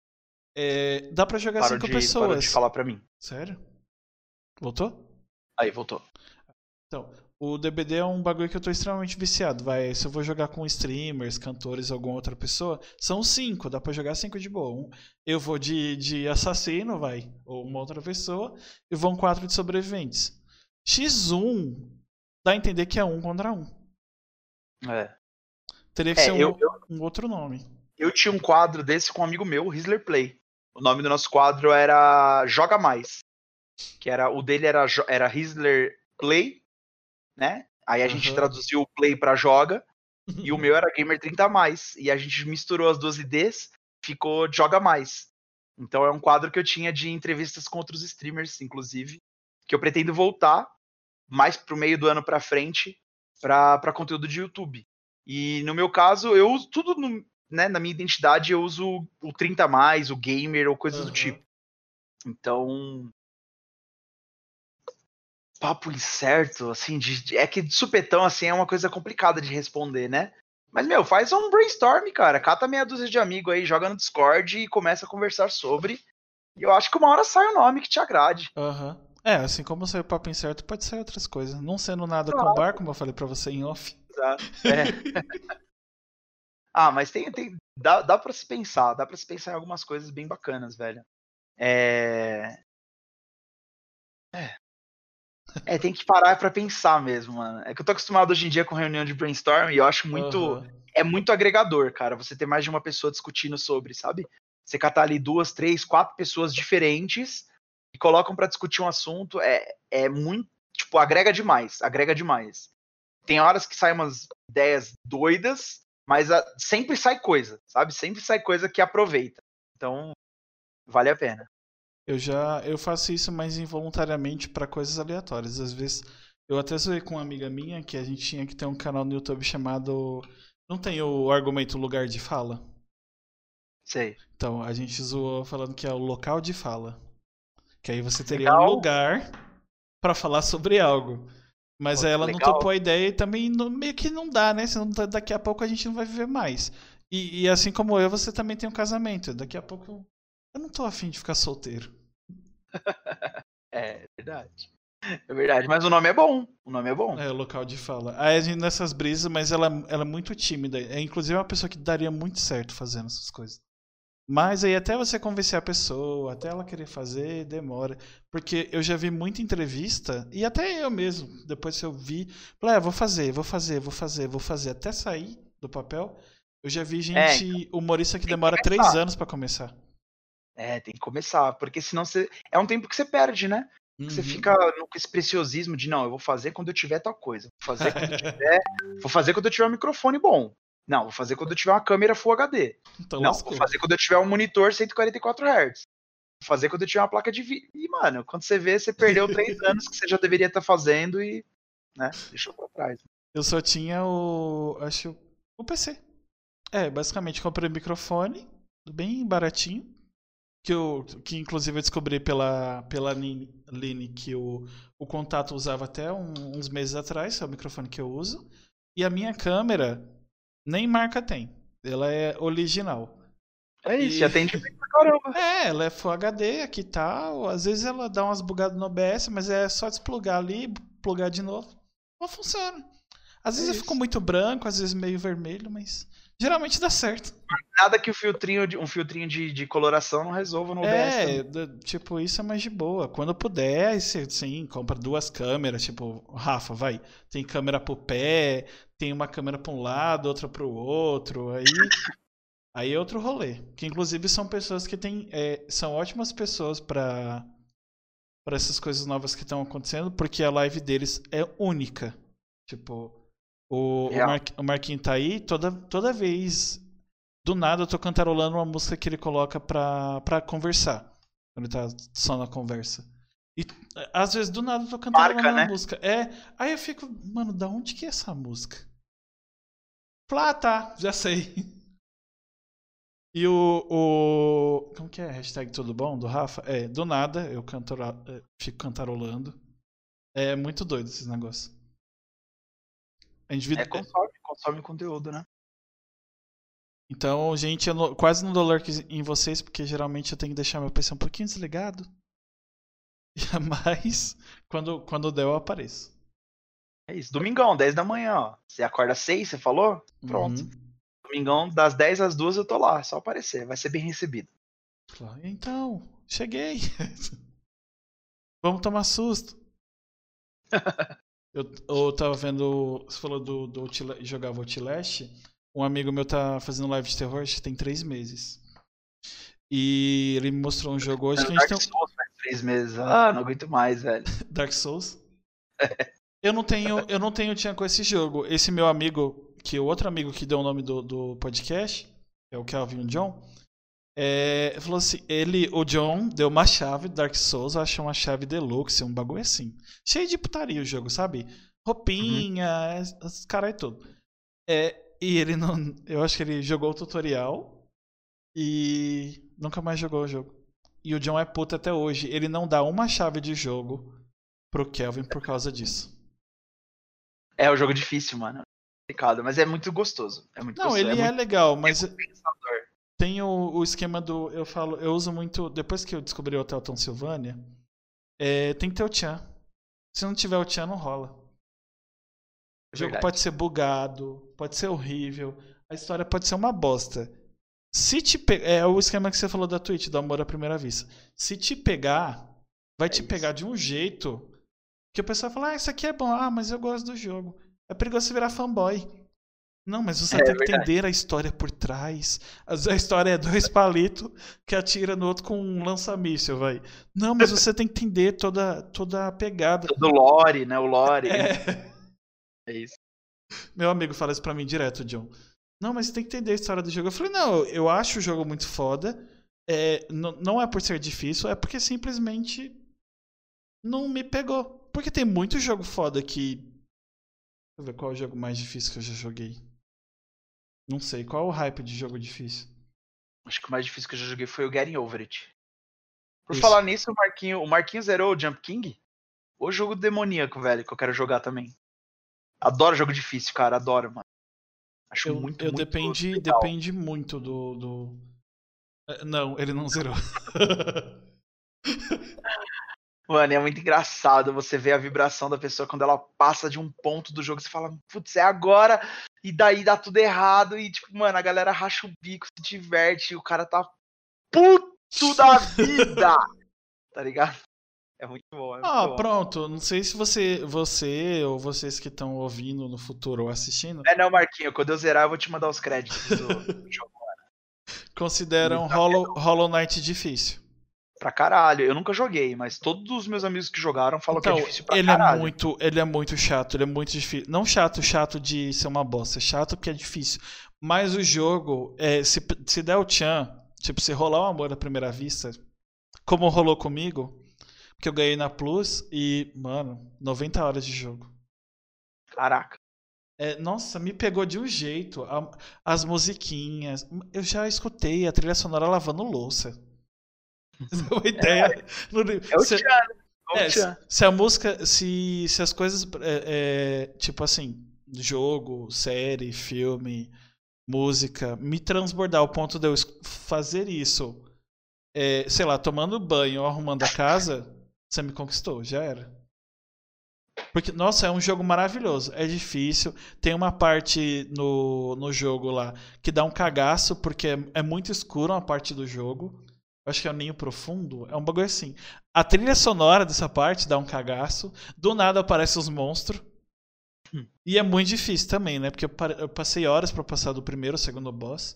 é, dá pra jogar Parou cinco de, parou pessoas. de falar pra mim. Sério? Voltou? Aí, voltou. Então, o D B D é um bagulho que eu tô extremamente viciado. Vai, se eu vou jogar com streamers, cantores, alguma outra pessoa, são cinco, dá pra jogar cinco de boa. Um, eu vou de, de assassino, vai, ou uma outra pessoa, e vão quatro de sobreviventes. X um dá a entender que é um contra um. É. Teria que É, ser um, eu- um outro nome. Eu tinha um quadro desse com um amigo meu, o Rizzler Play. O nome do nosso quadro era Joga Mais. Que era, o dele era, jo- era Rizzler Play, né? Aí a gente Aham. traduziu o Play pra Joga. E o meu era Gamer trinta mais. E a gente misturou as duas I Ds, ficou Joga Mais. Então é um quadro que eu tinha de entrevistas com outros streamers, inclusive, que eu pretendo voltar mais pro meio do ano pra frente pra pra conteúdo de YouTube. E no meu caso, eu uso tudo no- né, na minha identidade, eu uso o trinta mais, o gamer ou coisas do Aham. tipo. Então, papo incerto, assim, de, de- é que de supetão, assim, é uma coisa complicada de responder, né? Mas, meu, faz um brainstorm, cara. Cata meia dúzia de amigo aí, joga no Discord e começa a conversar sobre. E eu acho que uma hora sai um nome que te agrade. Aham. É, assim como saiu o papo incerto, pode sair outras coisas. Não sendo nada com Claro. bar, como eu falei pra você em off. Exato. É. Ah, mas tem, tem dá, dá para se pensar, dá pra se pensar em algumas coisas bem bacanas, velho. É... É, é, tem que parar pra pensar mesmo, mano. É que eu tô acostumado hoje em dia com reunião de brainstorm e eu acho muito. Aham. É muito agregador, cara. Você ter mais de uma pessoa discutindo sobre, sabe? Você catar ali duas, três, quatro pessoas diferentes e colocam pra discutir um assunto. É, é muito. Tipo, agrega demais. Agrega demais. Tem horas que saem umas ideias doidas, mas ah, sempre sai coisa, sabe? Sempre sai coisa que aproveita. Então, vale a pena. Eu já eu faço isso mais involuntariamente pra coisas aleatórias. Às vezes eu até zoei com uma amiga minha que a gente tinha que ter um canal no YouTube chamado. Não tem o argumento lugar de fala? Sei. Então a gente zoou falando que é o local de fala. Que aí você teria Legal. um lugar pra falar sobre algo. Mas Pô, aí ela não legal. topou a ideia e também não- meio que não dá, né? Senão da- daqui a pouco a gente não vai viver mais. E, e assim como eu, você também tem um casamento. Daqui a pouco eu, eu não tô afim de ficar solteiro. É verdade. É verdade. Mas o nome é bom. O nome é bom. É, o local de fala. Aí a gente nessas brisas, mas ela, ela é muito tímida. É inclusive uma pessoa que daria muito certo fazendo essas coisas. Mas aí até você convencer a pessoa, até ela querer fazer, demora. Porque eu já vi muita entrevista, e até eu mesmo, depois que eu vi, falei, ah, vou fazer, vou fazer, vou fazer, vou fazer, até sair do papel. Eu já vi gente humorista que tem que demora começar. três anos pra começar. É, tem que começar. Porque senão você. É um tempo que você perde, né? Uhum. Você Uhum. fica com esse preciosismo de, não, eu vou fazer quando eu tiver tal coisa. Vou fazer quando eu tiver, vou fazer quando eu tiver um microfone bom. Não, vou fazer quando eu tiver uma câmera Full H D. Então, não, lascou. vou fazer quando eu tiver um monitor cento e quarenta e quatro hertz. Vou fazer quando eu tiver uma placa de vídeo. E, mano, quando você vê, você perdeu três anos que você já deveria estar fazendo e, né, deixou pra trás. Eu só tinha o, acho, o P C. É, basicamente comprei o microfone, bem baratinho, que eu, que inclusive eu descobri pela, pela Line que o, o contato usava até um, uns meses atrás, é o microfone que eu uso. E a minha câmera, nem marca tem, ela é original. É isso, E... já atende bem pra caramba. É, ela é Full H D aqui e tal, às vezes ela dá umas bugadas no O B S, mas é só desplugar ali, plugar de novo, não funciona. Às vezes É eu fico isso. muito branco, às vezes meio vermelho, mas geralmente dá certo. Nada que o filtrinho de, um filtrinho de, de coloração não resolva no O B S É, também. d- tipo, isso é mais de boa. Quando puder, você, sim, compra duas câmeras, tipo, Rafa, vai, tem câmera pro pé, tem uma câmera pra um lado, outra pro outro, aí, aí é outro rolê. Que inclusive são pessoas que têm, é, são ótimas pessoas pra, pra essas coisas novas que estão acontecendo, porque a live deles é única. Tipo, o, o, Real. Mar, o Marquinhos tá aí, toda, toda vez, do nada eu tô cantarolando uma música que ele coloca pra, pra conversar. Quando ele tá só na conversa. E às vezes do nada eu tô cantarolando Marca, uma né? música. É, aí eu fico, mano, da onde que é essa música? Fala, ah, tá, já sei. E o, o. Como que é? Hashtag tudo bom? Do Rafa? É, do nada eu cantaro, fico cantarolando. É muito doido esses negócios. A gente É, consome, consome conteúdo, né? Então, gente, eu não, quase não dou lurk em vocês, porque geralmente eu tenho que deixar meu P C um pouquinho desligado. Mas, quando, quando der, eu apareço. É isso. Domingão, dez da manhã, ó. Você acorda às seis, você falou? Pronto. Uhum. Domingão, das dez às duas eu tô lá. É só aparecer. Vai ser bem recebido. Então, cheguei. Vamos tomar susto. eu, eu tava vendo. Você falou do, do Outlast, jogava Outlast. Um amigo meu tá fazendo live de terror, acho que tem três meses. E ele me mostrou um jogo hoje que a gente Dark tem. Souls faz três meses. Ah, não aguento mais, velho. Dark Souls? Eu não tenho, eu não tenho tinha com esse jogo. Esse meu amigo, que o outro amigo que deu o nome do, do podcast, é o Kelvin John, é, falou assim, ele, o John, deu uma chave Dark Souls, eu achei uma chave deluxe, um bagulho assim. Cheio de putaria o jogo, sabe? Roupinha, uhum. Os caras e tudo. É, e ele não, eu acho que ele jogou o tutorial e nunca mais jogou o jogo. E o John é puto até hoje. Ele não dá uma chave de jogo pro Kelvin por causa disso. É um jogo difícil, mano. Complicado, mas é muito gostoso. É muito não, gostoso. ele é, é muito legal, mas tem o, o esquema do. Eu falo, eu uso muito. Depois que eu descobri o Hotel Transilvânia, é, tem que ter o Tchan. Se não tiver o Tchan, não rola. O jogo Verdade. pode ser bugado, pode ser horrível, a história pode ser uma bosta. Se te pe... É o esquema que você falou da Twitch, do amor à primeira vista. Se te pegar, vai É te isso. pegar de um jeito que o pessoal fala, ah, isso aqui é bom, ah, mas eu gosto do jogo. É perigoso você virar fanboy. Não, mas você É, tem que verdade. entender a história por trás. A história é dois palitos que atira no outro com um lança-míssil, vai. Não, mas você tem que entender toda, toda a pegada. Do lore, né? O lore. É... é isso. Meu amigo fala isso pra mim direto, John. Não, mas você tem que entender a história do jogo. Eu falei, não, eu acho o jogo muito foda. É, não é por ser difícil, é porque simplesmente não me pegou. Porque tem muito jogo foda que... Deixa eu ver qual é o jogo mais difícil que eu já joguei. Não sei, qual é o hype de jogo difícil? Acho que o mais difícil que eu já joguei foi o Getting Over It. Por Isso. falar nisso, o Marquinho, o Marquinho zerou o Jump King? O jogo demoníaco, velho, que eu quero jogar também. Adoro jogo difícil, cara, adoro, mano. Acho eu, muito, eu muito depende, legal. depende muito do, do... Não, ele não zerou. Mano, é muito engraçado você ver a vibração da pessoa quando ela passa de um ponto do jogo. Você fala, putz, é agora. E daí dá tudo errado. E tipo, mano, a galera racha o bico, se diverte. E o cara tá puto da vida. Tá ligado? É muito bom. É muito Ah, bom. pronto. Não sei se você, você ou vocês que estão ouvindo no futuro ou assistindo... É não, Marquinho. Quando eu zerar, eu vou te mandar os créditos do, do jogo. Consideram Hollow, Hollow Knight difícil. pra caralho. Eu nunca joguei, mas todos os meus amigos que jogaram falam Então, que é difícil pra ele caralho. é muito, ele é muito chato, ele é muito difícil. Não chato, chato de ser uma bosta, é chato porque é difícil. Mas o jogo, é, se, se der o tchan, tipo, se rolar o amor à primeira vista, como rolou comigo, porque eu ganhei na Plus e, mano, noventa horas de jogo. Caraca. É, nossa, me pegou de um jeito. A- as musiquinhas. Eu já escutei a trilha sonora lavando louça. Você tem uma ideia? No nível- É o se, Tchan, né? É o é, se Tchan. se a música. Se, se as coisas. É, é, tipo assim, jogo, série, filme, música, me transbordar ao ponto de eu es- fazer isso, é, sei lá, tomando banho ou arrumando a casa, você me conquistou, já era. Porque, nossa, é um jogo maravilhoso. É difícil. Tem uma parte no, no jogo lá que dá um cagaço, porque é, é muito escuro uma parte do jogo. Acho que é o Ninho Profundo. É um bagulho assim. A trilha sonora dessa parte dá um cagaço. Do nada aparecem os monstros. Hum. E é muito difícil também, né? Porque eu, pa- eu passei horas pra passar do primeiro ao segundo boss.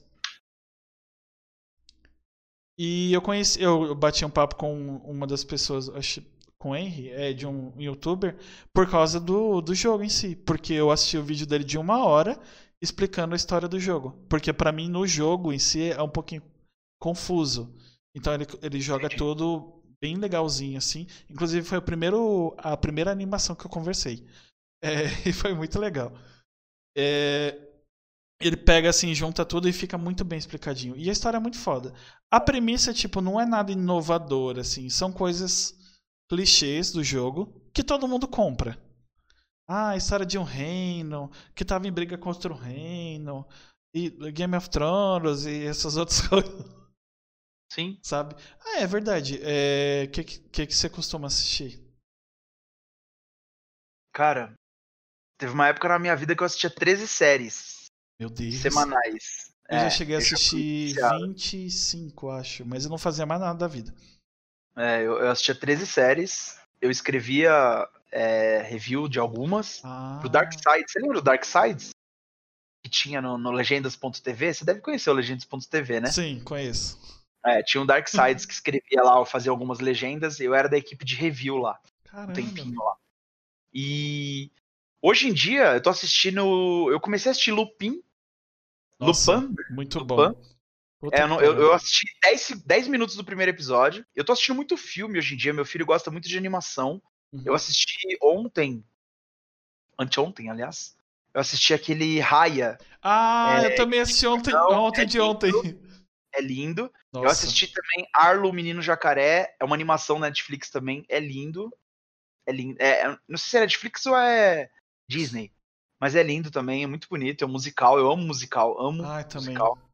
E eu conheci, eu eu bati um papo com uma das pessoas, acho, com o Henry, é, de um youtuber, por causa do, do jogo em si. Porque eu assisti o vídeo dele de uma hora explicando a história do jogo. Porque pra mim no jogo em si é um pouquinho confuso. Então ele, ele joga Entendi. todo bem legalzinho assim. Inclusive foi o primeiro, a primeira animação que eu conversei. É, e foi muito legal. É, ele pega assim, junta tudo e fica muito bem explicadinho. E a história é muito foda. A premissa, tipo, não é nada inovador, assim. São coisas clichês do jogo que todo mundo compra. Ah, a história de um reino que tava em briga contra o reino. E Game of Thrones e essas outras coisas, Sim. sabe? Ah, é verdade. É, que, que que você costuma assistir? Cara, teve uma época na minha vida que eu assistia treze séries Meu Deus. semanais. Eu já É, cheguei a eu já fui assistir viciado. vinte e cinco, acho, mas eu não fazia mais nada da vida. É, eu, eu assistia treze séries, eu escrevia é, review de algumas pro Dark Ah, Side. Você lembra do Dark Sides? Que tinha no, no legendas ponto t v? Você deve conhecer o legendas ponto t v, né? sim, conheço. É, tinha um Dark Sides que escrevia lá, eu fazia algumas legendas, e eu era da equipe de review lá, um Caramba. tempinho lá. E hoje em dia, eu tô assistindo. Eu comecei a assistir Lupin. Nossa, Lupin? muito Lupin. bom. Puta É, eu, que não- eu- pariu. eu assisti dez, dez minutos do primeiro episódio. Eu tô assistindo muito filme hoje em dia. Meu filho gosta muito de animação. Eu Uhum. assisti ontem, anteontem, aliás. Eu assisti aquele Raya. Ah, eu É, também assisti ontem, então, ontem é de ontem. lindo, é lindo. Eu Nossa. assisti também Arlo, o Menino Jacaré. É uma animação Netflix também. É lindo. É lindo. É, é- não sei se é Netflix ou é Disney. Mas é lindo também, é muito bonito. É um musical. Eu amo musical. Amo Ai, também. musical.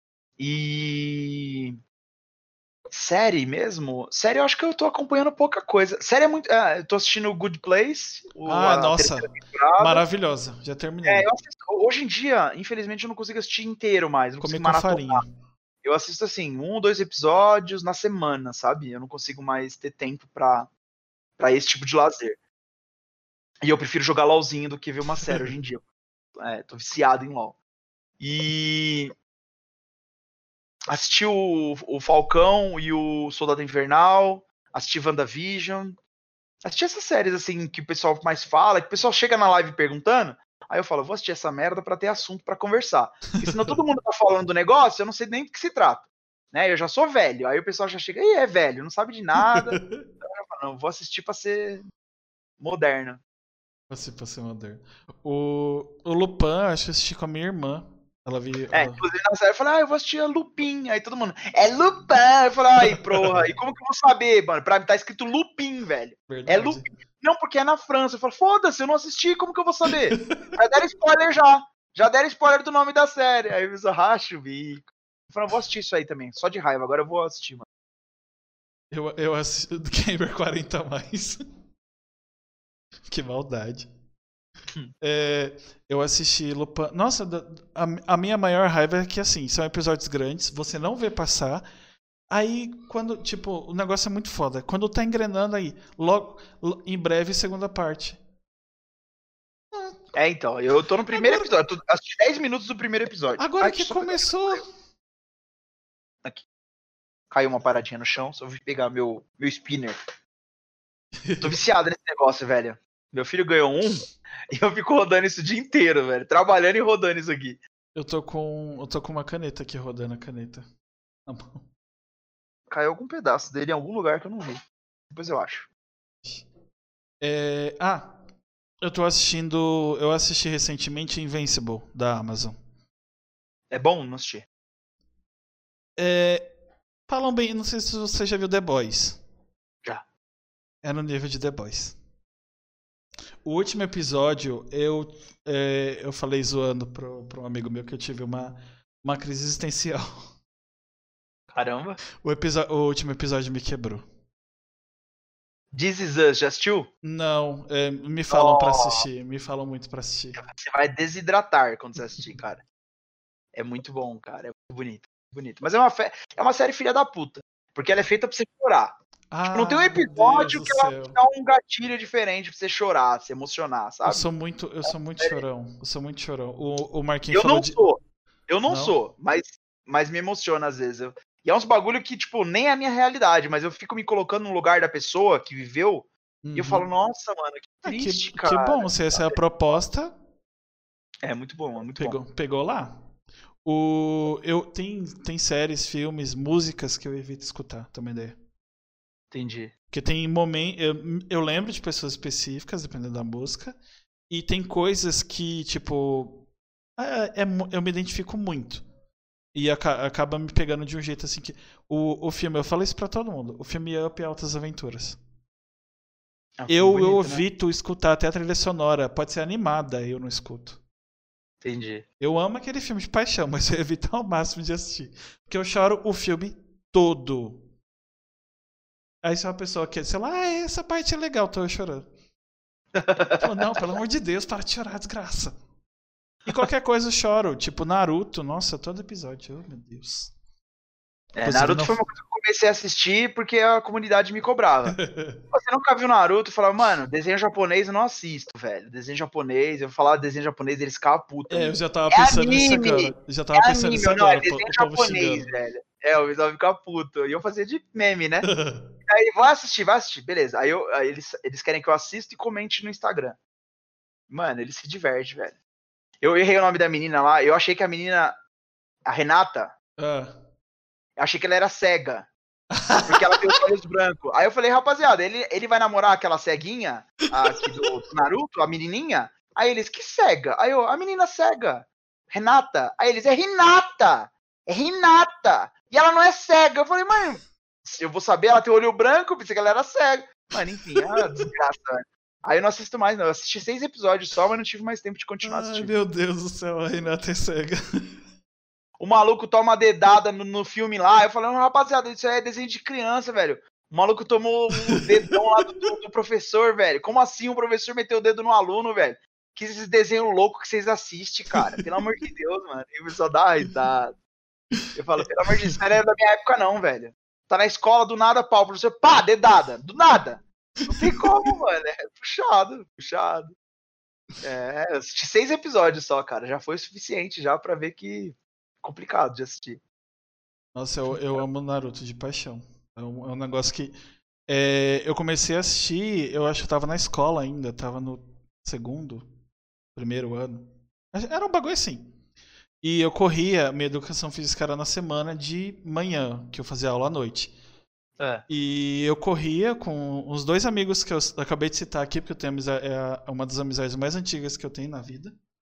E. Série mesmo? Série eu acho que eu tô acompanhando pouca coisa. Série é muito. Ah, eu tô assistindo o Good Place, o, Ah, a nossa. terceira temporada. Maravilhosa. Já É, terminei. eu assisto- hoje em dia, infelizmente, eu não consigo assistir inteiro mais. Eu não Comi consigo com maratonar. farinha. Eu assisto assim, um ou dois episódios na semana, sabe? Eu não consigo mais ter tempo pra, pra esse tipo de lazer. E eu prefiro jogar LOLzinho do que ver uma série hoje em dia. É, tô viciado em LOL. E assisti o, o Falcão e o Soldado Invernal, assisti WandaVision, assisti essas séries assim que o pessoal mais fala, que o pessoal chega na live perguntando, aí eu falo, vou assistir essa merda pra ter assunto pra conversar. Porque senão todo mundo tá falando do negócio, eu não sei nem do que se trata. Né? Eu já sou velho, aí o pessoal já chega, e é velho, não sabe de nada. Eu falo, não, vou assistir pra ser moderno. Você pra ser moderno. O, o Lupin, acho que eu assisti com a minha irmã. Ela viu. É, Ela... inclusive na série eu falei, ah, eu vou assistir a Lupin. Aí todo mundo, é Lupin. Eu falei, ai, porra, e como que eu vou saber, mano? Pra mim tá escrito Lupin, velho. É Verdade. Lupin. Não, porque é na França. Eu falo, foda-se, eu não assisti, como que eu vou saber? Já deram spoiler já. Já deram spoiler do nome da série. Aí eu racho o bico. Eu falei, eu vou assistir isso aí também, só de raiva. Agora eu vou assistir, mano. Eu, eu assisti do Gamer quarenta mais. Que maldade. É, eu assisti Lupin. Nossa, da- a, a minha maior raiva é que assim, são episódios grandes, você não vê passar. Aí, quando, tipo, o negócio é muito foda. Quando tá engrenando aí, logo, lo- em breve, segunda parte. É, então, eu tô no primeiro Agora, episódio. Eu tô, assisti dez minutos do primeiro episódio. agora Ai, que só pegar começou. aqui. caiu uma paradinha no chão, só fui pegar meu, meu spinner. Tô viciado nesse negócio, velho. Meu filho ganhou um e eu fico rodando isso o dia inteiro, velho. Trabalhando e rodando isso aqui. Eu tô com. Eu tô com uma caneta aqui rodando a caneta. Na mão. Caiu algum pedaço dele em algum lugar que eu não vi. Depois eu acho. É... Ah, eu tô assistindo. Eu assisti recentemente Invincible, da Amazon. É bom não assistir? É... Falam bem, não sei se você já viu The Boys. Já. É no nível de The Boys. O último episódio, eu, é, eu falei zoando pro, pro um amigo meu que eu tive uma, uma crise existencial. Caramba. O, episo- o último episódio me quebrou. This Is Us, já assistiu? Não, é, me falam pra Oh. assistir, me falam muito pra assistir. Você vai desidratar quando você assistir, cara. É muito bom, cara. É muito bonito. bonito. Mas é uma, fe... é uma série filha da puta. Porque ela é feita pra você chorar. Ah, tipo, não tem um meu episódio Deus que do ela céu. te dá um gatilho diferente pra você chorar, se emocionar, Eu sabe? sou muito, eu sou muito chorão. Eu sou muito chorão. O, o Marquinhos Eu falou não de. sou. Eu não, Não? sou, mas, mas me emociona às vezes. Eu... E é uns bagulho que, tipo, nem é a minha realidade, mas eu fico me colocando no lugar da pessoa que viveu e eu Uhum. falo, nossa, mano, que Ah, que, triste, que cara. bom, se essa é a proposta, É muito bom, é muito pegou, bom. pegou lá. O, eu, tem, tem séries, filmes, músicas que eu evito escutar, também ideia. Entendi. Porque tem momentos. Eu, eu lembro de pessoas específicas, dependendo da música. E tem coisas que, tipo. É, é mu- eu me identifico muito. E aca- acaba me pegando de um jeito assim que. O, o filme, eu falo isso pra todo mundo. O filme Up e Altas Aventuras. É um filme Eu, bonito, eu né? evito escutar até a trilha sonora. Pode ser animada, eu não escuto. Entendi. Eu amo aquele filme de paixão, mas eu evito ao máximo de assistir. Porque eu choro o filme todo. Aí se uma pessoa quer, sei lá, ah, essa parte é legal, tô eu chorando. Falo, não, pelo amor de Deus, para de chorar, desgraça. E qualquer coisa eu choro. Tipo, Naruto, nossa, todo episódio, oh meu Deus. É, Inclusive, Naruto não- foi uma coisa que eu comecei a assistir porque a comunidade me cobrava. Você nunca viu Naruto? Eu falava, mano, desenho japonês eu não assisto, velho. Desenho japonês, eu falava desenho japonês, eles ficavam putos. É, eu já tava É pensando nisso anime! agora. Eu já tava É pensando anime, nisso não, é agora, o po- desenho o povo japonês, xingando. velho. É, o pessoal fica puto. E eu fazia de meme, né? Aí, vai assistir, vai assistir, beleza. Aí, eu, aí eles, eles querem que eu assista e comente no Instagram. Mano, eles se divertem, velho. Eu errei o nome da menina lá, eu achei que a menina, a Renata, Ah. eu achei que ela era cega. Porque ela tem os olhos brancos. Aí eu falei, rapaziada, ele, ele vai namorar aquela ceguinha aqui do, do Naruto, a menininha? Aí eles, que cega? Aí eu, a menina cega. Renata. Aí eles, é Renata. É Renata. E ela não é cega. Eu falei, mano, se eu vou saber, ela tem olho branco, eu pensei que ela era cega. Mano, enfim, é uma desgraça, velho. Aí eu não assisto mais, não. Eu assisti seis episódios só, mas não tive mais tempo de continuar Ai, assistindo. meu Deus do céu, a Renata é cega. O maluco toma uma dedada no, no filme lá. Eu falei, rapaziada, isso aí é desenho de criança, velho. O maluco tomou um dedão lá do, do, do professor, velho. Como assim o professor meteu o dedo no aluno, velho? Que esses desenhos loucos que vocês assistem, cara. Pelo amor de Deus, mano. E o pessoal dá risada. Eu falo, pelo amor de Deus, isso não era da minha época, não, velho. Tá na escola, do nada, pau. O professor, pá, dedada. Do nada. Não tem como, mano. É puxado, puxado. É, eu assisti seis episódios só, cara. Já foi o suficiente já pra ver que complicado de assistir. Nossa, eu, eu amo Naruto de paixão. É um, é um negócio que. É, eu comecei a assistir, eu acho que eu tava na escola ainda, tava no segundo, primeiro ano. Era um bagulho assim. E eu corria, minha educação física era na semana de manhã, que eu fazia aula à noite. É. E eu corria com os dois amigos que eu acabei de citar aqui, porque eu tenho amizade, é uma das amizades mais antigas que eu tenho na vida.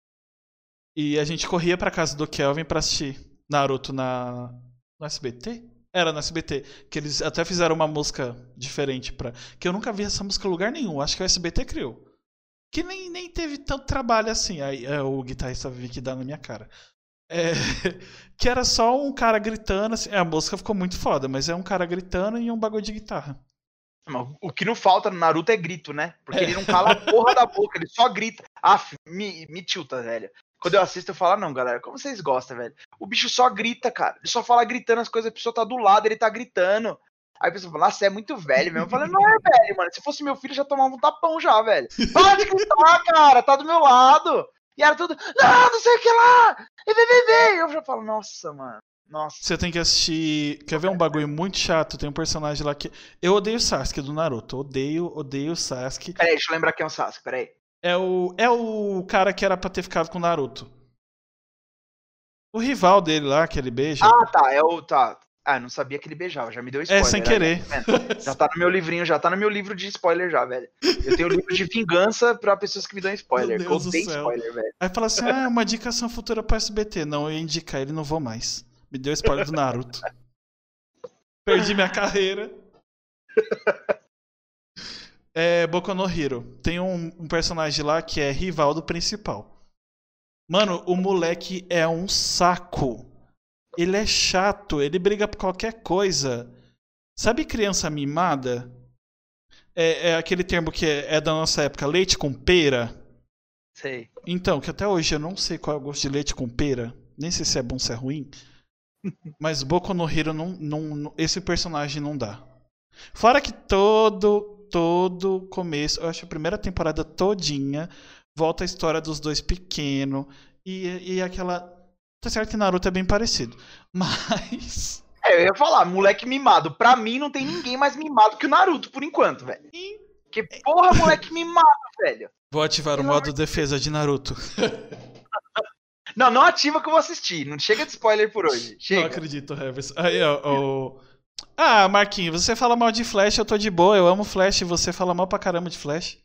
E a gente corria pra casa do Kelvin pra assistir Naruto na, no S B T? Era no S B T. Que eles até fizeram uma música diferente pra. Que eu nunca vi essa música em lugar nenhum. Acho que o S B T criou. Que nem, nem teve tanto trabalho assim. Aí é, o guitarrista veio que dá na minha cara. É, que era só um cara gritando. Assim, é, a música ficou muito foda, mas é um cara gritando e um bagulho de guitarra. O que não falta no Naruto é grito, né? Porque é. ele não cala a porra da boca, ele só grita. Ah, me, me tilta, velho. Quando eu assisto, eu falo, ah, não, galera, como vocês gostam, velho? O bicho só grita, cara. Ele só fala gritando as coisas, a pessoa tá do lado, ele tá gritando. Aí a pessoa fala, nossa, você é muito velho mesmo. Eu falo, não é velho, mano. Se fosse meu filho, já tomava um tapão já, velho. Para de gritar, cara, tá do meu lado. E era tudo, não, não sei o que lá. E vem, vem, vem. Eu já falo, nossa, mano. Nossa. Você tem que assistir. Quer ver um bagulho muito chato? Tem um personagem lá que. Eu odeio o Sasuke do Naruto. Odeio, odeio o Sasuke. Peraí, deixa eu lembrar quem é o Sasuke, peraí. É o, é o cara que era pra ter ficado com o Naruto. O rival dele lá, que ele beija. Ah, tá, é o. Tá. Ah, não sabia que ele beijava, já me deu spoiler. É, sem aí, querer. tá vendo? Já tá no meu livrinho, já tá no meu livro de spoiler já, velho. Eu tenho um livro de vingança pra pessoas que me dão spoiler. Meu Que eu Deus do odeio céu. spoiler, velho. Aí fala assim: ah, uma indicação futura pra S B T. Não, eu ia indicar ele, não vou mais. Me deu spoiler do Naruto. Perdi minha carreira. É, Boku no Hero. Tem um, um personagem lá que é rival do principal. Mano, o moleque é um saco. Ele é chato, ele briga por qualquer coisa. Sabe criança mimada? É, é aquele termo que é, é da nossa época, leite com pera. Sei. Então, que até hoje eu não sei qual é o gosto de leite com pera. Nem sei se é bom ou se é ruim. Mas Boku no Hero, não, não, esse personagem não dá. Fora que todo, todo começo, eu acho a primeira temporada todinha, volta a história dos dois pequenos. E, e aquela... Tá certo que Naruto é bem parecido. Mas... É, eu ia falar, moleque mimado. Pra mim não tem ninguém mais mimado que o Naruto, por enquanto, velho. Que porra, moleque mimado, velho. Vou ativar o modo defesa de Naruto. Não, não ativa que eu vou assistir. Não chega de spoiler por hoje. Chega. Não acredito, Herbert. Aí, ó, ó. Ah, Marquinhos, você fala mal de Flash, eu tô de boa, eu amo Flash e você fala mal pra caramba de Flash.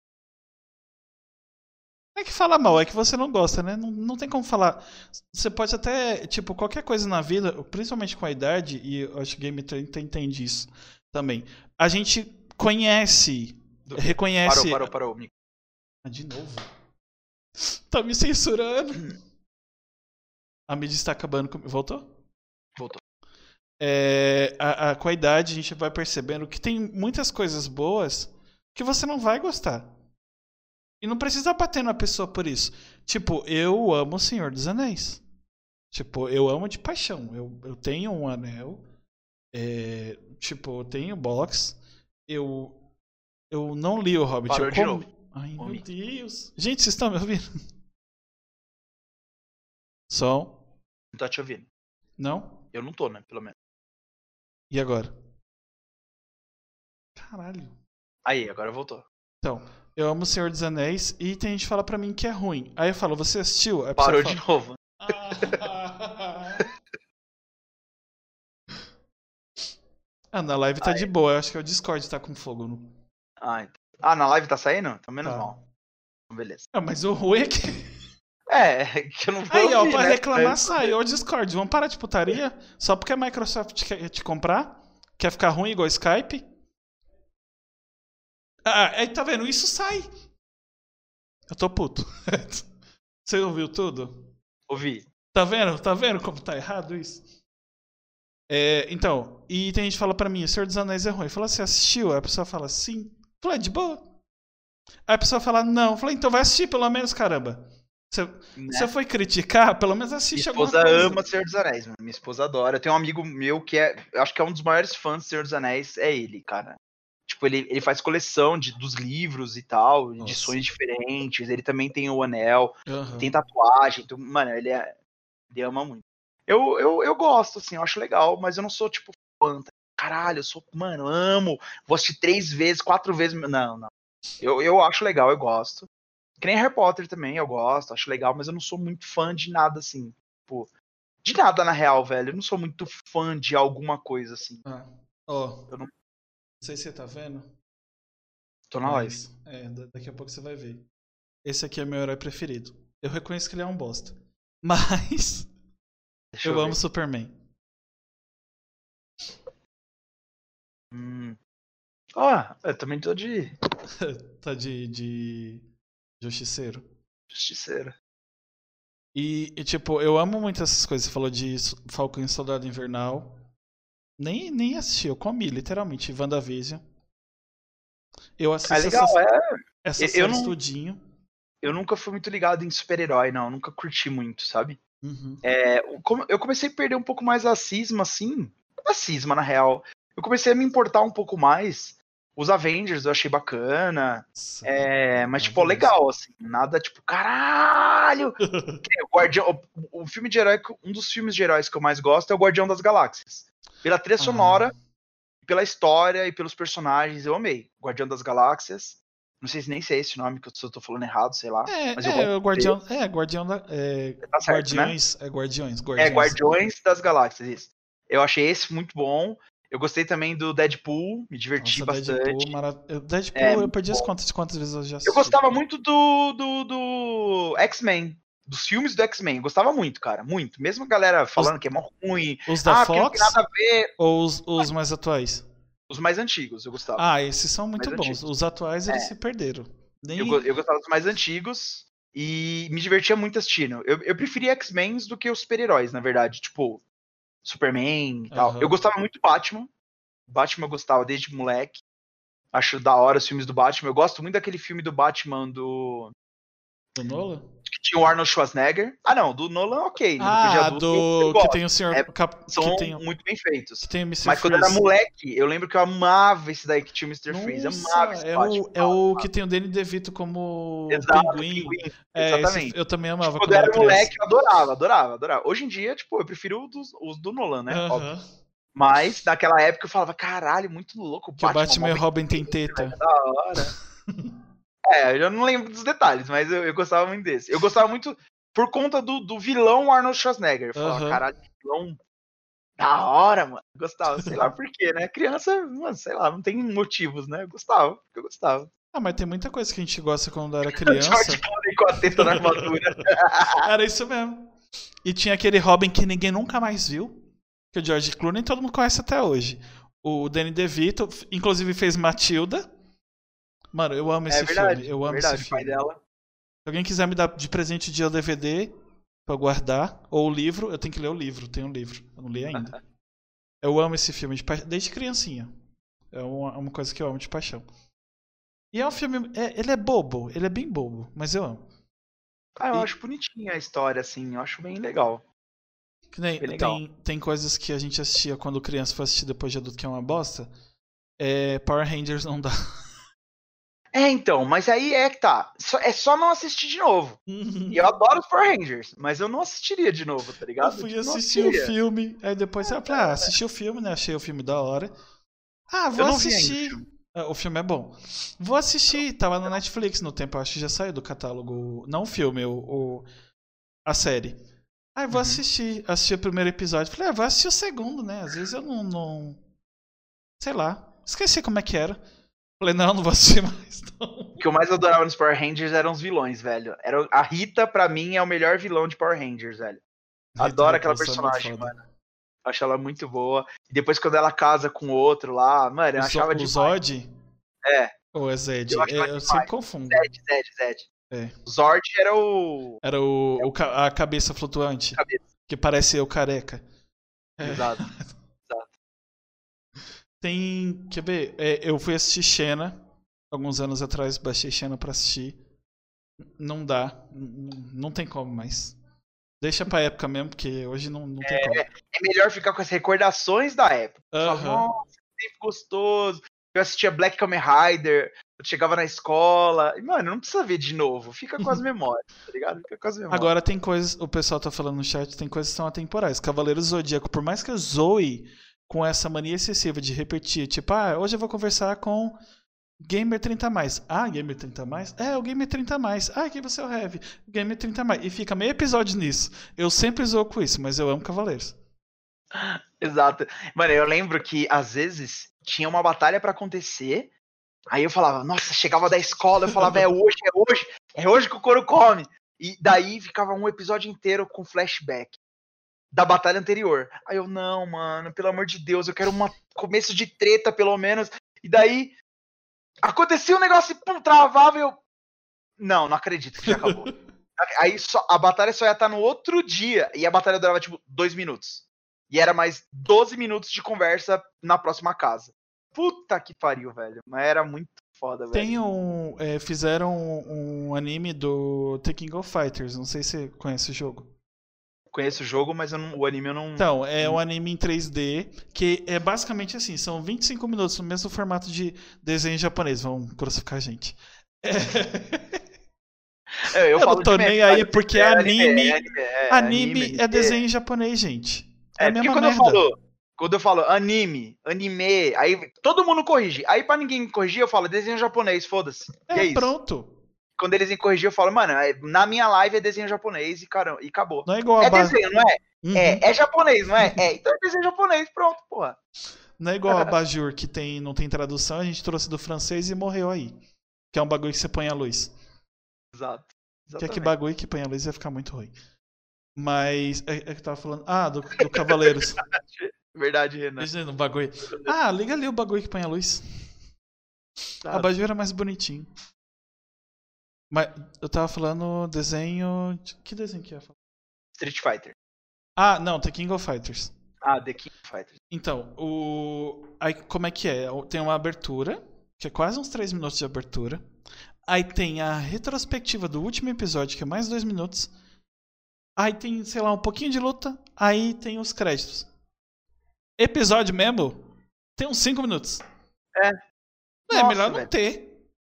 Não é que fala mal, é que você não gosta, né? Não, não tem como falar. Você pode até, tipo, qualquer coisa na vida, principalmente com a idade, e eu acho que Game trinta entende isso também. A gente conhece, Do... reconhece. Parou, parou, parou. Ah, de novo? Tá me censurando. A mídia está acabando com... Voltou? Voltou. É, a, a, com a idade a gente vai percebendo que tem muitas coisas boas que você não vai gostar. E não precisa bater na pessoa por isso. Tipo, eu amo o Senhor dos Anéis. Tipo, eu amo de paixão. Eu, eu tenho um anel. É, tipo, eu tenho box. Eu, eu não li o Hobbit. Parou eu de com... novo. Ai, Homem. meu Deus. Gente, vocês estão me ouvindo? Som. Não tá te ouvindo. Não? Eu não tô, né? Pelo menos. E agora? Caralho. Aí, agora voltou. Então, eu amo o Senhor dos Anéis e tem gente que fala pra mim que é ruim. Aí eu falo, você assistiu? Aí Parou fala, de novo. Ah, na live tá Aí. de boa. Eu acho que é o Discord tá com fogo. No... Ah, então. Ah, na live tá saindo? Então menos Tá. mal. Beleza. Ah, mas o ruim é que... É, que eu não vou Aí, ó, ouvir, pra né? reclamar, Mas- saiu o Discord. Vamos parar de putaria? Só porque a Microsoft quer te comprar? Quer ficar ruim igual Skype? Ah, aí tá vendo? Isso sai. Eu tô puto. Você ouviu tudo? Ouvi. Tá vendo? Tá vendo como tá errado isso? É, então, e tem gente que fala pra mim, o Senhor dos Anéis é ruim. Fala, você assistiu? Aí a pessoa fala, sim. Fala, de boa. Aí a pessoa fala, não. Fala, então vai assistir pelo menos, caramba. Você, Né? você foi criticar, pelo menos assiste Minha alguma esposa coisa. ama Senhor dos Anéis, mano. Minha esposa adora. Eu tenho um amigo meu que é. Eu acho que é um dos maiores fãs do Senhor dos Anéis, é ele, cara. Tipo, ele, ele faz coleção de, dos livros e tal, Nossa. edições diferentes. Ele também tem o anel, Uhum. tem tatuagem. Então, mano, ele, é, ele ama muito. Eu, eu, eu gosto, assim, eu acho legal, mas eu não sou, tipo, fã. Caralho, eu sou, mano, amo. Vou assistir três vezes, quatro vezes. Não, não. Eu, eu acho legal, eu gosto. Que nem Harry Potter também, eu gosto, acho legal, mas eu não sou muito fã de nada, assim. Tipo, de nada na real, velho. Eu não sou muito fã de alguma coisa, assim. Ah, ó, Eu não- não sei se você tá vendo. Tô na live. Mas, é, da- daqui a pouco você vai ver. Esse aqui é meu herói preferido. Eu reconheço que ele é um bosta. Mas Deixa eu eu, amo ver. Superman. Hum. Ó, eu também tô de Tá de, de justiceiro. justiceiro. E, e, tipo, eu amo muito essas coisas. Você falou de S- Falcão e Soldado Invernal. Nem, nem assisti, eu comi, literalmente. WandaVision. Eu assisto É legal, essas, é. essas Eu séries não- tudinho. Eu nunca fui muito ligado em super-herói, não. Eu nunca curti muito, sabe? Uhum. É, o- como- eu comecei a perder um pouco mais a cisma, assim. A cisma, na real. Eu comecei a me importar um pouco mais. Os Avengers eu achei bacana. Nossa, É, mas, tipo, maravilhoso. legal, assim. Nada, tipo, caralho! caralho! O, Guardião, o, o filme de herói, um dos filmes de heróis que eu mais gosto é o Guardião das Galáxias. Pela trilha Ah. sonora, pela história e pelos personagens, eu amei. Guardião das Galáxias. Não sei se nem se é esse o nome, que eu tô falando errado, sei lá. É, mas eu é, gosto o Guardião. É, Guardião da. É, Tá certo, Guardiões. né? É Guardiões, Guardiões. É, Guardiões das Galáxias, isso. Eu achei esse muito bom. Eu gostei também do Deadpool, me diverti Nossa, bastante. Deadpool, mara... Deadpool É, eu muito perdi as bom. contas de quantas vezes eu já assisti. Eu gostava muito do, do, do X-Men. Dos filmes do X-Men. Gostava muito, cara. Muito. Mesmo a galera falando Os- que é mó ruim. Os da ah, porque não tem Fox nada a ver. ou os, os mais atuais? Os mais antigos, eu gostava. Ah, esses são muito Mais bons. antigos. Os atuais eles É. se perderam. Nem... Eu, go- eu gostava dos mais antigos e me divertia muito assistindo. Eu, eu preferia X-Men do que os super-heróis, na verdade. Tipo, Superman e tal. Aham. Eu gostava muito do Batman. Batman eu gostava desde moleque. Acho da hora os filmes do Batman. Eu gosto muito daquele filme do Batman do... Do Nolan? que tinha o Arnold Schwarzenegger. Ah, não, do Nolan, ok. né? Depois de Ah, adulto, eu- do eu que gosto. tem o senhor É, Cap... São que tem, muito bem feitos. que tem o mister Mas quando eu era Freeze. moleque, eu lembro que eu amava esse daí que tinha o mister Freeze. Nossa, Amava esse é Batman. o, é o que tem o Danny DeVito como Exato, pinguim. pinguim. É, esse Exatamente. eu também amava Quando quando eu era era criança. moleque, eu adorava, adorava, adorava. Hoje em dia, tipo, eu prefiro os, dos- os do Nolan, né? Óbvio. Aham. Mas naquela época eu falava, caralho, muito louco. O Que o Batman e mó Robin tem bem feito, teta. velho, da hora. É, eu já não lembro dos detalhes, mas eu, eu gostava muito desse. Eu gostava muito por conta do, do vilão Arnold Schwarzenegger. Eu falava, Aham. caralho, que vilão da hora, mano. Eu gostava, sei lá por quê, né? Criança, mano, sei lá, não tem motivos, né? Eu gostava, eu gostava. Ah, mas tem muita coisa que a gente gosta quando era George criança. Clooney com a teta na armadura. Era isso mesmo. E tinha aquele Robin que ninguém nunca mais viu. Que o George Clooney todo mundo conhece até hoje. O Danny DeVito, inclusive fez Matilda. Mano, eu amo esse É verdade, filme. Eu amo verdade, esse o pai filme. dela. Se alguém quiser me dar de presente de D V D pra guardar, ou o livro, eu tenho que ler o livro. Tem um livro, eu não li ainda. Eu amo esse filme de pa... desde criancinha. É uma, uma coisa que eu amo de paixão. E é um filme. É, ele é bobo, ele é bem bobo, mas eu amo. Ah, eu E- acho bonitinha a história, assim, eu acho bem legal. Que nem, Bem legal. tem, tem coisas que a gente assistia quando criança foi assistir depois de adulto que é uma bosta. É, Power Rangers não dá. É, então, mas aí é que tá. Só- é só não assistir de novo. E eu adoro os Power Rangers, mas eu não assistiria de novo, tá Eu ligado? fui Tipo, não assistir o assistiria. filme, aí depois eu falei, ah, assisti o filme, né? Achei o filme da hora. Ah, vou Eu não vi ainda o assistir. filme. Ah, o filme é bom. Vou assistir, tava no Netflix no tempo, eu acho que já saiu do catálogo. Não o filme, o, o- a série. Aí vou Uhum. assistir. Assisti o primeiro episódio. Falei, ah, vou assistir o segundo, né? Às vezes eu não, não. Sei lá. Esqueci como é que era. Falei, não, não vou assistir mais, não. O que eu mais adorava nos Power Rangers eram os vilões, velho. Era, a Rita, pra mim, é o melhor vilão de Power Rangers, velho. Adoro aquela Rita Repulsa é personagem, muito foda. mano. Acho ela muito boa. E depois quando ela casa com o outro lá, mano, eu O, achava Zo- o demais. Zod? É, Ou é Zed? Eu acho É, mais eu demais. sempre confundo. Zed, Zed, Zed. É. O Zord era o... Era o, o ca- a cabeça flutuante. Cabeça. Que parece eu careca. É. Exato. Tem. Quer ver? É, eu fui assistir Xena. Alguns anos atrás, baixei Xena pra assistir. Não dá. N- Não tem como mais. Deixa pra época mesmo, porque hoje não, não tem como. É melhor ficar com as recordações da época. Fala, Aham. nossa, que tempo gostoso. Eu assistia Black Kamen Rider, eu chegava na escola. E, mano, não precisa ver de novo. Fica com as memórias, tá ligado? Fica com as memórias. Agora tem coisas. O pessoal tá falando no chat, tem coisas que são atemporais. Cavaleiro Zodíaco, por mais que eu zoe com essa mania excessiva de repetir, tipo, ah, hoje eu vou conversar com Gamer trinta mais. Ah, Gamer trinta mais? É, o Gamer trinta mais. Ah, quem você é o Heavy? O Gamer trinta mais. E fica meio episódio nisso. Eu sempre zoo com isso, mas eu amo Cavaleiros. Exato. Mano, eu lembro que às vezes tinha uma batalha pra acontecer. Aí eu falava, nossa, chegava da escola, eu falava, é hoje, é hoje, é hoje que o couro come. E daí ficava um episódio inteiro com flashback da batalha anterior. Aí eu, não, mano, pelo amor de Deus, eu quero um começo de treta, pelo menos. E daí acontecia um negócio e pum, travava e eu. Não, não acredito que já acabou. Aí só, a batalha só ia estar no outro dia. E a batalha durava tipo dois minutos. E era mais doze minutos de conversa na próxima casa. Puta que pariu, velho. Mas era muito foda, velho. Tem um. É, fizeram um, um anime do The King of Fighters. Não sei se você conhece o jogo. Conheço o jogo, mas eu não, o anime eu não. Então, é um anime em três D que é basicamente assim, são vinte e cinco minutos no mesmo formato de desenho japonês. Vão crucificar a gente. É... Eu, eu Eu falo não tô de nem meme, aí, mas porque é anime. é anime, é Anime anime, é desenho em japonês, gente. É a É, porque mesma quando eu merda. falo, quando eu falo anime, anime, aí todo mundo corrige. Aí pra ninguém me corrigir, eu falo desenho japonês, foda-se. E É, é isso. pronto. Quando eles me corrigir, eu falo, mano, é- na minha live é desenho japonês e caramba, e acabou. Não é igual a É ba... desenho, não é? Uhum. É, é japonês, não é? É, então é desenho japonês, pronto, porra. Não é igual a Bajur, que tem, não tem tradução, a gente trouxe do francês e morreu aí. Que é um bagulho que você põe a luz. Exato. Que é que Exatamente. bagulho que põe a luz ia ficar muito ruim. Mas, é, é que eu tava falando. Ah, do, do Cavaleiros. Verdade, Renan. Imagina no bagulho. Ah, liga ali o bagulho que põe a luz. A Bajur era mais bonitinho. Mas eu tava falando desenho. Que desenho que ia falar? Street Fighter. Ah, não, The King of Fighters. Ah, The King of Fighters. Então, o. Aí como é que é? Tem uma abertura, que é quase uns três minutos de abertura. Aí tem a retrospectiva do último episódio, que é mais dois minutos. Aí tem, sei lá, um pouquinho de luta. Aí tem os créditos. Episódio mesmo tem uns cinco minutos. É. É Nossa, melhor não velho. ter.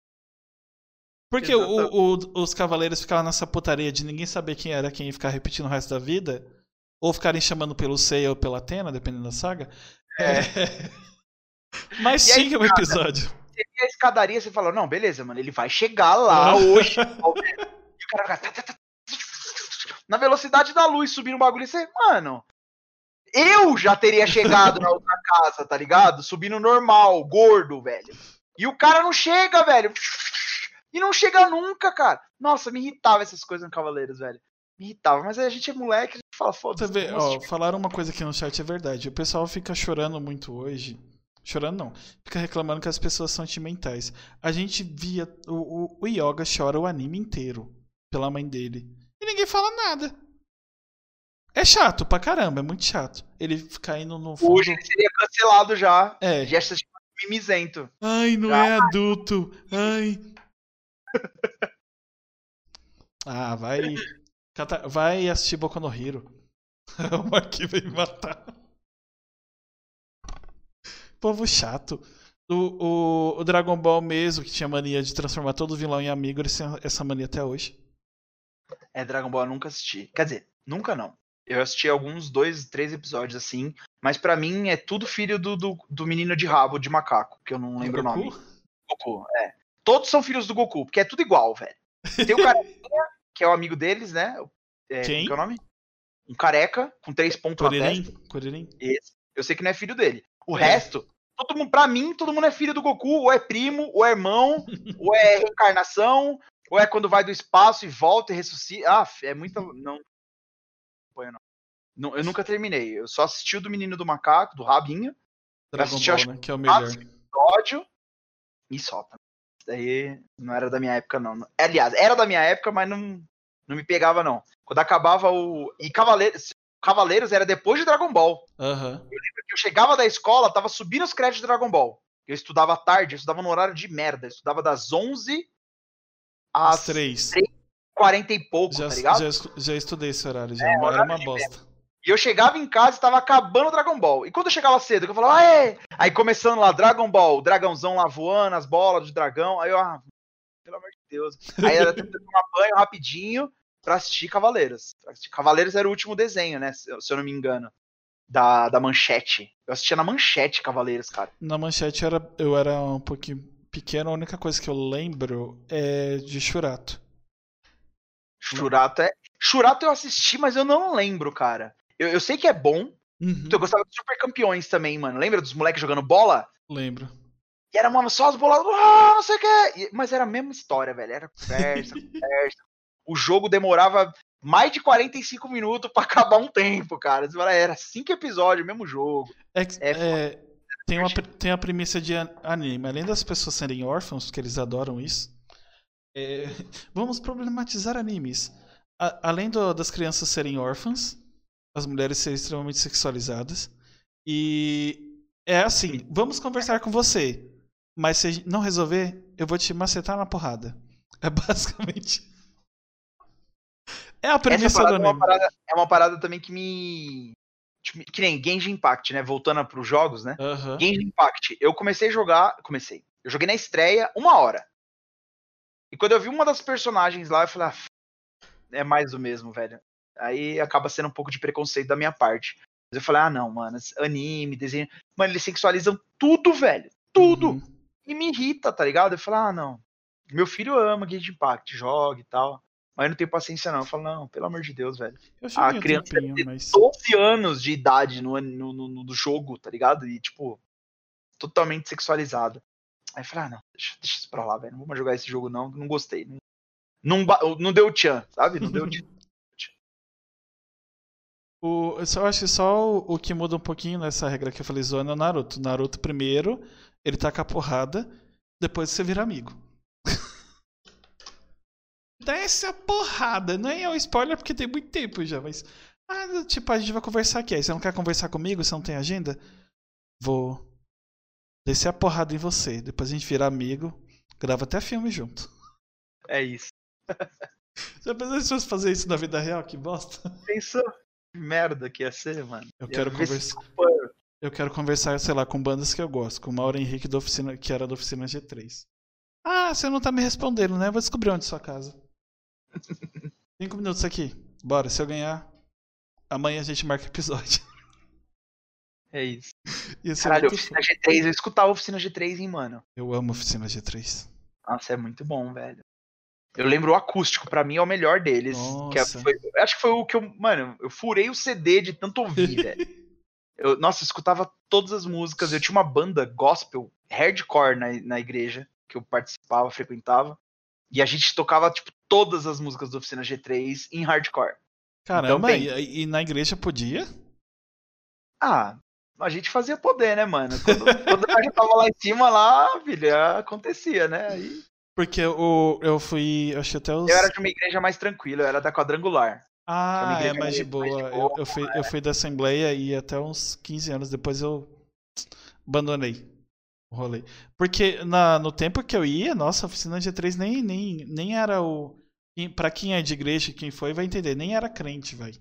Porque o, o, os cavaleiros ficavam nessa putaria de ninguém saber quem era quem e ficar repetindo o resto da vida. Ou ficarem chamando pelo Seiya ou pela Athena, dependendo da saga. É. É. Mas E aí, tinha um episódio. Você vê a escadaria, você fala, não, beleza, mano, ele vai chegar lá hoje. E o cara fica na velocidade da luz subindo o bagulho e você, mano, eu já teria chegado na outra casa, tá ligado? Subindo normal, gordo, velho. E o cara não chega, velho. E não chega nunca, cara. Nossa, me irritava essas coisas no Cavaleiros, velho. Me irritava. Mas aí a gente é moleque, a gente fala, Você foda-se. vê, ó, falaram uma coisa aqui no chat, é verdade. O pessoal fica chorando muito hoje. Chorando não. Fica reclamando que as pessoas são sentimentais. A gente via. O, o, o Yoga chora o anime inteiro pela mãe dele. E ninguém fala nada. É chato pra caramba, é muito chato. Ele ficar indo no fundo. Hoje ele seria cancelado já. É. Já se chama mimizento. Ai, não Já. é adulto. Ai. Ah, vai. Cata- Vai assistir Boku no Hero. O Marquinhos veio me matar. Povo chato. O, o, o Dragon Ball mesmo, que tinha mania de transformar todo vilão em amigo, eles têm essa mania até hoje. É, Dragon Ball eu nunca assisti. Quer dizer, nunca não. Eu assisti alguns dois, três episódios assim, mas pra mim é tudo filho do, do, do menino de rabo de macaco, que eu não lembro o nome. Goku, é. Todos são filhos do Goku, porque é tudo igual, velho. Tem o careca, que é o amigo deles, né? É, Quem? Como que é o nome? Um careca com três pontos na Kuririn? testa. Kuririn? Esse. Eu sei que não é filho dele. O É. resto, todo mundo, pra mim, todo mundo é filho do Goku, ou é primo, ou é irmão, ou é reencarnação, ou é quando vai do espaço e volta e ressuscita. Ah, é muita. Não. Não, não. Eu nunca terminei. Eu só assisti o do menino do macaco, do rabinho. Dragon assisti, Ball, acho, né? Que é o melhor. episódio e só. Isso daí não era da minha época, não. Aliás, era da minha época, mas não, não me pegava, não. Quando acabava o. E Cavaleiros, Cavaleiros era depois de Dragon Ball. Aham. Eu lembro que eu chegava da escola, tava subindo os créditos de Dragon Ball. Eu estudava à tarde, eu estudava no horário de merda. Eu estudava das onze Às às três. quarenta e pouco, Já, tá ligado? já, escu- já estudei esse horário, já. É, Era horário uma de bosta. E eu chegava em casa e tava acabando o Dragon Ball. E quando eu chegava cedo, que eu falava, aê! Aí começando lá, Dragon Ball, o dragãozão lá voando, as bolas de dragão. Aí eu, ah, pelo amor de Deus. Aí era tentando tomar banho rapidinho pra assistir Cavaleiros. Pra assistir. Cavaleiros era o último desenho, né? Se se eu não me engano. Da, da Manchete. Eu assistia na Manchete Cavaleiros, cara. Na manchete era, eu era um pouquinho pequeno, a única coisa que eu lembro é de Shurato. Shurato é. Shurato eu assisti, mas eu não lembro, cara. Eu, eu sei que é bom. Uhum. Eu gostava de Super Campeões também, mano. Lembra dos moleques jogando bola? Lembro. E era, mano, só as bolas. Ah, não sei o que. Mas era a mesma história, velho. Era conversa, conversa. O jogo demorava mais de quarenta e cinco minutos pra acabar um tempo, cara. Era cinco episódios, mesmo jogo. É, que- É, é, tem, uma, pre- tem a premissa de an- anime. Além das pessoas serem órfãos, porque eles adoram isso, é, vamos problematizar animes. A- além do- das crianças serem órfãs, as mulheres serem extremamente sexualizadas. E é assim, vamos conversar com você. Mas se não resolver, eu vou te macetar na porrada. É basicamente. É a Essa premissa do parada é uma anime. parada, é uma parada também que me. Que nem Genshin Impact, né? Voltando pros jogos, né? Aham. Genshin Impact. Eu comecei a jogar. Comecei. Eu joguei na estreia uma hora. E quando eu vi uma das personagens lá, eu falei, ah, é mais do mesmo, velho. Aí acaba sendo um pouco de preconceito da minha parte. Mas eu falei, ah, não, mano, anime, desenho. Mano, eles sexualizam tudo, velho. Tudo. Uhum. E me irrita, tá ligado? Eu falei, ah, não. Meu filho ama Genshin Impact, joga e tal. Mas eu não tenho paciência, não. Eu falo, não, pelo amor de Deus, velho. Eu A joguei um criança tempinho, tem mas. doze anos de idade no, no, no, no jogo, tá ligado? E, tipo, totalmente sexualizado. Aí eu falei, ah, não, deixa, deixa isso pra lá, velho. Não vou mais jogar esse jogo, não. Não gostei. Não, não, não deu tchan, sabe? Não deu tchan. O, eu só acho que só o, o que muda um pouquinho nessa regra que eu falei zona é o Naruto. Naruto primeiro, ele taca a porrada, depois você vira amigo. Desce a porrada. Nem é um spoiler porque tem muito tempo já, mas. Ah, tipo, a gente vai conversar aqui. Aí você não quer conversar comigo? Você não tem agenda? Vou descer a porrada em você. Depois a gente vira amigo. Grava até filme junto. É isso. Já pensou se fosse fazer isso na vida real? Que bosta. Pensou? Que merda que ia ser, mano. Eu Ia quero ver conversar. esse pano. Eu quero conversar, sei lá, com bandas que eu gosto. Com o Mauro Henrique da oficina, que era da oficina G três. Ah, você não tá me respondendo, né? Vou descobrir onde é sua casa. Cinco minutos aqui. Bora, se eu ganhar, amanhã a gente marca episódio. É isso. Ia ser Caralho, muito Oficina fo- G três, eu escutava Oficina G três, hein, mano. Eu amo oficina G três. Nossa, é muito bom, velho. Eu lembro o acústico, pra mim é o melhor deles. Que é- Nossa. foi- acho que foi o que eu. Mano, eu furei o C D de tanto ouvir, velho. Eu, nossa, eu escutava todas as músicas. Eu tinha uma banda gospel, hardcore na, na igreja, que eu participava, frequentava. E a gente tocava, tipo, todas as músicas do Oficina G três em hardcore. Caramba, Então, bem, e, e na igreja podia? ah, a gente fazia poder, né, mano? Quando, quando a gente tava lá em cima, lá, filho, acontecia, né? Aí, Porque eu, eu fui, eu achei até os... eu era de uma igreja mais tranquila, eu era da Quadrangular. Que é uma Ah, é igreja mais de mais, mais de boa. Eu, boa. eu, fui, eu fui da Assembleia e até uns quinze anos depois eu abandonei o rolê. Porque na, no tempo que eu ia, nossa, a oficina G três nem, nem, nem era o. quem- Pra quem é de igreja, quem foi, vai entender, nem era crente, velho.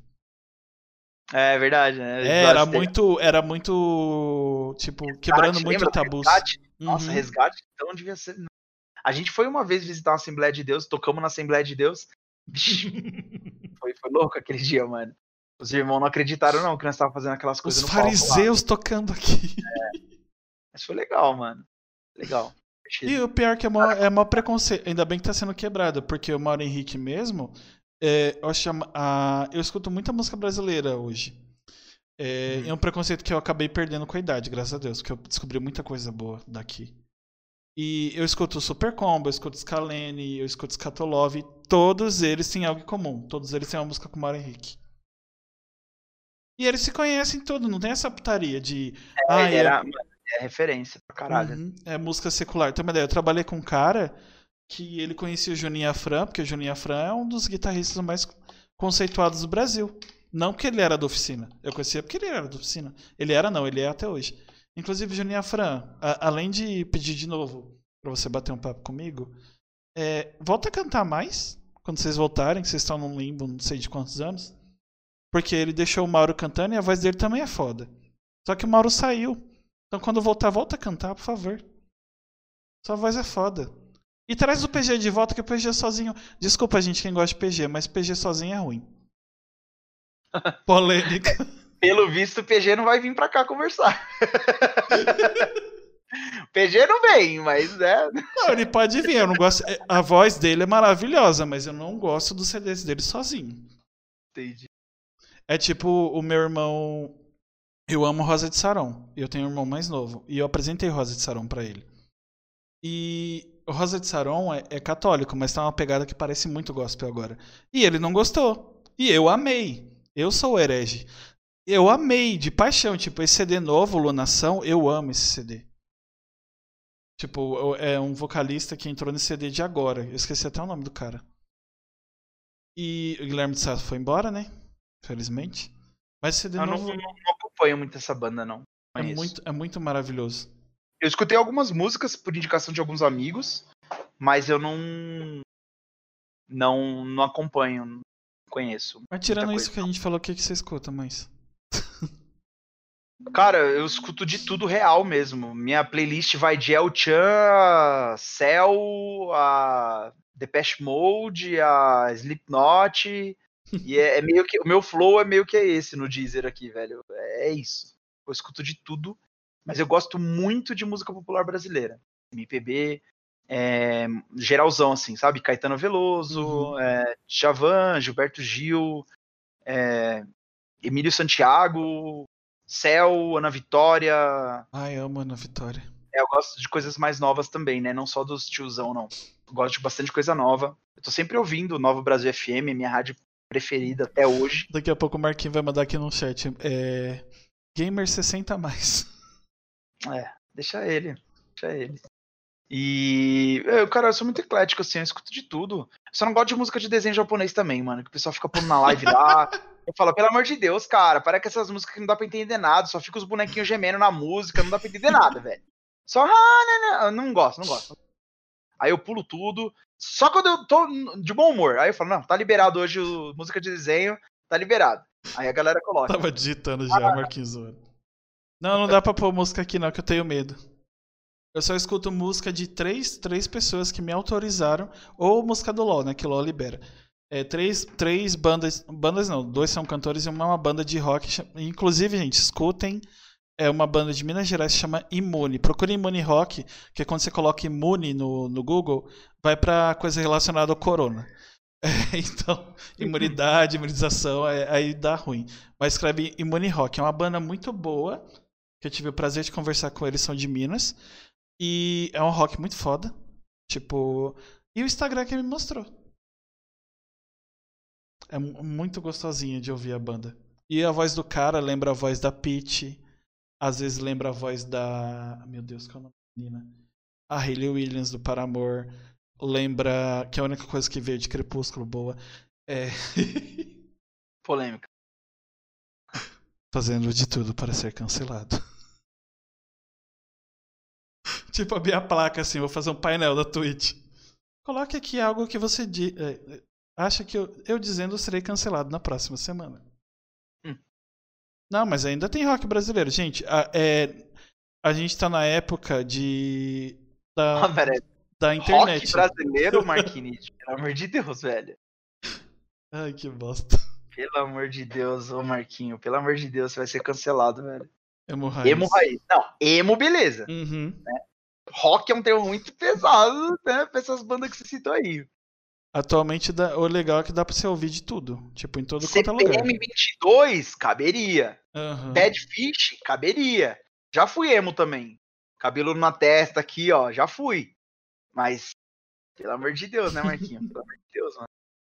É verdade, né? Eles É, era gostam- muito. Era muito. Tipo, quebrando Resgate, muito lembra do tabus. Resgate? Nossa, Uhum. resgate, então devia ser. A gente foi uma vez visitar uma Assembleia de Deus, tocamos na Assembleia de Deus. Vixe, foi, foi louco aquele dia, mano. Os irmãos não acreditaram, não, que nós estávamos fazendo aquelas Os coisas no palco lá. fariseus tocando aqui. Mas foi legal, mano. Legal. E o pior é que é mó, é mó preconceito. Ainda bem que tá sendo quebrado, porque o Mauro Henrique mesmo. É, eu, acho a, a- eu escuto muita música brasileira hoje. É, Uhum. é um preconceito que eu acabei perdendo com a idade, graças a Deus, porque eu descobri muita coisa boa daqui. E eu escuto Super Combo, eu escuto Scalene, eu escuto Scatolove, e todos eles têm algo em comum. Todos eles têm uma música com o Mauro Henrique. E eles se conhecem tudo, não tem essa putaria de. É, Ah, ele é, era mano, é referência pra caralho. uhum, é música secular. Tem uma ideia, eu trabalhei com um cara que ele conhecia o Juninho Afran, porque o Juninho Afran é um dos guitarristas mais conceituados do Brasil. Não porque ele era da oficina. Eu conhecia porque ele era da oficina. Ele era não, ele é até hoje. Inclusive, Juninho Afran, a- além de pedir de novo pra você bater um papo comigo, é, volta a cantar mais quando vocês voltarem, que vocês estão num limbo, não sei de quantos anos. Porque ele deixou o Mauro cantando e a voz dele também é foda. Só que o Mauro saiu. Então quando voltar, volta a cantar, por favor. Sua voz é foda. E traz o P G de volta, que o P G sozinho. Desculpa, gente, quem gosta de P G, mas P G sozinho é ruim. Polêmica. Pelo visto, o P G não vai vir pra cá conversar. O P G não vem, mas é. Não, ele pode vir, eu não gosto. A voz dele é maravilhosa, mas eu não gosto dos C Ds dele sozinho. Entendi. É tipo o meu irmão. Eu amo Rosa de Saron. Eu tenho um irmão mais novo. E eu apresentei Rosa de Saron pra ele. E o Rosa de Saron é, é católico, mas tá uma pegada que parece muito gospel agora. E ele não gostou. E eu amei. Eu sou o herege. Eu amei, de paixão. Tipo, esse C D novo, Lunação, eu amo esse C D. Tipo, é um vocalista que entrou nesse C D de agora. Eu esqueci até o nome do cara. E o Guilherme de Sá foi embora, né? Felizmente. Mas esse C D Eu não, novo não- não acompanho muito essa banda, não. é Conheço. muito, é muito maravilhoso. Eu escutei algumas músicas por indicação de alguns amigos, mas eu não. Não, não acompanho, não conheço. Mas tirando muita isso coisa. que a gente falou, o que, que você escuta mais? Cara, eu escuto de tudo real mesmo. Minha playlist vai de El Chan, Cell, a Depeche Mode, a Slipknot. E é, é meio que. O meu flow é meio que é esse no Deezer aqui, velho. É, é isso. Eu escuto de tudo, mas eu gosto muito de música popular brasileira. M P B, é, geralzão, assim, sabe? Caetano Veloso, Uhum. é, Djavan, Gilberto Gil, é, Emílio Santiago, Céu, Ana Vitória. Ai, amo Ana Vitória. É, eu gosto de coisas mais novas também, né? Não só dos tiozão, não. Eu gosto de bastante coisa nova. Eu tô sempre ouvindo o Novo Brasil F M, minha rádio preferida até hoje. Daqui a pouco o Marquinhos vai mandar aqui no chat. É... Gamer sessenta a mais. É, deixa ele. Deixa ele. E, eu, cara, eu sou muito eclético, assim, eu escuto de tudo. Eu só não gosto de música de desenho japonês também, mano. Que o pessoal fica pondo na live lá. Eu falo, pelo amor de Deus, cara, parece que essas músicas que não dá pra entender nada, só fica os bonequinhos gemendo na música, não dá pra entender nada, velho. Só, ah, não, não, eu não gosto, não gosto. Aí eu pulo tudo. Só quando eu tô de bom humor. Aí eu falo, não, tá liberado hoje o, música de desenho, tá liberado. Aí a galera coloca. Tava digitando já, o Marquinhos zoando. Não, não dá pra pôr música aqui não, que eu tenho medo. Eu só escuto música de três, três pessoas que me autorizaram, ou música do LoL, né, que o LoL libera. É, três, três bandas, bandas não, dois são cantores e uma é uma banda de rock. Inclusive, gente, escutem, é uma banda de Minas Gerais que chama Imune. Procure Imune Rock, que é quando você coloca Imune no, no Google, vai pra coisa relacionada ao corona. É, então, imunidade, imunização, é, aí dá ruim. Mas escreve Imune Rock, é uma banda muito boa, que eu tive o prazer de conversar com eles, são de Minas. E é um rock muito foda. Tipo. E o Instagram que me mostrou. É muito gostosinho de ouvir a banda. E a voz do cara lembra a voz da Peach. Às vezes lembra a voz da. Meu Deus, qual é o nome da menina? A Hayley Williams do Paramore. Lembra. Que é a única coisa que veio de Crepúsculo boa. É. Polêmica. Fazendo de tudo para ser cancelado. Tipo a minha placa assim, vou fazer um painel da Twitch. Coloque aqui algo que você di- é, acha que eu, eu dizendo serei cancelado na próxima semana. Hum. Não, mas ainda tem rock brasileiro. Gente, a, é, a gente tá na época de da, Ah, pera aí. da internet. Rock brasileiro, Marquinhos? Pelo amor de Deus, velho. Ai, que bosta. Pelo amor de Deus, ô Marquinho. Pelo amor de Deus, você vai ser cancelado, velho. Emo raiz. Emo raiz. Não, emo, beleza. Uhum. Né? Rock é um termo muito pesado, né? Pra essas bandas que você citou aí. Atualmente dá, o legal é que dá pra você ouvir de tudo. Tipo, em todo quanto é lugar. C P M vinte e dois, caberia. Uhum. Dead Fish, caberia. Já fui emo também. Cabelo na testa aqui, ó. Já fui. Mas, pelo amor de Deus, né, Marquinhos? Pelo amor de Deus, mano.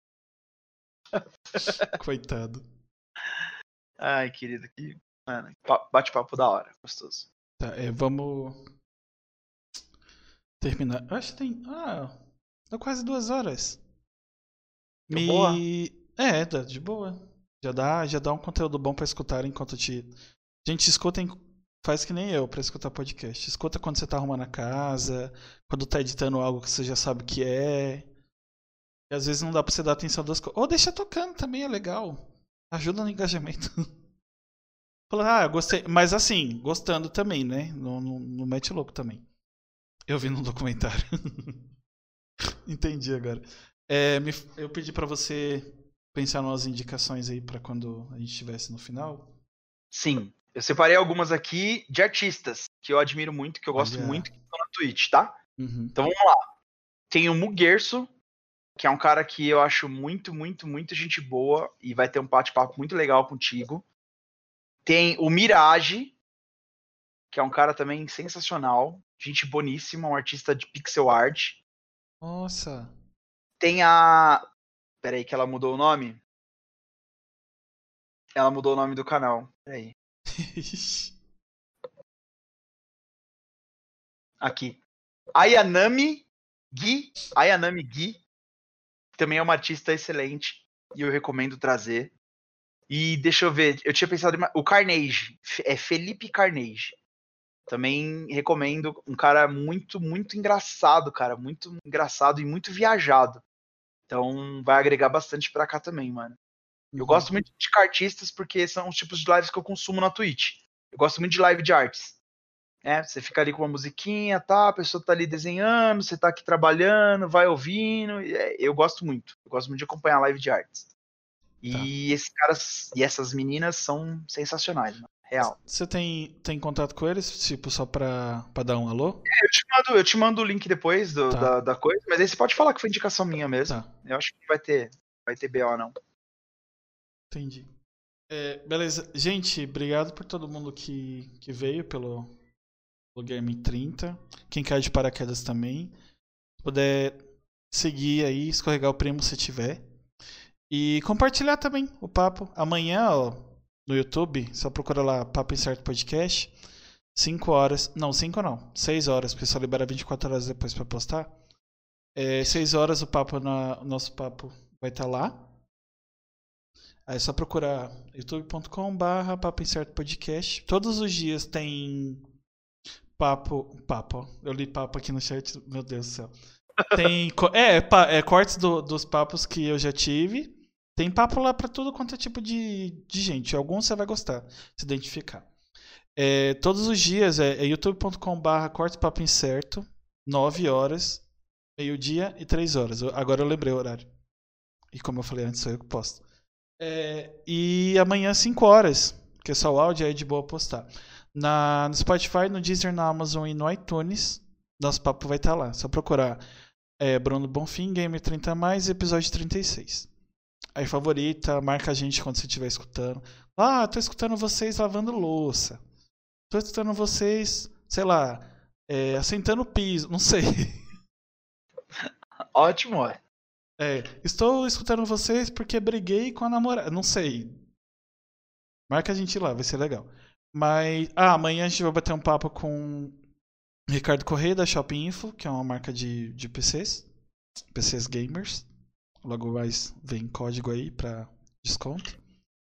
Coitado. Ai, querido, que. Mano, bate-papo da hora. Gostoso. Tá, é, vamos terminar. Eu acho que tem. Ah, dá quase duas horas. Tô Me. boa? É, dá de boa. Já dá, já dá um conteúdo bom pra escutar enquanto te. Gente, escutem. Faz que nem eu pra escutar podcast. Escuta quando você tá arrumando a casa, quando tá editando algo que você já sabe que é. E às vezes não dá pra você dar atenção das coisas. Ou deixa tocando também, é legal. Ajuda no engajamento. Fala, ah, gostei. Mas assim, gostando também, né? Não, não, não mete louco também. Eu vi num documentário. Entendi agora. É, me, eu pedi pra você pensar umas indicações aí pra quando a gente estivesse no final. Sim. Eu separei algumas aqui de artistas que eu admiro muito, que eu gosto Olha. muito, que estão na Twitch, tá? Uhum. Então vamos lá. Tem o Mugerso, que é um cara que eu acho muito, muito, muito gente boa e vai ter um bate-papo muito legal contigo. Tem o Mirage, que é um cara também sensacional, gente boníssima, um artista de pixel art. Nossa. Tem a... Peraí, que ela mudou o nome? Ela mudou o nome do canal. Peraí. Aqui. Ayanami Gui. Ayanami Gui. Também é uma artista excelente. E eu recomendo trazer. E deixa eu ver. Eu tinha pensado em... O Carnage. É Felipe Carnage. Também recomendo. Um cara muito, muito engraçado, cara. Muito engraçado e muito viajado. Então vai agregar bastante pra cá também, mano. Eu Uhum. gosto muito de artistas porque são os tipos de lives que eu consumo na Twitch. Eu gosto muito de live de artes. É, você fica ali com uma musiquinha, tá? A pessoa tá ali desenhando, você tá aqui trabalhando, vai ouvindo. É, eu gosto muito. Eu gosto muito de acompanhar live de artes. Tá. E esses caras e essas meninas são sensacionais, mano. Real. Você tem, tem contato com eles, tipo, só pra, pra dar um alô? Eu te mando, eu te mando o link depois do- Tá, da, da coisa, mas aí você pode falar que foi indicação minha mesmo. tá, Eu acho que não vai ter, vai ter B O não. entendi. É, beleza. Gente, obrigado por todo mundo que, que veio pelo, pelo Game trinta. Quem cai de paraquedas também. Se puder seguir aí, escorregar o primo se tiver. E compartilhar também o papo. Amanhã, ó, no YouTube, só procura lá Papo Incerto Podcast. cinco horas. Não, cinco não. seis horas, porque só libera vinte e quatro horas depois pra postar. É, seis horas o papo na, o nosso papo vai estar lá. Aí é só procurar youtube ponto com barra Papo Incerto Podcast. Todos os dias tem papo. Papo, ó. Eu li papo aqui no chat, meu Deus do céu. Tem. É, é, é cortes do, dos papos que eu já tive. Tem papo lá pra tudo quanto é tipo de, de gente. Alguns você vai gostar, se identificar. É, todos os dias é, é youtube ponto com barra cortes papo incerto. nove horas, meio-dia e três horas. Eu, agora eu lembrei o horário. E como eu falei antes, sou eu que posto. É, e amanhã, cinco horas, porque só o áudio é de boa postar. Na, no Spotify, no Deezer, na Amazon e no iTunes, nosso papo vai estar lá. Só procurar é, Bruno Bonfim, Gamer trinta mais, episódio trinta e seis. Aí favorita, marca a gente quando você estiver escutando. Ah, tô escutando vocês lavando louça. Tô escutando vocês, sei lá, é, assentando o piso, não sei. Ótimo, ó. É, estou escutando vocês porque briguei com a namorada. Não sei. Marca a gente lá, vai ser legal. Mas. Ah, amanhã a gente vai bater um papo com o Ricardo Correia da Shopping Info, que é uma marca de, de P Cs. P Cs gamers. Logo mais vem código aí pra desconto.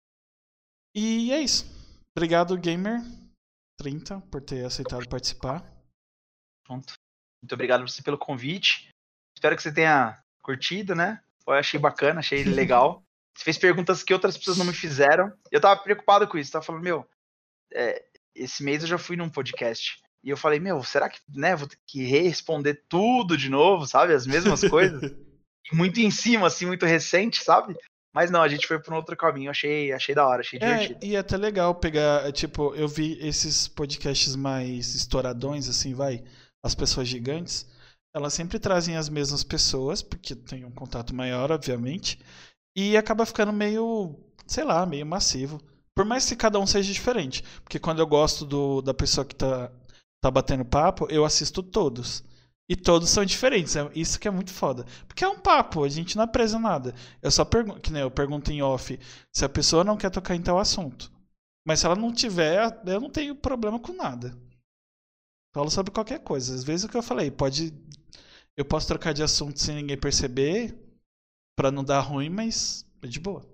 E é isso. Obrigado, Gamer trinta, por ter aceitado participar. Pronto. Muito obrigado você pelo convite. Espero que você tenha curtido, né? Eu achei bacana, achei legal. Você fez perguntas que outras pessoas não me fizeram. Eu tava preocupado com isso. Tava falando, meu, é, esse mês eu já fui num podcast. E eu falei, meu, será que, né, vou ter que responder tudo de novo, sabe? As mesmas coisas. Muito em cima, assim, muito recente, sabe? Mas não, a gente foi por um outro caminho. Achei, achei da hora, achei divertido. É, e é até legal pegar, tipo, eu vi esses podcasts mais estouradões, assim, vai, as pessoas gigantes, elas sempre trazem as mesmas pessoas, porque tem um contato maior, obviamente, e acaba ficando meio, sei lá, meio massivo. Por mais que cada um seja diferente, porque quando eu gosto do, da pessoa que tá, tá batendo papo, eu assisto todos. E todos são diferentes, é isso que é muito foda. Porque é um papo, a gente não é preso a nada. Eu só pergunto, que nem eu pergunto em off, se a pessoa não quer tocar em tal assunto. Mas se ela não tiver, eu não tenho problema com nada. Falo sobre qualquer coisa. Às vezes o que eu falei, pode. Eu posso trocar de assunto sem ninguém perceber, pra não dar ruim, mas é de boa.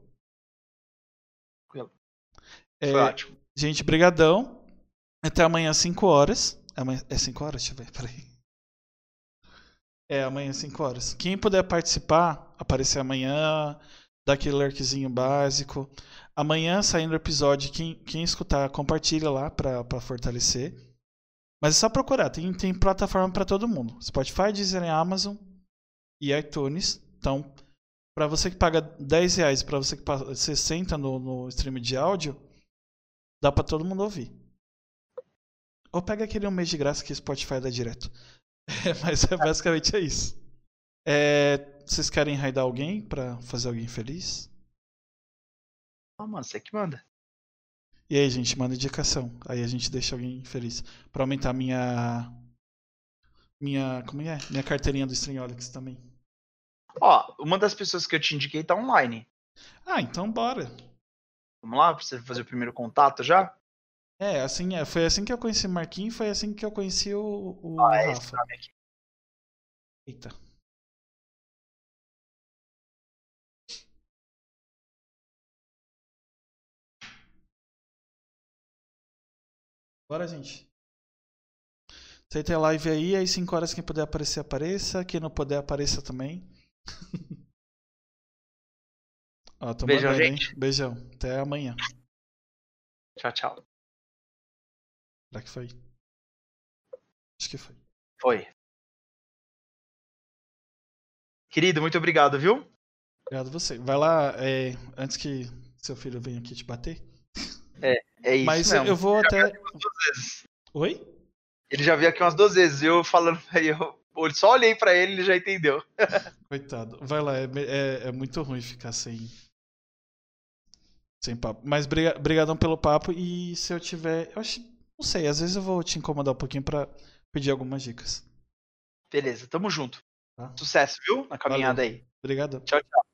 Foi É, ótimo. gente, brigadão. Até amanhã às cinco horas. Amanhã, é cinco horas? Deixa eu ver, peraí. É, amanhã às cinco horas. Quem puder participar, aparecer amanhã, dar aquele lurkzinho básico. Amanhã, saindo o episódio, quem, quem escutar, compartilha lá pra, pra fortalecer. Mas é só procurar, tem, tem plataforma pra todo mundo. Spotify, Deezer, Amazon e iTunes. Então, pra você que paga dez reais, pra você que paga sessenta no, no stream de áudio, dá pra todo mundo ouvir. Ou pega aquele um mês de graça que o Spotify dá direto. É, mas é, basicamente é isso. É, vocês querem raidar alguém pra fazer alguém feliz? Ah, mano, você que manda. E aí, gente, manda indicação. Aí a gente deixa alguém feliz. Pra aumentar minha. Minha. Como é? Minha carteirinha do Streamolix também. Ó, uma das pessoas que eu te indiquei tá online. Ah, então bora. Vamos lá, pra você fazer o primeiro contato já? É, assim, é, foi assim que eu conheci o Marquinhos, foi assim que eu conheci o, o Ah, é esse Rafa. nome aqui. Eita. Bora, gente. Você tem a live aí, aí cinco horas quem puder aparecer, apareça. Quem não puder, apareça também. Ó, tô Beijão, mandando, hein? gente. Beijão. Até amanhã. Tchau, tchau. Será que foi? Acho que foi. Foi. Querido, muito obrigado, viu? Obrigado a você. Vai lá, é, antes que seu filho venha aqui te bater. É, é isso Mas mesmo. eu vou Ele já até. veio aqui umas duas vezes. Oi? Ele já veio aqui umas duas vezes. Eu falando pra ele, eu só olhei pra ele e ele já entendeu. Coitado. Vai lá, é, é, é muito ruim ficar sem. Sem papo. Mas briga, brigadão pelo papo. E se eu tiver. Eu acho. Não sei, às vezes eu vou te incomodar um pouquinho pra pedir algumas dicas. Beleza, tamo junto. Tá? Sucesso, viu? Na caminhada Valeu. aí. Obrigado. Tchau, tchau.